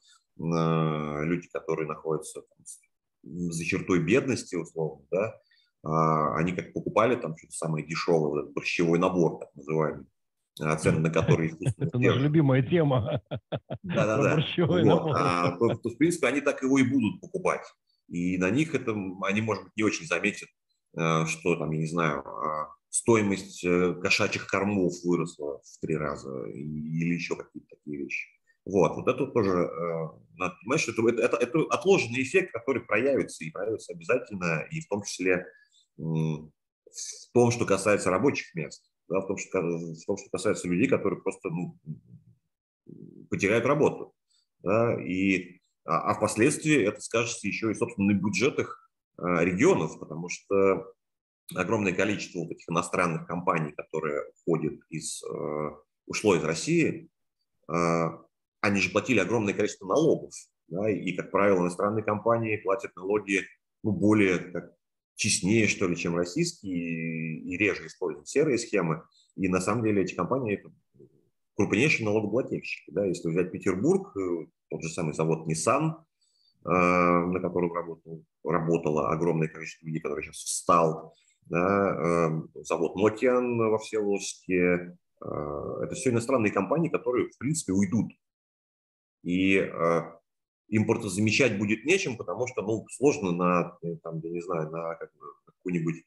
люди, которые находятся там, за чертой бедности, условно, да, э, они как покупали там что-то самое дешевое, вот этот борщевой набор, так называемый, цены на которые... Это наша любимая тема. Да-да-да. Борщевой Вот. набор. А, то, то, в принципе, они так его и будут покупать. И на них это, они, может быть, не очень заметят, что там, я не знаю, стоимость кошачьих кормов выросла в три раза или еще какие-то такие вещи. Вот, вот это тоже, надо понимать, что это, это, это отложенный эффект, который проявится, и проявится обязательно, и в том числе в том, что касается рабочих мест, да, в, том, что, в том, что касается людей, которые просто, ну, потеряют работу. Да, и, а, а впоследствии это скажется еще и, собственно, на бюджетах регионов, потому что огромное количество вот этих иностранных компаний, которые уходят из, э, ушло из России, э, они же платили огромное количество налогов. Да, и, как правило, иностранные компании платят налоги, ну, более как, честнее, что ли, чем российские, и, и реже используют серые схемы. И на самом деле эти компании это крупнейшие налогоплательщики. Да. Если взять Петербург, тот же самый завод Nissan, на котором работал, работало огромное количество людей, которые сейчас встал, да, завод Nokian во Всеволожске. Это все иностранные компании, которые, в принципе, уйдут. И импортозамещать будет нечем, потому что, ну, сложно на, там, я не знаю, на какой-нибудь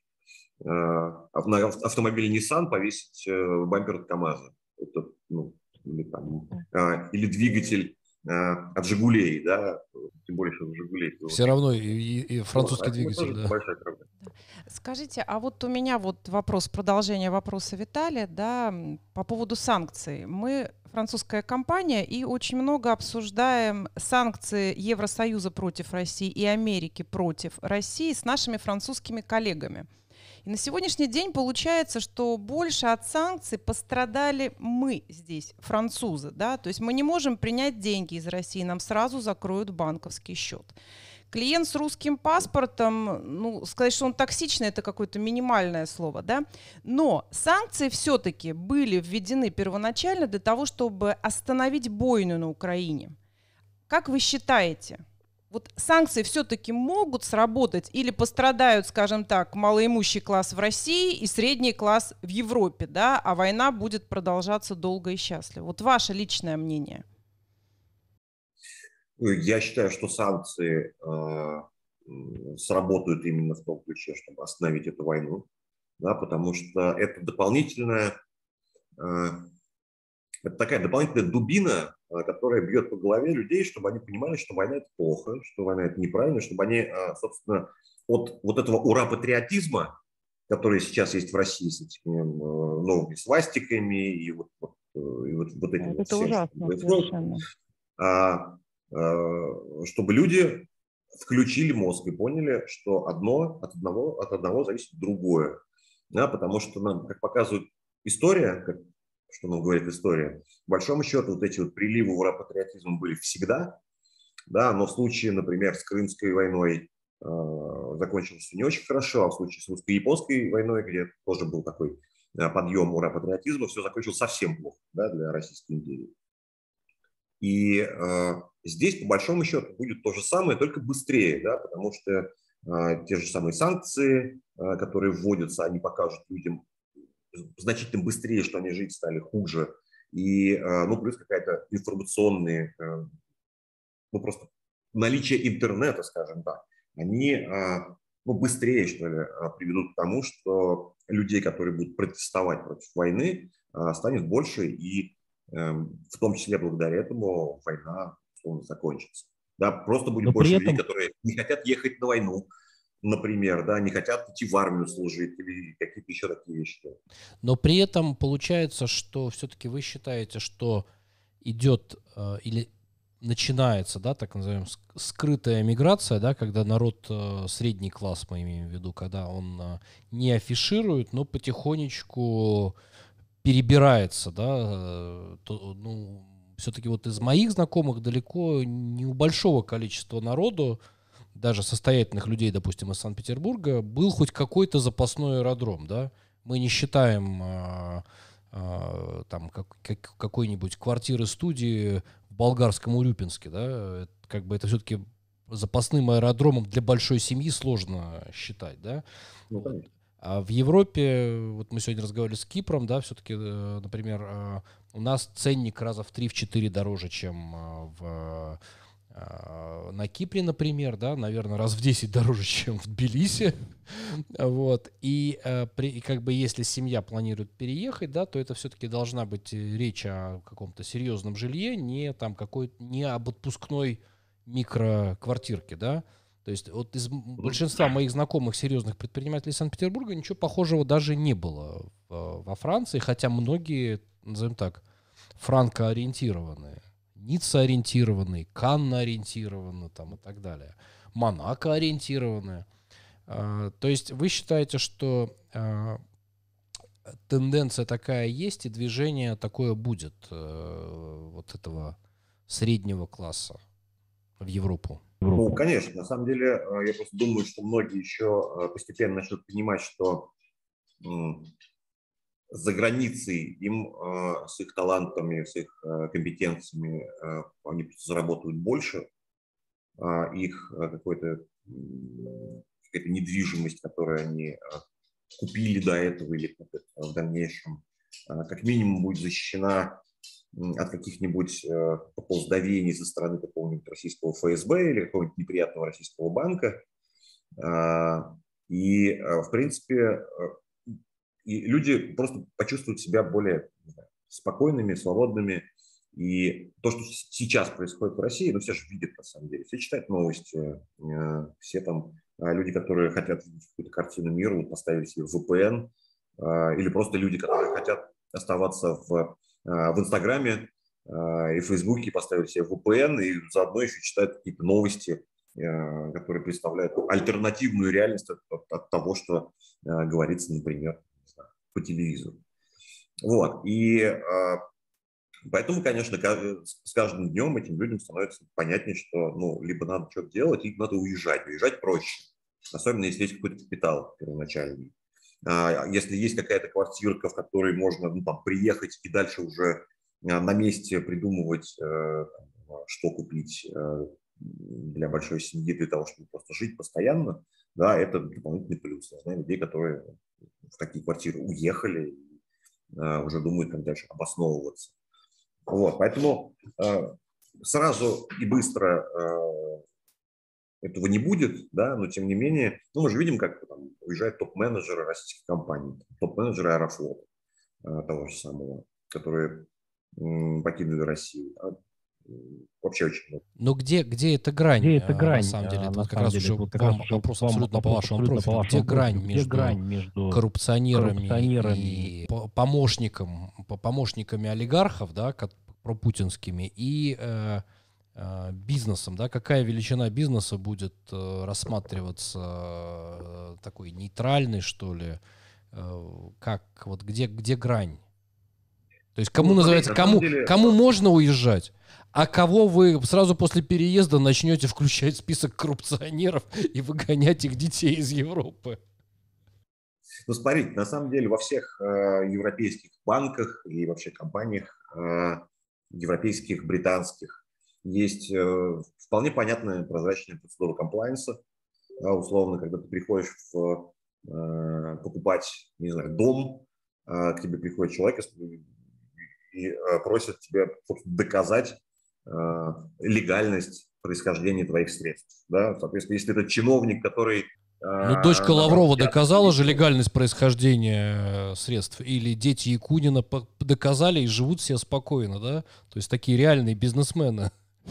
на автомобиль Nissan повесить бампер от КамАЗа. Это, ну, или, там, или двигатель от «Жигулей», да, тем более, что «Жигулей». Все равно и, и, и французский вот, двигатель, да. Большая проблема. Скажите, а вот у меня вот вопрос, продолжение вопроса Виталия, да, по поводу санкций. Мы французская компания и очень много обсуждаем санкции Евросоюза против России и Америки против России с нашими французскими коллегами. И на сегодняшний день получается, что больше от санкций пострадали мы здесь, французы, да, то есть мы не можем принять деньги из России, нам сразу закроют банковский счет. Клиент с русским паспортом, ну, сказать, что он токсичный, это какое-то минимальное слово, да, но санкции все-таки были введены первоначально для того, чтобы остановить бойню на Украине. Как вы считаете, вот санкции все-таки могут сработать или пострадают, скажем так, малоимущий класс в России и средний класс в Европе, да, а война будет продолжаться долго и счастливо? Вот ваше личное мнение. Я считаю, что санкции э, сработают именно в том ключе, чтобы остановить эту войну, да, потому что это дополнительная, э, это такая дополнительная дубина, э, которая бьет по голове людей, чтобы они понимали, что война – это плохо, что война – это неправильно, чтобы они, э, собственно, от вот этого ура-патриотизма, который сейчас есть в России с этими э, новыми свастиками и вот, вот, и вот, вот этим это вот всем, ужасно, совершенно. А, чтобы люди включили мозг и поняли, что одно от одного, от одного зависит другое. Да, потому что нам, как показывает история, как, что нам говорит история, по большому счету вот эти вот приливы ура-патриотизма были всегда, да, но в случае, например, с Крымской войной э, закончилось все не очень хорошо, а в случае с русско-японской войной, где тоже был такой э, подъем ура-патриотизма, все закончилось совсем плохо, да, для Российской империи. И э, здесь, по большому счету, будет то же самое, только быстрее, да, потому что э, те же самые санкции, э, которые вводятся, они покажут людям значительно быстрее, что они жить стали хуже. И, э, ну, плюс какая-то информационная, э, ну, просто наличие интернета, скажем так, они э, ну, быстрее, что ли, приведут к тому, что людей, которые будут протестовать против войны, э, станет больше, и в том числе благодаря этому война условно закончится. Да, просто будет Но больше этом... людей, которые не хотят ехать на войну, например, да, не хотят идти в армию служить или какие-то еще такие вещи. Но при этом получается, что все-таки вы считаете, что идет э, или начинается, да, так называемая скрытая миграция, да, когда народ, э, средний класс, мы имеем в виду, когда он э, не афиширует, но потихонечку перебирается, да, то, ну, все-таки вот из моих знакомых далеко не у большого количества народу, даже состоятельных людей, допустим, из Санкт-Петербурга, был хоть какой-то запасной аэродром, да. Мы не считаем а, а, там как, как, какой-нибудь квартиры-студии в болгарском Урюпинске, да. Это, как бы это все-таки запасным аэродромом для большой семьи сложно считать, да. Ну, конечно. А в Европе, вот мы сегодня разговаривали с Кипром, да, все-таки, например, у нас ценник раза в три-четыре дороже, чем в, на Кипре, например, да, наверное, раз в десять дороже, чем в Тбилиси, вот, и, и как бы если семья планирует переехать, да, то это все-таки должна быть речь о каком-то серьезном жилье, не там какой, не об отпускной микроквартирке, да. То есть вот из большинства моих знакомых серьезных предпринимателей Санкт-Петербурга ничего похожего даже не было в, во Франции, хотя многие, назовем так, франко-ориентированные, Ницца-ориентированные, Канн-ориентированные там, и так далее, Монако-ориентированные. А, то есть вы считаете, что а, тенденция такая есть и движение такое будет а, вот этого среднего класса в Европу? Ну, конечно. На самом деле, я просто думаю, что многие еще постепенно начнут понимать, что за границей им с их талантами, с их компетенциями они заработают больше. Их какой-то, какая-то недвижимость, которую они купили до этого или в дальнейшем, как минимум будет защищена от каких-нибудь э, поползновений со стороны какого-нибудь российского эф эс бэ или какого-нибудь неприятного российского банка. Э, и, э, в принципе, э, и люди просто почувствуют себя более не знаю, спокойными, свободными. И то, что сейчас происходит в России, ну, все же видят на самом деле. Все читают новости, э, все там э, люди, которые хотят видеть какую-то картину мира, вот поставили себе вэ пэ эн, э, или просто люди, которые хотят оставаться в в Инстаграме и в Фейсбуке, поставили себе вэ пэ эн и заодно еще читают какие-то новости которые представляют альтернативную реальность от, от, от того, что говорится, например, по телевизору. Вот. И поэтому, конечно, с каждым днем этим людям становится понятнее, что ну, либо надо что-то делать, либо надо уезжать. Уезжать проще, особенно если есть какой-то капитал первоначальный. Если есть какая-то квартирка, в которой можно ну, там, приехать и дальше уже на месте придумывать, что купить для большой семьи, для того, чтобы просто жить постоянно, да, это дополнительный плюс. Я знаю людей, которые в такие квартиры уехали и уже думают, как дальше обосновываться. Вот, поэтому сразу и быстро этого не будет, да, но тем не менее, ну, мы же видим, как там уезжают топ-менеджеры российских компаний, топ-менеджеры Аэрофлота, того же самого, которые м, покинули Россию. А, вообще очень много. Но где, где эта грань? Где эта грань? На самом деле, это на вот как самом раз деле, уже вот как вам раз уже вопрос вам абсолютно по вопрос вашему абсолютно профилю. по Где вашему грань профилю. Где между грань между коррупционерами, коррупционерами и по- помощником, по- помощниками олигархов, да, ко- пропутинскими, и э, э, бизнесом, да? Какая величина бизнеса будет э, рассматриваться э, такой нейтральной, что ли? Э, как, вот где, где грань? То есть кому Ну, называется, смотрите, на самом кому, деле, кому можно уезжать, а кого вы сразу после переезда начнете включать в список коррупционеров и выгонять их детей из Европы? Ну, смотрите, на самом деле во всех э, европейских банках и вообще компаниях, э, европейских, британских, есть э, вполне понятная прозрачная процедура комплайенса. Да, условно, когда ты приходишь в, э, покупать, не знаю, дом, э, к тебе приходит человек и, и э, просит тебя доказать э, легальность происхождения твоих средств. Да? Соответственно, если это чиновник, который Ну, дочка набрал Лаврова пятый доказала же личный. легальность происхождения э, средств? Или дети Якунина по- доказали и живут все спокойно, да? То есть такие реальные бизнесмены.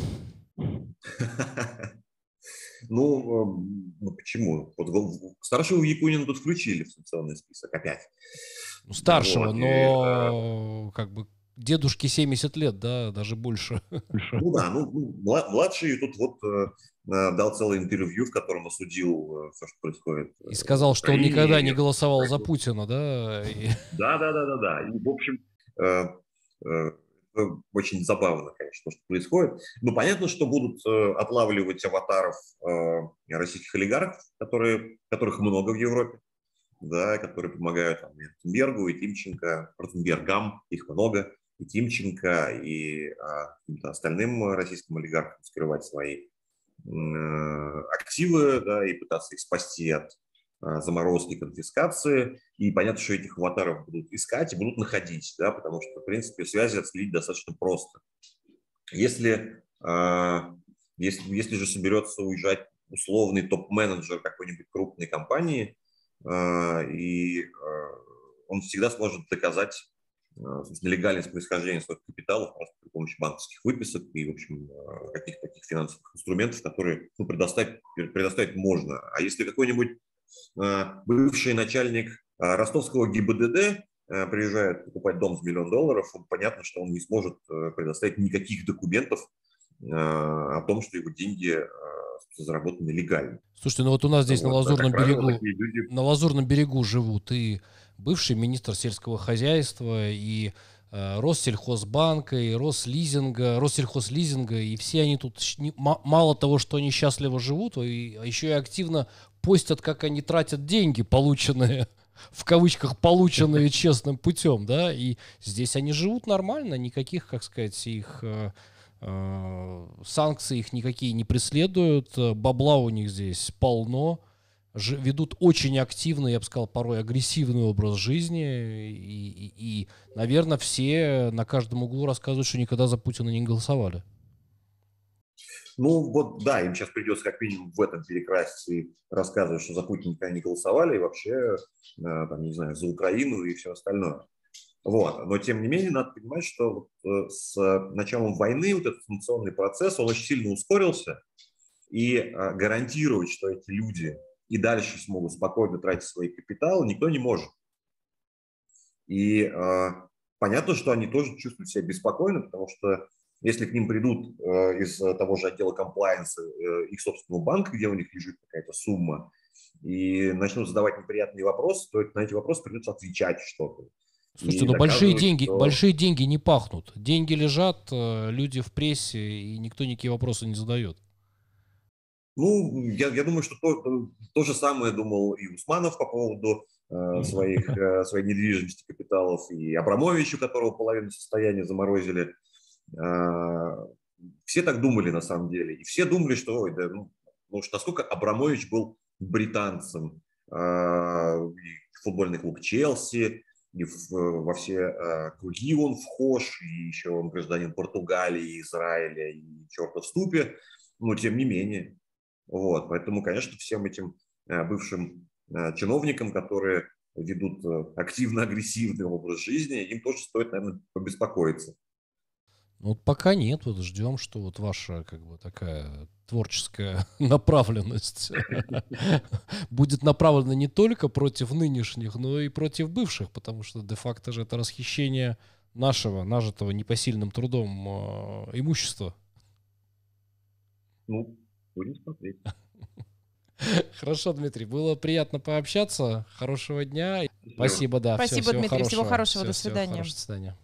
Ну, ну, почему? Вот в- старшего Якунина тут включили в санкционный список опять. Ну, старшего, Вот, и, э, но как бы дедушке семьдесят лет, да, даже больше. ну да, ну, ну, мла- младший тут вот э, э, дал целое интервью, в котором осудил э, все, что происходит э, И в сказал, что он Украине. никогда не И- голосовал за Путина, да? И- Да, да, да, да, да. И, в общем, э, э, э, очень забавно, конечно, что происходит. Но понятно, что будут э, отлавливать аватаров э, российских олигархов, которые, которых много в Европе, да, которые помогают там, и Ротенбергу, и Тимченко, Ротенбергам, их много, и Тимченко, и а, каким-то остальным российским олигархам скрывать свои э, активы, да, и пытаться их спасти от э, заморозки, конфискации. И понятно, что этих аватаров будут искать и будут находить, да, потому что, в принципе, связи отследить достаточно просто. Если, э, если, если же соберется уезжать условный топ-менеджер какой-нибудь крупной компании, и он всегда сможет доказать легальность происхождения своих капиталов просто при помощи банковских выписок и, в общем, каких-то таких финансовых инструментов, которые ну, предоставить, предоставить можно. А если какой-нибудь бывший начальник ростовского ГИБДД приезжает покупать дом за миллион долларов, понятно, что он не сможет предоставить никаких документов о том, что его деньги заработаны легально. Слушайте, ну вот у нас здесь вот, на Лазурном как правило, берегу, люди... на Лазурном берегу живут и бывший министр сельского хозяйства, и э, Россельхозбанка, и Рослизинга, Россельхозлизинга, и все они тут не, мало того, что они счастливо живут, и, а еще и активно постят, как они тратят деньги, полученные, в кавычках, полученные честным путем, да, и здесь они живут нормально, никаких, как сказать, их... Э, санкции их никакие не преследуют, бабла у них здесь полно, Ж, ведут очень активный, я бы сказал, порой агрессивный образ жизни, и, и, и, наверное, все на каждом углу рассказывают, что никогда за Путина не голосовали. Ну вот да, им сейчас придется как минимум в этом перекраситься и рассказывать, что за Путина никогда не голосовали, и вообще, там, не знаю, за Украину и все остальное. Вот. Но, тем не менее, надо понимать, что вот с началом войны вот этот санкционный процесс, он очень сильно ускорился, и гарантировать, что эти люди и дальше смогут спокойно тратить свои капиталы, никто не может. И э, понятно, что они тоже чувствуют себя беспокойно, потому что Если к ним придут э, из того же отдела комплайенса э, их собственного банка, где у них лежит какая-то сумма, и начнут задавать неприятные вопросы, то на эти вопросы придется отвечать что-то. Слушайте, И ну большие доказывать, деньги, что- большие деньги не пахнут. Деньги лежат, э, люди в прессе, и никто никакие вопросы не задает. Ну, я, я думаю, что то, то же самое думал и Усманов по поводу э, своих, э, своей недвижимости, капиталов, и Абрамович, у которого половину состояния заморозили. Э, все так думали на самом деле. И все думали, что, ой, да, ну, ну, что насколько Абрамович был британцем. Э, и футбольный клуб Челси, и в, во все э, круги он вхож, и еще он гражданин Португалии, Израиля и черта в ступе. Но тем не менее. Вот, поэтому, конечно, всем этим э, бывшим э, чиновникам, которые ведут э, активно-агрессивный образ жизни, им тоже стоит, наверное, побеспокоиться. Ну, вот пока нет, вот ждем, что вот ваша как бы такая творческая направленность будет направлена не только против нынешних, но и против бывших, потому что де-факто же это расхищение нашего, нажитого непосильным трудом э, имущества. Ну, будем смотреть. Хорошо, Дмитрий, было приятно пообщаться. Хорошего дня. Спасибо, да. Спасибо, всего Дмитрий, всего хорошего. хорошего, Всё, до всего свидания. хорошего, до свидания.